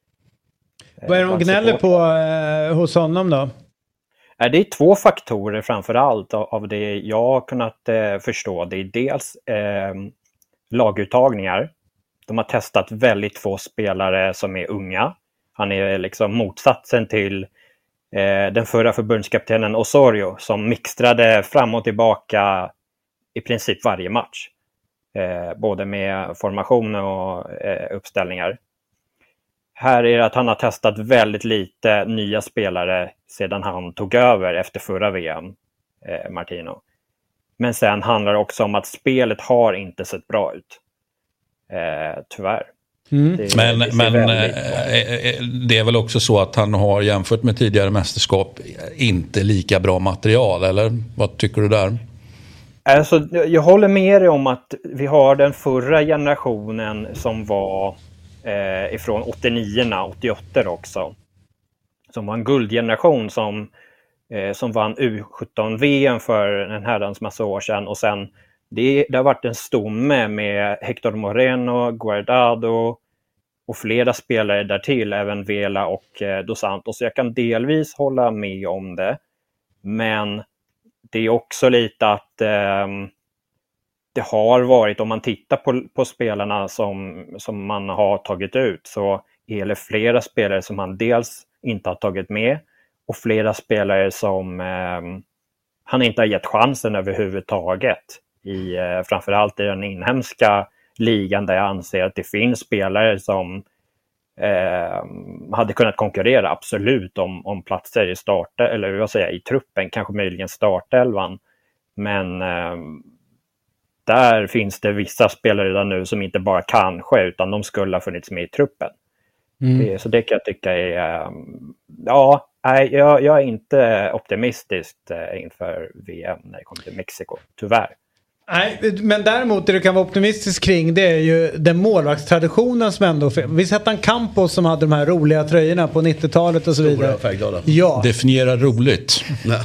Vad är de gnäller på eh, hos honom då? Det är två faktorer framför allt av det jag har kunnat eh, förstå. Det är dels eh, laguttagningar. De har testat väldigt få spelare som är unga. Han är liksom motsatsen till eh, den förra förbundskaptenen Osorio som mixtrade fram och tillbaka i princip varje match. Eh, både med formation och eh, uppställningar. Här är det att han har testat väldigt lite nya spelare sedan han tog över efter förra V M, eh, Martino. Men sen handlar det också om att spelet har inte sett bra ut. Eh, tyvärr. Mm. Det, men det, men eh, det är väl också så att han har jämfört med tidigare mästerskap inte lika bra material, eller vad tycker du där? Alltså, jag håller med dig om att vi har den förra generationen som var eh, ifrån åttionio åttioåtta också. Som var en guldgeneration som, eh, som vann U sjutton-V M för en herrans massa år sedan. Och sen, det, det har varit en stomme med Hector Moreno, Guardado och flera spelare där till, även Vela och eh, Dos Santos. Så jag kan delvis hålla med om det. Men det är också lite att eh, det har varit, om man tittar på, på spelarna som, som man har tagit ut, så är det flera spelare som man dels inte har tagit med och flera spelare som eh, han inte har gett chansen överhuvudtaget. I, eh, framförallt i den inhemska ligan, där jag anser att det finns spelare som eh, hade kunnat konkurrera absolut om, om platser i start, eller vad säger jag, i truppen, kanske möjligen startelvan. Men eh, där finns det vissa spelare redan nu som inte bara kanske, utan de skulle ha funnits med i truppen. Mm. Det, så det kan jag tycka är, ja, jag, jag är inte optimistisk inför V M när det kommer till Mexiko, tyvärr. Nej, men däremot det du kan vara optimistisk kring, det är ju den målvaktstraditionen som ändå... Vi sätter en Campos som hade de här roliga tröjorna på nittiotalet och så vidare. Ja. Definiera roligt.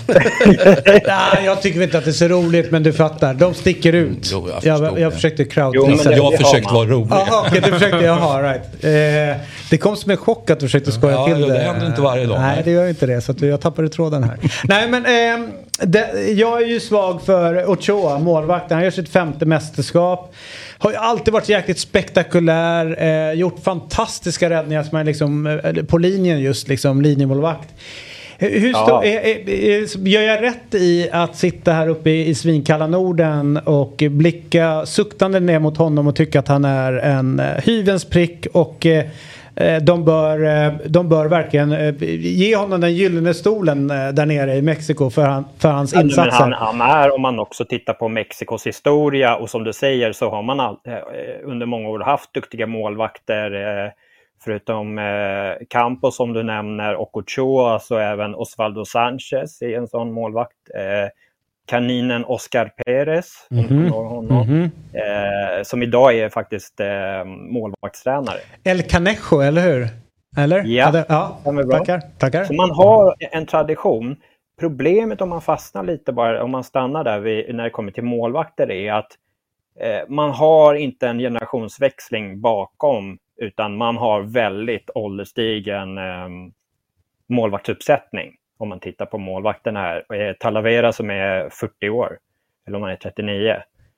Nej, jag tycker inte att det är så roligt, men du fattar. De sticker ut. Jo, jag, jag, jag försökte crowd. Jo, jag jag försökte vara rolig. Jaha, okej, du försökte, jaha, right. Eh, det kom som en chock att du försökte skoja ja, till det. det. Det händer inte varje dag. Nej, det gör inte det, så att jag tappade tråden här. Nej, men eh, det, jag är ju svag för Ochoa, målvakten. Han gör sitt femte mästerskap. Har ju alltid varit jäkligt spektakulär. Eh, gjort fantastiska räddningar som är liksom, eh, på linjen just, liksom linjemålvakt. Hur stå, ja. är, är, är, gör jag rätt i att sitta här uppe i, i svinkalla Norden och blicka suktande ner mot honom och tycka att han är en eh, hyvens prick och eh, De bör, de bör verkligen ge honom den gyllene stolen där nere i Mexiko för, han, för hans ja, insatser. Han, han är, om man också tittar på Mexikos historia, och som du säger så har man all, under många år haft duktiga målvakter, förutom Campos som du nämner och Ochoa, så även Osvaldo Sanchez är en sån målvakt. Kaninen Oscar Perez, mm-hmm. honom, mm-hmm. eh, som idag är faktiskt eh, målvaktstränare. El Canejo, eller hur? Eller? Ja, det, ja. Tackar, tackar. Så man har en tradition. Problemet om man fastnar lite bara, om man stannar där vid, när det kommer till målvakter, är att eh, man har inte en generationsväxling bakom, utan man har väldigt ålderstigen eh, målvaktsuppsättning. Om man tittar på målvakten här. Talavera som är fyrtio år. Eller om man är trettionio.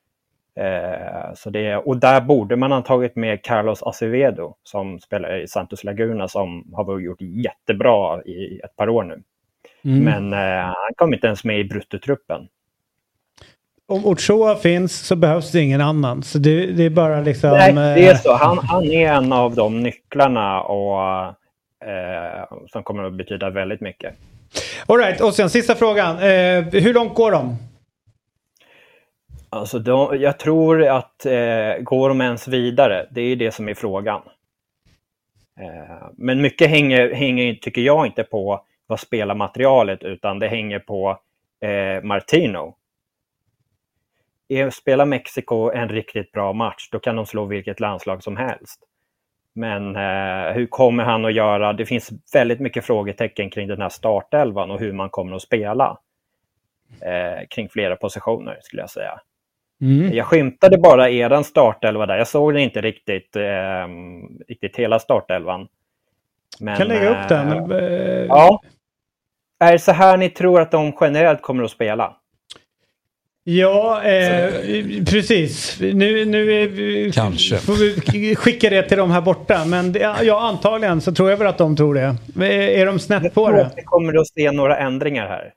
Eh, så det, och där borde man ha tagit med Carlos Acevedo. Som spelar i Santos Laguna. Som har gjort jättebra i ett par år nu. Mm. Men eh, han kom inte ens med i bruttotruppen. Om Ochoa finns så behövs det ingen annan. Så det, det är bara liksom... Nej, det är så. Han, han är en av de nycklarna och, eh, som kommer att betyda väldigt mycket. All right, och sen sista frågan. Eh, hur långt går de? Alltså de, jag tror att eh, går de ens vidare? Det är det som är frågan. Eh, men mycket hänger, hänger, tycker jag, inte på vad spelar materialet, utan det hänger på eh, Martino. Spelar Mexiko en riktigt bra match, då kan de slå vilket landslag som helst. Men eh, hur kommer han att göra? Det finns väldigt mycket frågetecken kring den här startelvan och hur man kommer att spela. Eh, kring flera positioner skulle jag säga. Mm. Jag skymtade bara eran startelva där. Jag såg den inte riktigt, eh, riktigt hela startelvan. Men, kan lägga upp den. Eh, ja. Är det så här ni tror att de generellt kommer att spela? Ja, eh, precis. Nu, nu är, Kanske. får vi skicka det till dem här borta. Men det, ja, antagligen så tror jag väl att de tror det. Är de snett på det? Vi kommer att se några ändringar här.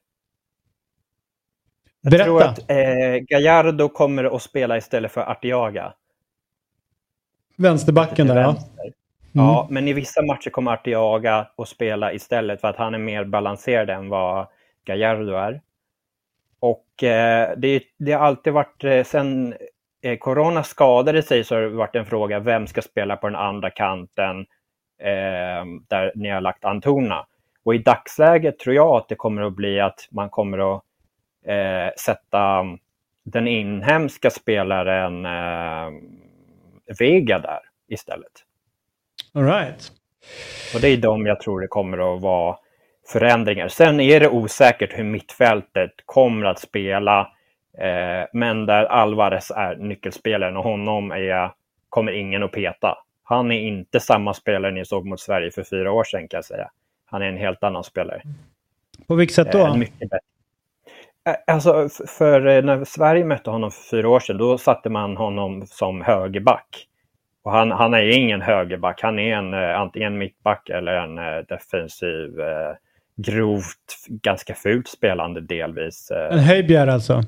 Jag Berätta. tror att eh, Gallardo kommer att spela istället för Arteaga. Vänsterbacken där, ja. Mm. Ja, men i vissa matcher kommer Arteaga att spela istället för att han är mer balanserad än vad Gallardo är. Och eh, det, det har alltid varit, eh, sen eh, corona skadade sig så har det varit en fråga, vem ska spela på den andra kanten eh, där ni har lagt Antona. Och i dagsläget tror jag att det kommer att bli att man kommer att eh, sätta den inhemska spelaren eh, Vega där istället. All right. Och det är de jag tror det kommer att vara förändringar. Sen är det osäkert hur mittfältet kommer att spela. Eh, men där Alvarez är nyckelspelaren och honom är, kommer ingen att peta. Han är inte samma spelare ni såg mot Sverige för fyra år sedan kan jag säga. Han är en helt annan spelare. På vilket sätt då? Eh, mycket bättre. Alltså för när Sverige mötte honom för fyra år sedan då satte man honom som högerback. Och han, han är ingen högerback. Han är en antingen mittback eller en defensiv eh, grovt, ganska fult spelande delvis. En Höjbjerg alltså?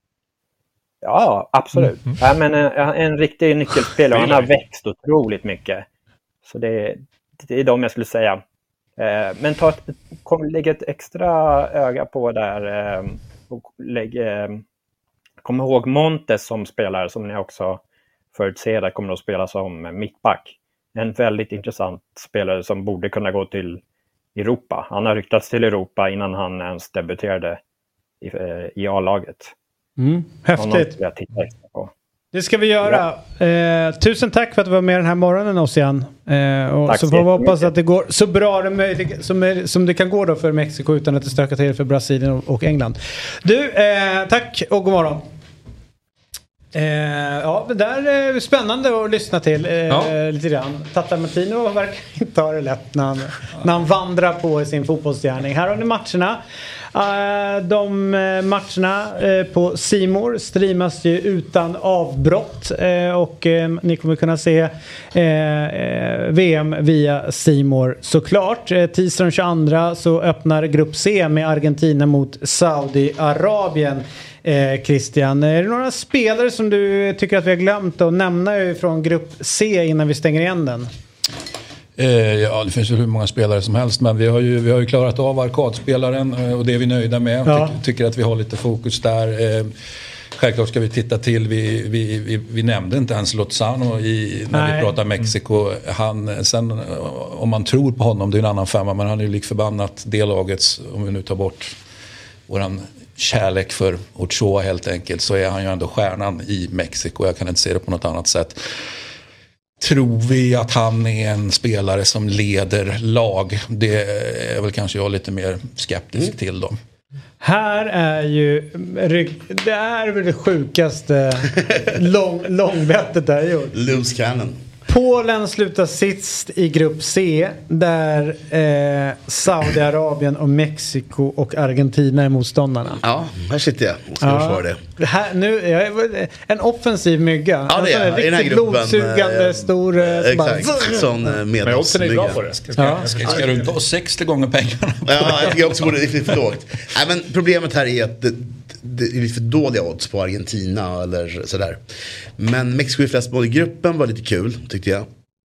Ja, absolut. Mm. Ja, men en, en riktig nyckelspelare. Han har växt otroligt mycket. Så det, det är de jag skulle säga. Eh, men ta ett, kom, lägg ett extra öga på där. Eh, och lägg, eh, kom ihåg Montes som spelare som ni också förutser där kommer att spela som mittback. En väldigt intressant spelare som borde kunna gå till Europa. Han har ryktats till Europa innan han ens debuterade i, i A-laget. Mm, häftigt. Jag titta extra på. Det ska vi göra. Ja. Eh, tusen tack för att du var med den här morgonen, Ossian. Eh, och tack så får vi hoppas att det går så bra det möjligt, som, är, som det kan gå då för Mexiko utan att det stökar till för Brasilien och, och England. Du, eh, tack och god morgon. Eh, ja, det där är spännande att lyssna till eh, ja. lite grann. Tata Martino verkar inte ha det lätt när han, när han vandrar på i sin fotbollsgärning. Här har ni matcherna. Uh, de matcherna uh, på C More streamas ju utan avbrott uh, och uh, ni kommer kunna se uh, uh, V M via C More såklart. Uh, tisdagen tjugoandra så öppnar grupp C med Argentina mot Saudiarabien. Eh, Christian, är det några spelare som du tycker att vi har glömt att nämna från grupp C innan vi stänger igen den? Eh, ja, det finns ju hur många spelare som helst, men vi har ju, vi har ju klarat av arkadspelaren eh, och det är vi nöjda med. Ja. Ty- tycker att vi har lite fokus där. Eh, självklart ska vi titta till, vi, vi, vi, vi nämnde inte ens Lozano i, när Nej. vi pratar Mexiko. Han, sen, om man tror på honom, det är en annan femma, men han är ju lik förbannat det lagets, om vi nu tar bort våran kärlek för Ochoa helt enkelt, så är han ju ändå stjärnan i Mexiko. Jag kan inte se det på något annat sätt. Tror vi att han är en spelare som leder lag? Det är väl kanske jag lite mer skeptisk mm. till då. Här är ju det är väl det sjukaste lång, långbettet där gjort. Loose cannon. Polen slutar sist i grupp C där eh, Saudiarabien och Mexiko och Argentina är motståndarna. Ja, här sitter jag och ska ja. försvara det. Här, nu, jag, en offensiv mygga. Ja, det är en riktigt blodsugande eh, stor... Eh, exakt, bara, sån eh, medelsmygga. Ska, ska, ja. ska, ska du inte ha sextio gånger pengarna? Ja, jag tycker också det är för lågt. Nej, men problemet här är att det, det är lite för dåliga odds på Argentina eller sådär. Men Mexiko i flest mål i gruppen var lite kul, tyckte jag.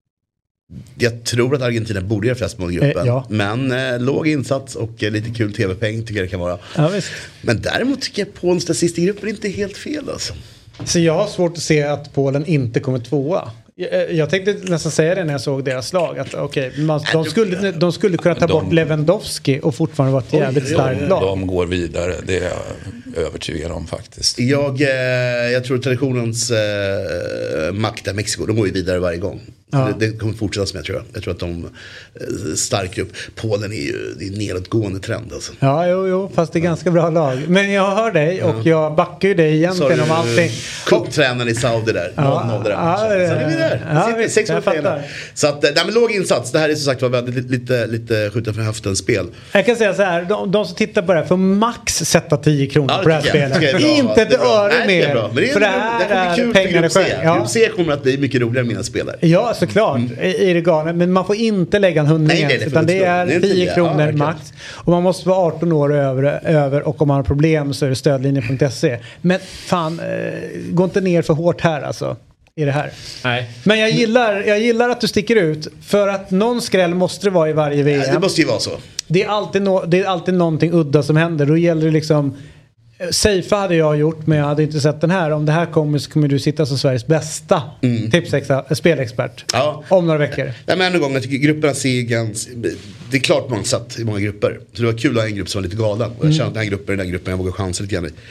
Jag tror att Argentina borde göra flest mål i gruppen. Eh, ja. Men eh, låg insats och eh, lite kul tv-peng tycker jag det kan vara. Ja, visst. Men däremot tycker jag Polens sist i gruppen inte är helt fel alltså. Så jag har svårt att se att Polen inte kommer tvåa. Jag, jag tänkte nästan säga det när jag såg deras lag. Att, okay, man, de, skulle, de skulle kunna ta de, bort Lewandowski och fortfarande vara ett jävligt starkt lag. De går vidare, det är jag övertygad om faktiskt. Jag, eh, jag tror traditionens eh, makt är Mexiko. De går ju vidare varje gång. Ja. Det, det kommer fortsätta som jag tror. Jag tror att de eh, stark upp. Polen är ju det är en nedåtgående trend alltså. Ja, jo, jo, fast det är ganska bra lag. Men jag hör dig och ja. jag backar ju dig egentligen om allting. Kupptränaren i Saudi där. Ja, noll noll där. Ja, så är vi där. Ja, sitter, visst, sex jag fattar. Så att, nej, men låg insats. Det här är som sagt var väldigt lite, lite skjuta från höften spel. Jag kan säga så här. De, de som tittar på det här får max sätta tio kronor ja, på det här spelet. Det inte ett öre mer. Men det är, för det här det är, kul pengarna för grupp C. Ja. Grupp C kommer att bli mycket roligare än mina spelare. Ja, såklart. Mm. I det galna. Men man får inte lägga en hundring. Nej, det utan det är, det är tio kronor ja, max. Och man måste vara arton år över, över. Och om man har problem så är det stödlinjen punkt se. Men fan, eh, gå inte ner för hårt här alltså. I det här. Nej. Men jag gillar, jag gillar att du sticker ut. För att någon skräll måste det vara i varje V M. Ja, det måste ju vara så. Det är alltid, no, det är alltid någonting udda som händer. Då gäller det liksom... Safe hade jag gjort, men jag hade inte sett den här. Om det här kommer så kommer du sitta som Sveriges bästa mm. tipsexa, spelexpert ja. om några veckor. Ja, men en gång, jag tycker grupperna ser ganska... Det är klart man satt i många grupper. Så det var kul att ha en grupp som var lite galen. Och jag kände att den här gruppen, den här gruppen, jag vågar chansa lite grann.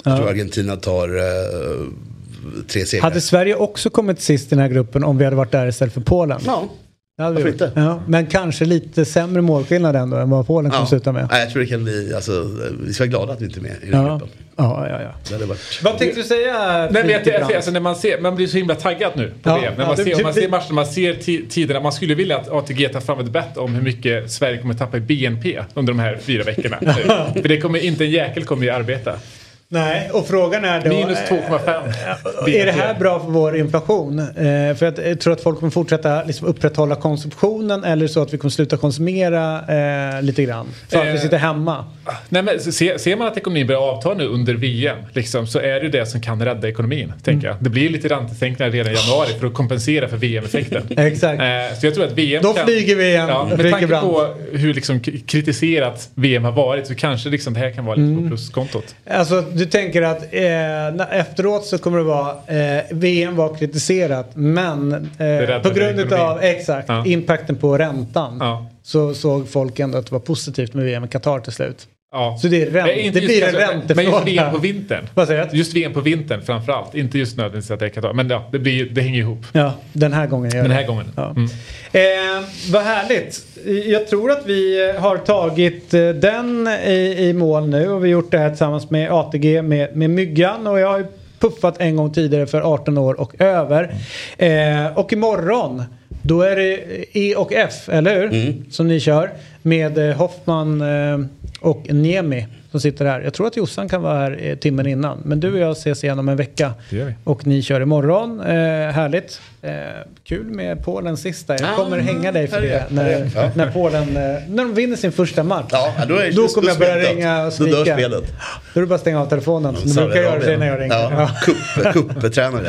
Jag tror Argentina tar uh, tre segrar. Hade Sverige också kommit sist i den här gruppen om vi hade varit där istället för Polen? Ja. Varför inte? Ja, men kanske lite sämre målskillnad ändå än vad Polen ja. kom sluta med. Ja, jag tror det kan bli, alltså, vi ska vara glada att vi inte är med i den ja. gruppen. Ja, ja, ja. Det hade varit... Vad tänkte du säga? Nej, men jag, jag, alltså, när man, ser, man blir så himla taggad nu på ja, V M. När ja, man, det, ser, det, man det, ser matcherna, man ser t- tiderna. Man skulle vilja att A T G tar fram ett bett om hur mycket Sverige kommer tappa i B N P under de här fyra veckorna. För det kommer inte en jäkel kommer ju arbeta. Nej, och frågan är då... Minus två komma fem. Äh, är det här bra för vår inflation? Eh, för att, jag tror att folk kommer fortsätta liksom, upprätthålla konsumtionen eller så att vi kommer sluta konsumera eh, lite grann. För att eh, vi sitter hemma. Nej, men se, ser man att ekonomin börjar avta nu under V M liksom, så är det det som kan rädda ekonomin. Tänker jag. Det blir lite räntesänkningar redan i januari för att kompensera för V M-effekten. Exakt. Eh, så jag tror att V M då kan, flyger vi igen. Ja, med tanke på hur liksom, kritiserat V M har varit så kanske liksom, det här kan vara lite mm. på pluskontot. Alltså du tänker att eh, efteråt så kommer det vara eh, V M var kritiserat men eh, på grund av exakt ja. impacten på räntan ja. så såg folk ändå att det var positivt med V M i Qatar till slut. Ja. Så det, är ränt- det blir en räntefråga. Men just V M på vintern. Vad säger du? Just V M på vintern framförallt. Inte just nödvändigtvis att det är Qatar. Men ja, det, blir, det hänger ihop. Ja, den här gången. Den här gången. Ja. Mm. Eh, vad härligt. Jag tror att vi har tagit den i, i mål nu. Och vi har gjort det här tillsammans med A T G med, med Myggan. Och jag har puffat en gång tidigare för arton år och över. Eh, och imorgon då är det E och F, eller hur? Mm. Som ni kör. Med Hoffman eh, och Niemi som sitter här. Jag tror att Jossan kan vara här eh, timmen innan. Men du och jag ses igen om en vecka. Det gör vi. Och ni kör imorgon. Eh, härligt. Eh, kul med Polen sista. Jag kommer hänga dig för det. När, ja. när Polen eh, när de vinner sin första match. Ja, då, är då kommer jag börja ringa och skrika. Då dör spelet. Då är det bara att stänga av telefonen. Som du brukar göra sig när jag ringer. Ja, ja. Kupp-tränare.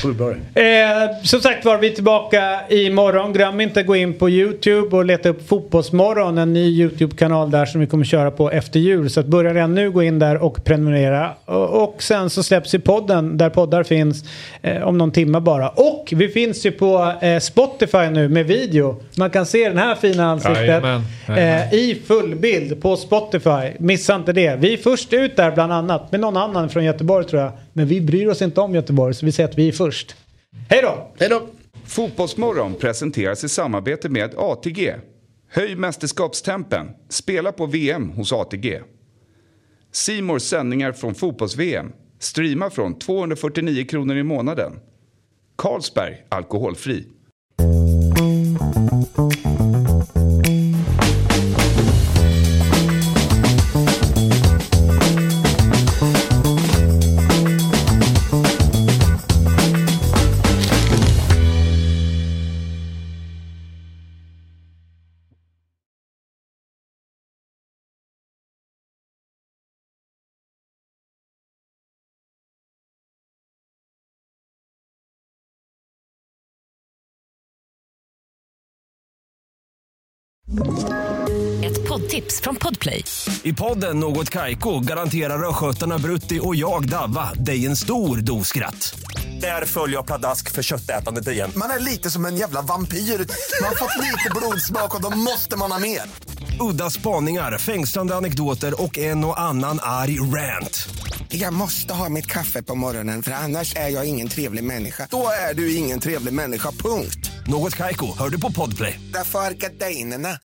eh, som sagt var vi tillbaka imorgon. Glöm inte gå in på YouTube och leta upp Fotbollsmorgon. En ny YouTube-kanal där som vi kommer köra på efter jul. Så att börja redan nu gå in där och prenumerera. Och, och sen så släpps i podden där poddar finns eh, om någon timme bara. Och vi finns ju på eh, Spotify nu med video. Man kan se den här fina ansiktet ja, eh, i full bild på Spotify. Missa inte det. Vi är först ut där bland annat med någon annan från Göteborg tror jag. Men vi bryr oss inte om Göteborg så vi säger att vi är först. Hej då! Hej då! Fotbollsmorgon presenteras i samarbete med A T G. Höj mästerskapstempen. Spela på V M hos A T G. C Mores sändningar från fotbolls-V M. Streama från tvåhundrafyrtionio kronor i månaden. Carlsberg, alkoholfri. Ett poddtips från Podplay. I podden Något Kaiko garanterar röskötarna Brutti och jag Davva dig en stor doskratt. Där följer jag pladask för köttätandet igen. Man är lite som en jävla vampyr. Man har fått lite blodsmak och då måste man ha mer. Udda spaningar, fängslande anekdoter och en och annan arg rant. Jag måste ha mitt kaffe på morgonen för annars är jag ingen trevlig människa. Då är du ingen trevlig människa, punkt. Något Kaiko, hör du på Podplay. Därför är gardinerna.